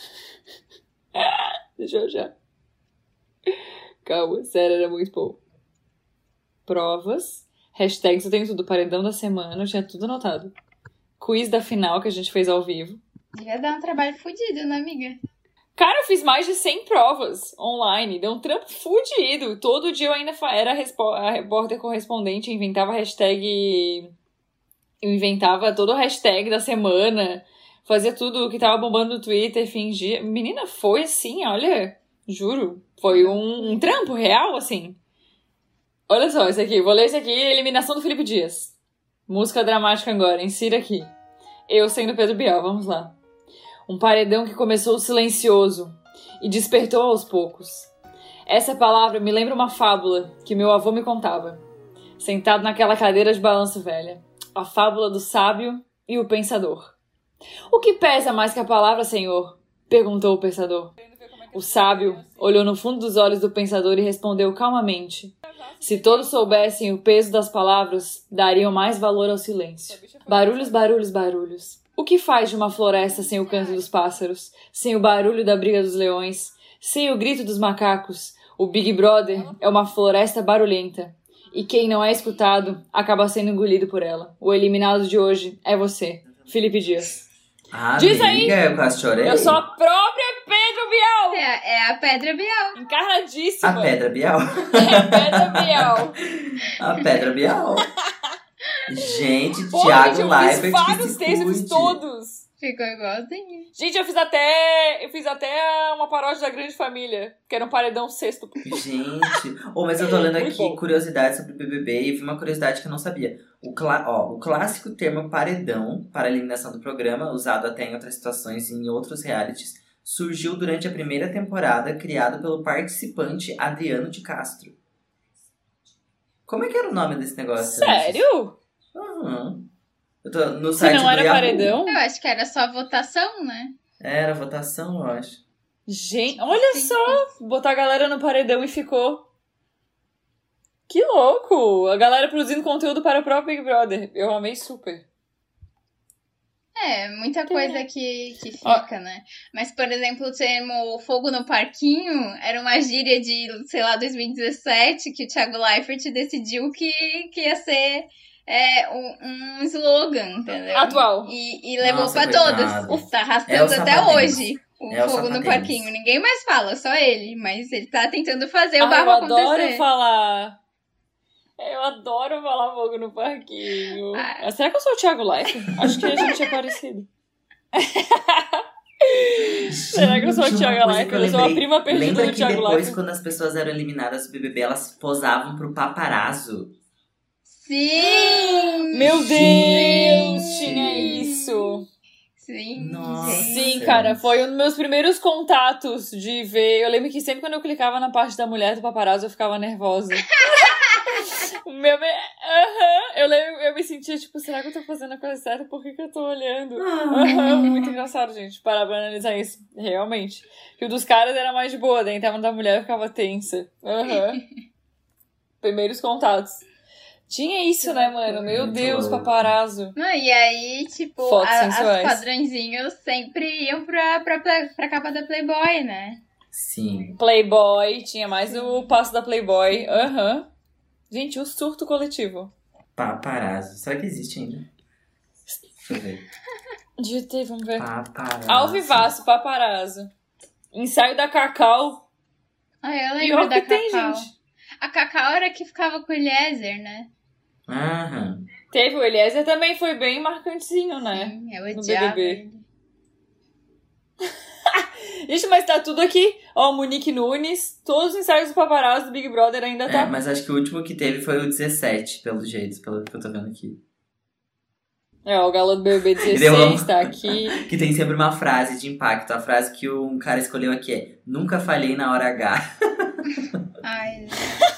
Deixa eu já. Calma, sério, era muito bom. Provas. Hashtags, eu tenho tudo. Paredão da semana, eu tinha tudo anotado. Quiz da final, que a gente fez ao vivo. Devia dar um trabalho fodido, né, amiga? Cara, eu fiz mais de cem provas online. Deu um trampo fudido. Todo dia eu ainda fa- era a, respo- a repórter correspondente, inventava hashtag... Eu inventava todo o hashtag da semana. Fazia tudo que tava bombando no Twitter, fingia. Menina, foi assim, olha... Juro. Foi um, um trampo real, assim. Olha só, esse aqui. Vou ler esse aqui. Eliminação do Felipe Dias. Música dramática agora. Insira aqui. Eu sendo Pedro Bial. Vamos lá. Um paredão que começou silencioso e despertou aos poucos. Essa palavra me lembra uma fábula que meu avô me contava. Sentado naquela cadeira de balanço velha. A fábula do sábio e o pensador. O que pesa mais que a palavra, senhor? Perguntou o pensador. O sábio olhou no fundo dos olhos do pensador e respondeu calmamente. Se todos soubessem o peso das palavras, dariam mais valor ao silêncio. Barulhos, barulhos, barulhos. O que faz de uma floresta sem o canto dos pássaros, sem o barulho da briga dos leões, sem o grito dos macacos? O Big Brother é uma floresta barulhenta. E quem não é escutado acaba sendo engolido por ela. O eliminado de hoje é você, Felipe Dias. Ah, Diz amiga, aí! eu quase chorei. Eu sou a própria Pedro Bial! É, é a Pedra Bial. Encarnadíssima. A Pedra Bial. É a Pedra Bial. A Pedra Bial. Gente, Pô, Thiago gente, eu Leifert fiz que vários se textos, eu fiz cuide. todos. Ficou igualzinho. Gente, eu fiz até. Eu fiz até uma paródia da Grande Família, que era um paredão sexto. Gente, oh, mas eu tô lendo Muito aqui bom. curiosidades sobre o B B B e vi uma curiosidade que eu não sabia. O, cla ó, o clássico termo paredão para a eliminação do programa, usado até em outras situações e em outros realities, surgiu durante a primeira temporada, criado pelo participante Adriano de Castro. Como é que era o nome desse negócio? Sério? Uhum. Eu tô no Se site não do era Yahoo. paredão? Eu acho que era só votação, né? Era votação, eu acho. Gente, olha só! Botar a galera no paredão e ficou. Que louco! A galera produzindo conteúdo para o próprio Big Brother. Eu amei super. É, muita coisa que, que fica, né? Mas, por exemplo, o termo fogo no parquinho era uma gíria de, sei lá, dois mil e dezessete, que o Thiago Leifert decidiu que, que ia ser é, um, um slogan, entendeu? Atual. E, e levou Nossa, pra coitado. todas. Tá É arrastando o até Sapatênis. hoje o É o fogo no Sapatênis. parquinho. Ninguém mais fala, só ele. Mas ele tá tentando fazer o Ah, eu barro adoro acontecer. falar. Eu adoro falar fogo no parquinho. Ah. Será que eu sou o Thiago Leifert? Acho que a gente é parecido. Será que eu sou o Gente, uma Thiago coisa Leifert? que eu Eu sou a lembrei- prima perdida Lembra do que Thiago depois, Leifert. quando as pessoas eram eliminadas do B B B, elas posavam pro paparazzo. Sim! Meu Deus! Gente. Tinha isso! Sim, Nossa. Sim, cara, foi um dos meus primeiros contatos de ver. Eu lembro que sempre quando eu clicava na parte da mulher do paparazzo, eu ficava nervosa. O meu. me- Aham. Eu lembro, eu me sentia tipo, será que eu tô fazendo a coisa certa? Por que, que eu tô olhando? Aham. Muito engraçado, gente. Parar pra analisar isso. Realmente. Que o dos caras era mais de boa, daí entrava da mulher e ficava tensa. Aham. Primeiros contatos. Tinha isso, né, mano? Meu Muito Deus, louco. paparazzo. Não, e aí, tipo, Fotos a, as sensuais. padrõezinhos sempre iam pra, pra, pra, pra capa da Playboy, né? Sim. Playboy, tinha mais o passo da Playboy. Aham. Gente, o surto coletivo. Paparazzo. Será que existe ainda? Deixa eu ver. Devia ter, vamos ver. Paparazzo. Alvivaço, paparazzo. Ensaio da Cacau. Ah, eu Pior lembro da que tem, Cacau. gente. A Cacau era que ficava com o Eliezer, né? Aham. Teve o Eliezer também, foi bem marcantezinho, né? Sim, eu No odiava B B B. ele. Gente, mas tá tudo aqui. Ó, Monique Nunes, todos os ensaios do paparazzo do Big Brother ainda tá. É, mas acho que o último que teve foi o dezessete, pelo jeito, pelo que eu tô vendo aqui. É, ó, o Galo do B B B E deu dezesseis uma- tá aqui. Que tem sempre uma frase de impacto. A frase que um cara escolheu aqui é: nunca falhei na hora H. Ai,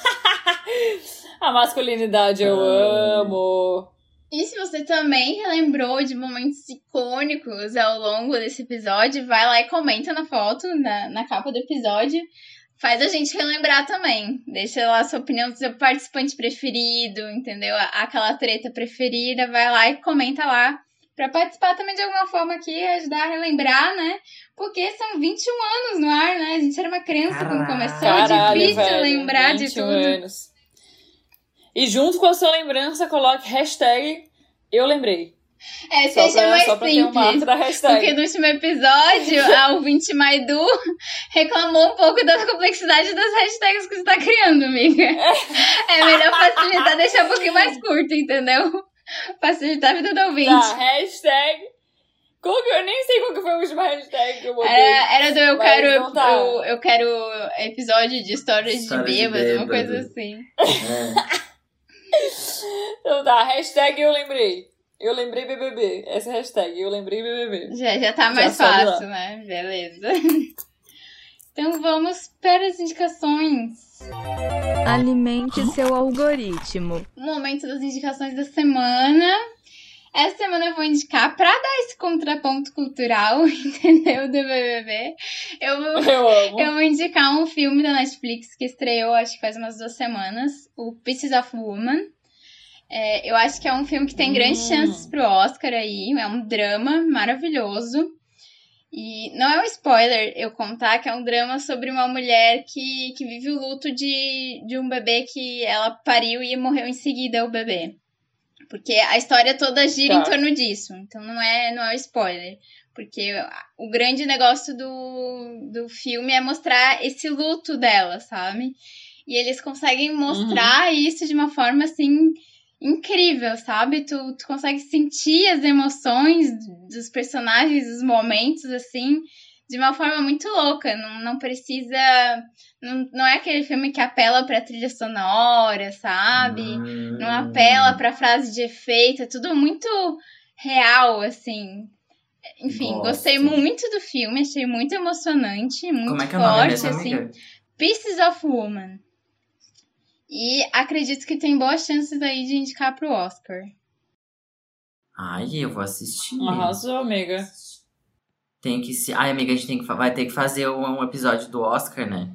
A masculinidade eu amo. e se você também relembrou de momentos icônicos ao longo desse episódio, vai lá e comenta na foto, na, na capa do episódio. Faz a gente relembrar também. Deixa lá a sua opinião do seu participante preferido, entendeu? A- Aquela treta preferida. Vai lá e comenta lá. Pra participar também de alguma forma aqui, ajudar a relembrar, né? Porque são vinte e um anos no ar, né? A gente era uma criança quando Caraca. começou. Caralho, Difícil velho, lembrar de vinte e um tudo. anos. E junto com a sua lembrança, coloque hashtag eu lembrei. É, Só seja pra- mais só pra ter um marco simples. da hashtag. Porque no último episódio, a ouvinte Maidu reclamou um pouco da complexidade das hashtags que você tá criando, amiga. É melhor facilitar, deixar um pouquinho mais curto, entendeu? Facilitar a vida do ouvinte. Tá, hashtag. Qual que, eu nem sei qual que foi a última hashtag que eu botei. Era, era do eu Mas quero, não tá. eu, eu quero episódio de histórias História de de bêbado, uma bêbado. coisa assim. É. Então tá, hashtag eu lembrei. Eu lembrei B B B. Essa é a hashtag, eu lembrei B B B. Já, já tá mais sobe lá. fácil, né? Beleza. Então vamos para as indicações. Alimente seu algoritmo. O momento das indicações da semana. Essa semana eu vou indicar, pra dar esse contraponto cultural, entendeu? Do B B B. Eu vou, Eu amo. eu vou indicar um filme da Netflix que estreou, acho que faz umas duas semanas. O Pieces of Woman. É, eu acho que é um filme que tem grandes Hum. chances pro Oscar aí. É um drama maravilhoso. E não é um spoiler eu contar que é um drama sobre uma mulher que, que vive o luto de, de um bebê que ela pariu e morreu em seguida, o bebê. Porque a história toda gira Tá. em torno disso. Então não é, não é um spoiler. Porque o grande negócio do, do filme é mostrar esse luto dela, sabe? E eles conseguem mostrar isso de uma forma, assim, incrível, sabe? Tu, tu consegue sentir as emoções dos personagens, dos momentos, assim, de uma forma muito louca. Não, não precisa... Não, não é aquele filme que apela pra trilha sonora, sabe? Hum. Não apela pra frase de efeito. É tudo muito real, assim. Enfim, Gosto. gostei muito do filme. Achei muito emocionante, muito Como é que é o nome forte, mesmo, assim. amiga? Pieces of Woman. E acredito que tem boas chances aí de indicar pro Oscar. Ai, eu vou assistir. Arrasou, amiga. Tem que se... Ai, amiga, a gente tem que... fa- vai ter que fazer um um episódio do Oscar, né?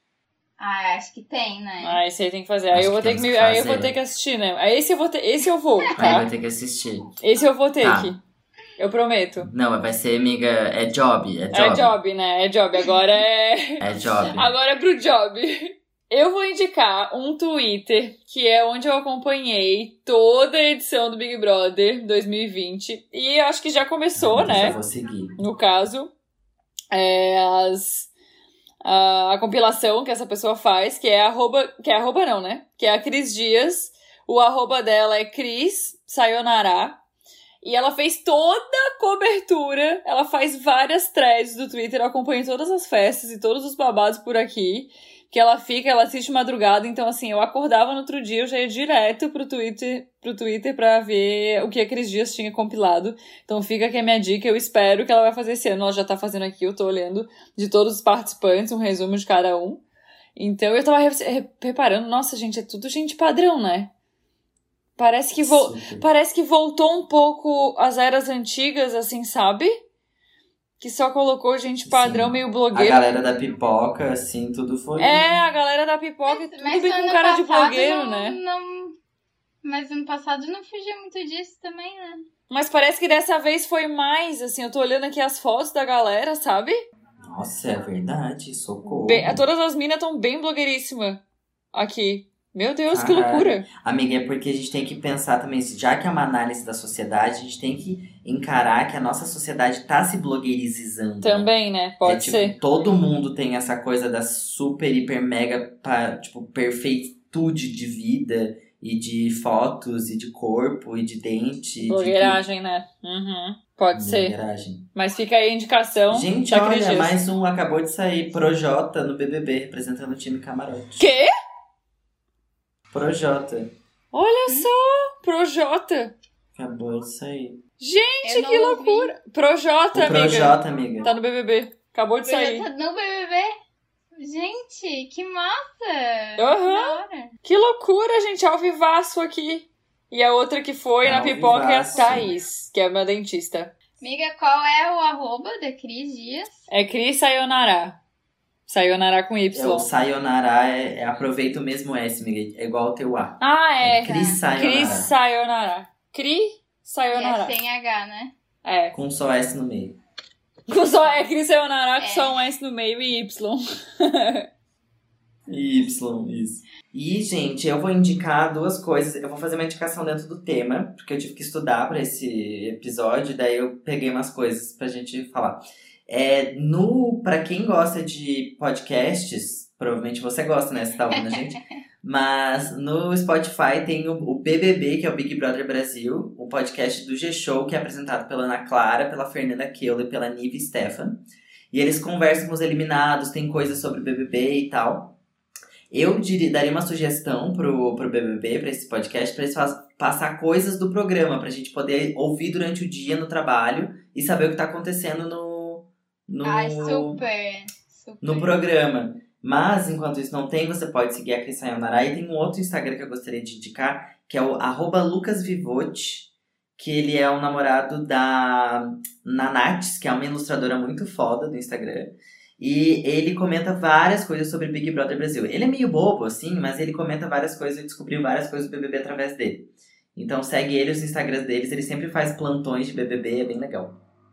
Ah, acho que tem, né? Ah, esse aí tem que fazer. Acho Aí eu vou que ter que, temos me... que aí eu vou fazer. ter que assistir, né? Aí esse eu vou ter... esse eu vou, Aí tá? vai ter que assistir. Esse eu vou ter Tá. que. Eu prometo. Não, vai ser, amiga... É job, é job. É job, né? É job. Agora é... É job. Agora é pro job. Eu vou indicar um Twitter, que é onde eu acompanhei toda a edição do Big Brother dois mil e vinte. E acho que já começou, Eu né? já vou seguir. No caso, é as, a, a compilação que essa pessoa faz, que é arroba, que é arroba não, né? Que é a Cris Dias. O arroba dela é Cris Sayonara. E ela fez toda a cobertura, ela faz várias threads do Twitter, eu acompanho todas as festas e todos os babados por aqui, que ela fica, ela assiste madrugada, então assim, eu acordava no outro dia, eu já ia direto pro Twitter, pro Twitter pra ver o que a Cris Dias tinha compilado. Então fica aqui a minha dica, eu espero que ela vai fazer esse ano, ela já tá fazendo aqui, eu tô olhando de todos os participantes, um resumo de cada um. Então eu tava re- re- reparando, nossa gente, é tudo gente padrão, né? Parece que, vo- parece que voltou um pouco às eras antigas, assim, sabe? Que só colocou gente padrão, meio A blogueiro. galera da pipoca, assim, tudo foi... É, a galera da pipoca, tudo bem com ano cara de passado blogueiro, não- né? Não... Mas ano passado não fugiu muito disso também, né? Mas parece que dessa vez foi mais, assim, eu tô olhando aqui as fotos da galera, sabe? Nossa, é verdade, socorro. Bem- todas as minas estão bem blogueiríssimas aqui. Meu Deus, que Caralho. loucura. Amiga, é porque a gente tem que pensar também, já que é uma análise da sociedade, a gente tem que encarar que a nossa sociedade tá se blogueirizando. Também, né? Pode é, tipo, ser. todo mundo tem essa coisa da super, hiper, mega, pa- tipo, perfeitude de vida e de fotos e de corpo e de dente. e de Blogueiragem, né? Uhum. Pode tudo. ser. Blogueiragem. Mas fica aí a indicação. Gente, da Cris olha, Dias. mais um acabou de sair, Projota no B B B, representando o time Camarote. Quê? Projota. Olha só, Projota. Acabou de sair. Gente, Eu não que ouvi. loucura. Projota, O amiga. Projota, amiga. Tá no B B B. Acabou de sair. Tá no B B B? Gente, que massa! Aham. Da hora. Que loucura, gente. Ao vivaço aqui. E a outra que foi na Ao pipoca é a vivaço. Thaís, que é uma dentista. Amiga, qual é o arroba da Cris Dias? É Cris Sayonara. Sayonara com Y. É, o Sayonara é, é aproveita o mesmo S, amiga. É igual ao teu A. Ah, é. É Cris Sayonara. Cris Sayonara. Cri E Sayonara. é sem H, né? É. Com só S no meio. Com só, é Cris Sayonara com É. só um S no meio e Y. Y, isso. E, gente, eu vou indicar duas coisas. Eu vou fazer uma indicação dentro do tema, porque eu tive que estudar pra esse episódio, daí eu peguei umas coisas pra gente falar. É, no, pra quem gosta de podcasts, provavelmente você gosta, né? Você tá ouvindo a gente. Mas no Spotify tem o, o B B B, que é o Big Brother Brasil, o podcast do G-Show, que é apresentado pela Ana Clara, pela Fernanda Keuler e pela Nive Stefan. E eles conversam com os eliminados, tem coisas sobre o B B B e tal. Eu diria, daria uma sugestão pro, pro B B B, pra esse podcast, pra eles faz, passar coisas do programa, pra gente poder ouvir durante o dia no trabalho e saber o que tá acontecendo no, no, Ai, super, super. no programa. Mas, enquanto isso não tem, você pode seguir a Cris Sayonara. E tem um outro Instagram que eu gostaria de indicar, que é o arroba Lucas Vivotti, que ele é o namorado da Nanates, que é uma ilustradora muito foda do Instagram. E ele comenta várias coisas sobre Big Brother Brasil. Ele é meio bobo, assim, mas ele comenta várias coisas e descobriu várias coisas do B B B através dele. Então segue ele, os Instagrams deles, ele sempre faz plantões de B B B, é bem legal. Ah,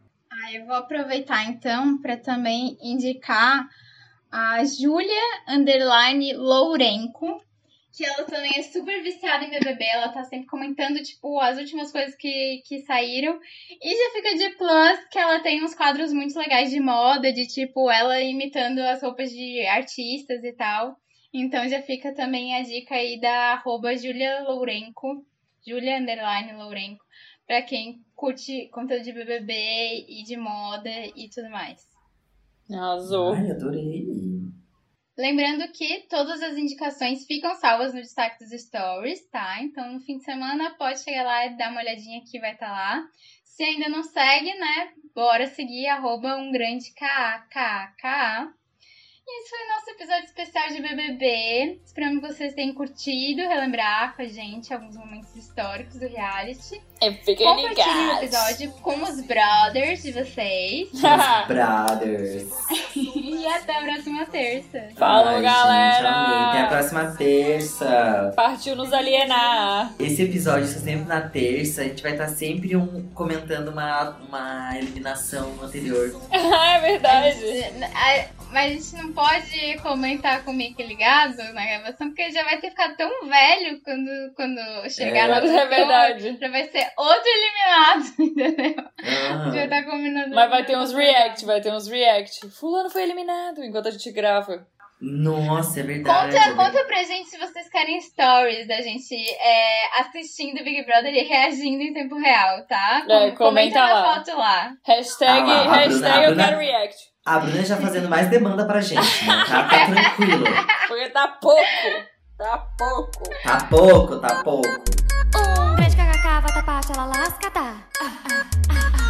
Ah, eu vou aproveitar então para também indicar a Júlia Underline Lourenco, que ela também é super viciada em B B B, ela tá sempre comentando, tipo, as últimas coisas que, que saíram. E já fica de plus que ela tem uns quadros muito legais de moda, de, tipo, ela imitando as roupas de artistas e tal. Então já fica também a dica aí da arroba Júlia Lourenco, Júlia Underline Lourenco, pra quem curte conteúdo de B B B e de moda e tudo mais. Arrasou. Ai, adorei. Lembrando que todas as indicações ficam salvas no destaque dos stories, tá? Então, no fim de semana, pode chegar lá e dar uma olhadinha que vai estar lá. Se ainda não segue, né? Bora seguir, arroba um grande K K K. E esse foi o nosso episódio especial de B B B. Esperamos que vocês tenham curtido, relembrar com a gente alguns momentos históricos do reality. E fiquem Compartilhem o ligados. episódio com os brothers de vocês. Os brothers. E até a próxima terça. Falou, Ai, galera. Gente, amei. Até a próxima terça. Partiu nos alienar. Esse episódio está sempre na terça. A gente vai estar sempre um, comentando uma, uma eliminação anterior. É verdade. Mas a gente não pode comentar com o mic ligado na gravação, porque já vai ter ficado tão velho quando, quando chegar É. lá. É verdade. Já vai ser outro eliminado, entendeu? Ah. A gente vai estar combinando. Mas vai ter uns react, vai ter uns react. Fulano foi eliminado enquanto a gente grava. Nossa, é verdade. Conta, conta pra gente se vocês querem stories da gente é, assistindo Big Brother e reagindo em tempo real, tá? É, Com- comenta na lá. foto lá. Hashtag, Ah lá, a hashtag Bruna- a eu Bruna- quero react. A Bruna já fazendo mais demanda pra gente, né? Tá, tá tranquilo. Porque tá pouco. Tá pouco. Tá pouco, tá pouco. Um grande kkk, vatapá, tchalaláscata. Ah, ah, ah, ah.